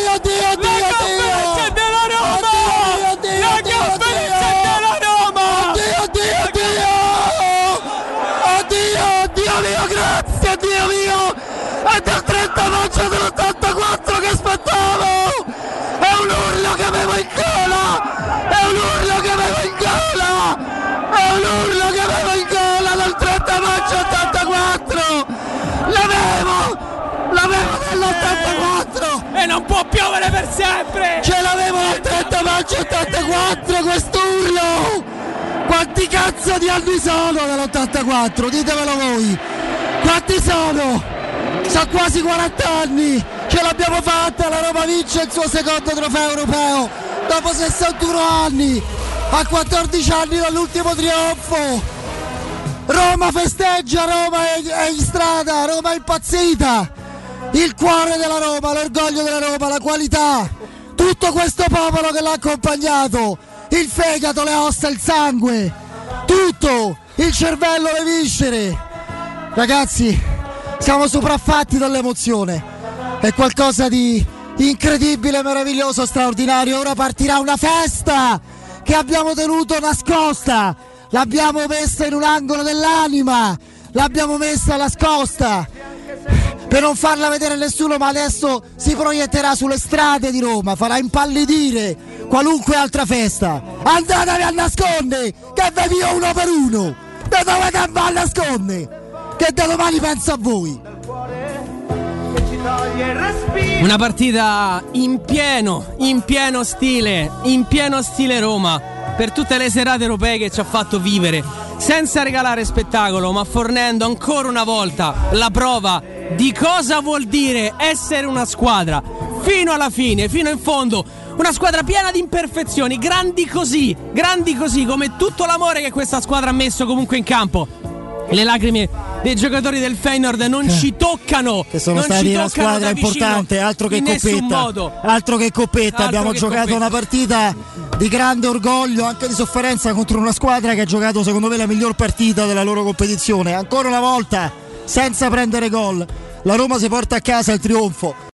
Dio mio, grazie Dio mio! È del 30 maggio dell'84 che aspettavo! È un urlo che avevo in gola dal 30 maggio 84! L'avevo nell'84! E non può piovere per sempre! Ce l'avevo dal 30 maggio 84 quest'urlo! Quanti cazzo di anni sono dell'84? Ditemelo voi! Quanti sono? Sono quasi 40 anni! Ce l'abbiamo fatta! La Roma vince il suo secondo trofeo europeo dopo 61 anni! A 14 anni dall'ultimo trionfo! Roma festeggia, Roma è in strada, Roma è impazzita! Il cuore della Roma, l'orgoglio della Roma, la qualità! Tutto questo popolo che l'ha accompagnato! Il fegato, le ossa, il sangue, tutto, il cervello, le viscere. Ragazzi, siamo sopraffatti dall'emozione. È qualcosa di incredibile, meraviglioso, straordinario. Ora partirà una festa che abbiamo tenuto nascosta. L'abbiamo messa in un angolo dell'anima, l'abbiamo messa nascosta per non farla vedere a nessuno, ma adesso si proietterà sulle strade di Roma, farà impallidire qualunque altra festa. Andatevi a nascondere, che vi dio uno per uno. Da dove te va a nascondere? Che da domani penso a voi. Una partita in pieno stile Roma, per tutte le serate europee che ci ha fatto vivere, senza regalare spettacolo, ma fornendo ancora una volta la prova di cosa vuol dire essere una squadra fino alla fine, fino in fondo. Una squadra piena di imperfezioni, grandi così come tutto l'amore che questa squadra ha messo comunque in campo. le lacrime dei giocatori del Feyenoord non ci toccano, che sono non stati ci una squadra importante, altro che Coppetta. Abbiamo giocato una partita di grande orgoglio, anche di sofferenza, contro una squadra che ha giocato secondo me la miglior partita della loro competizione. Ancora una volta senza prendere gol la Roma si porta a casa il trionfo.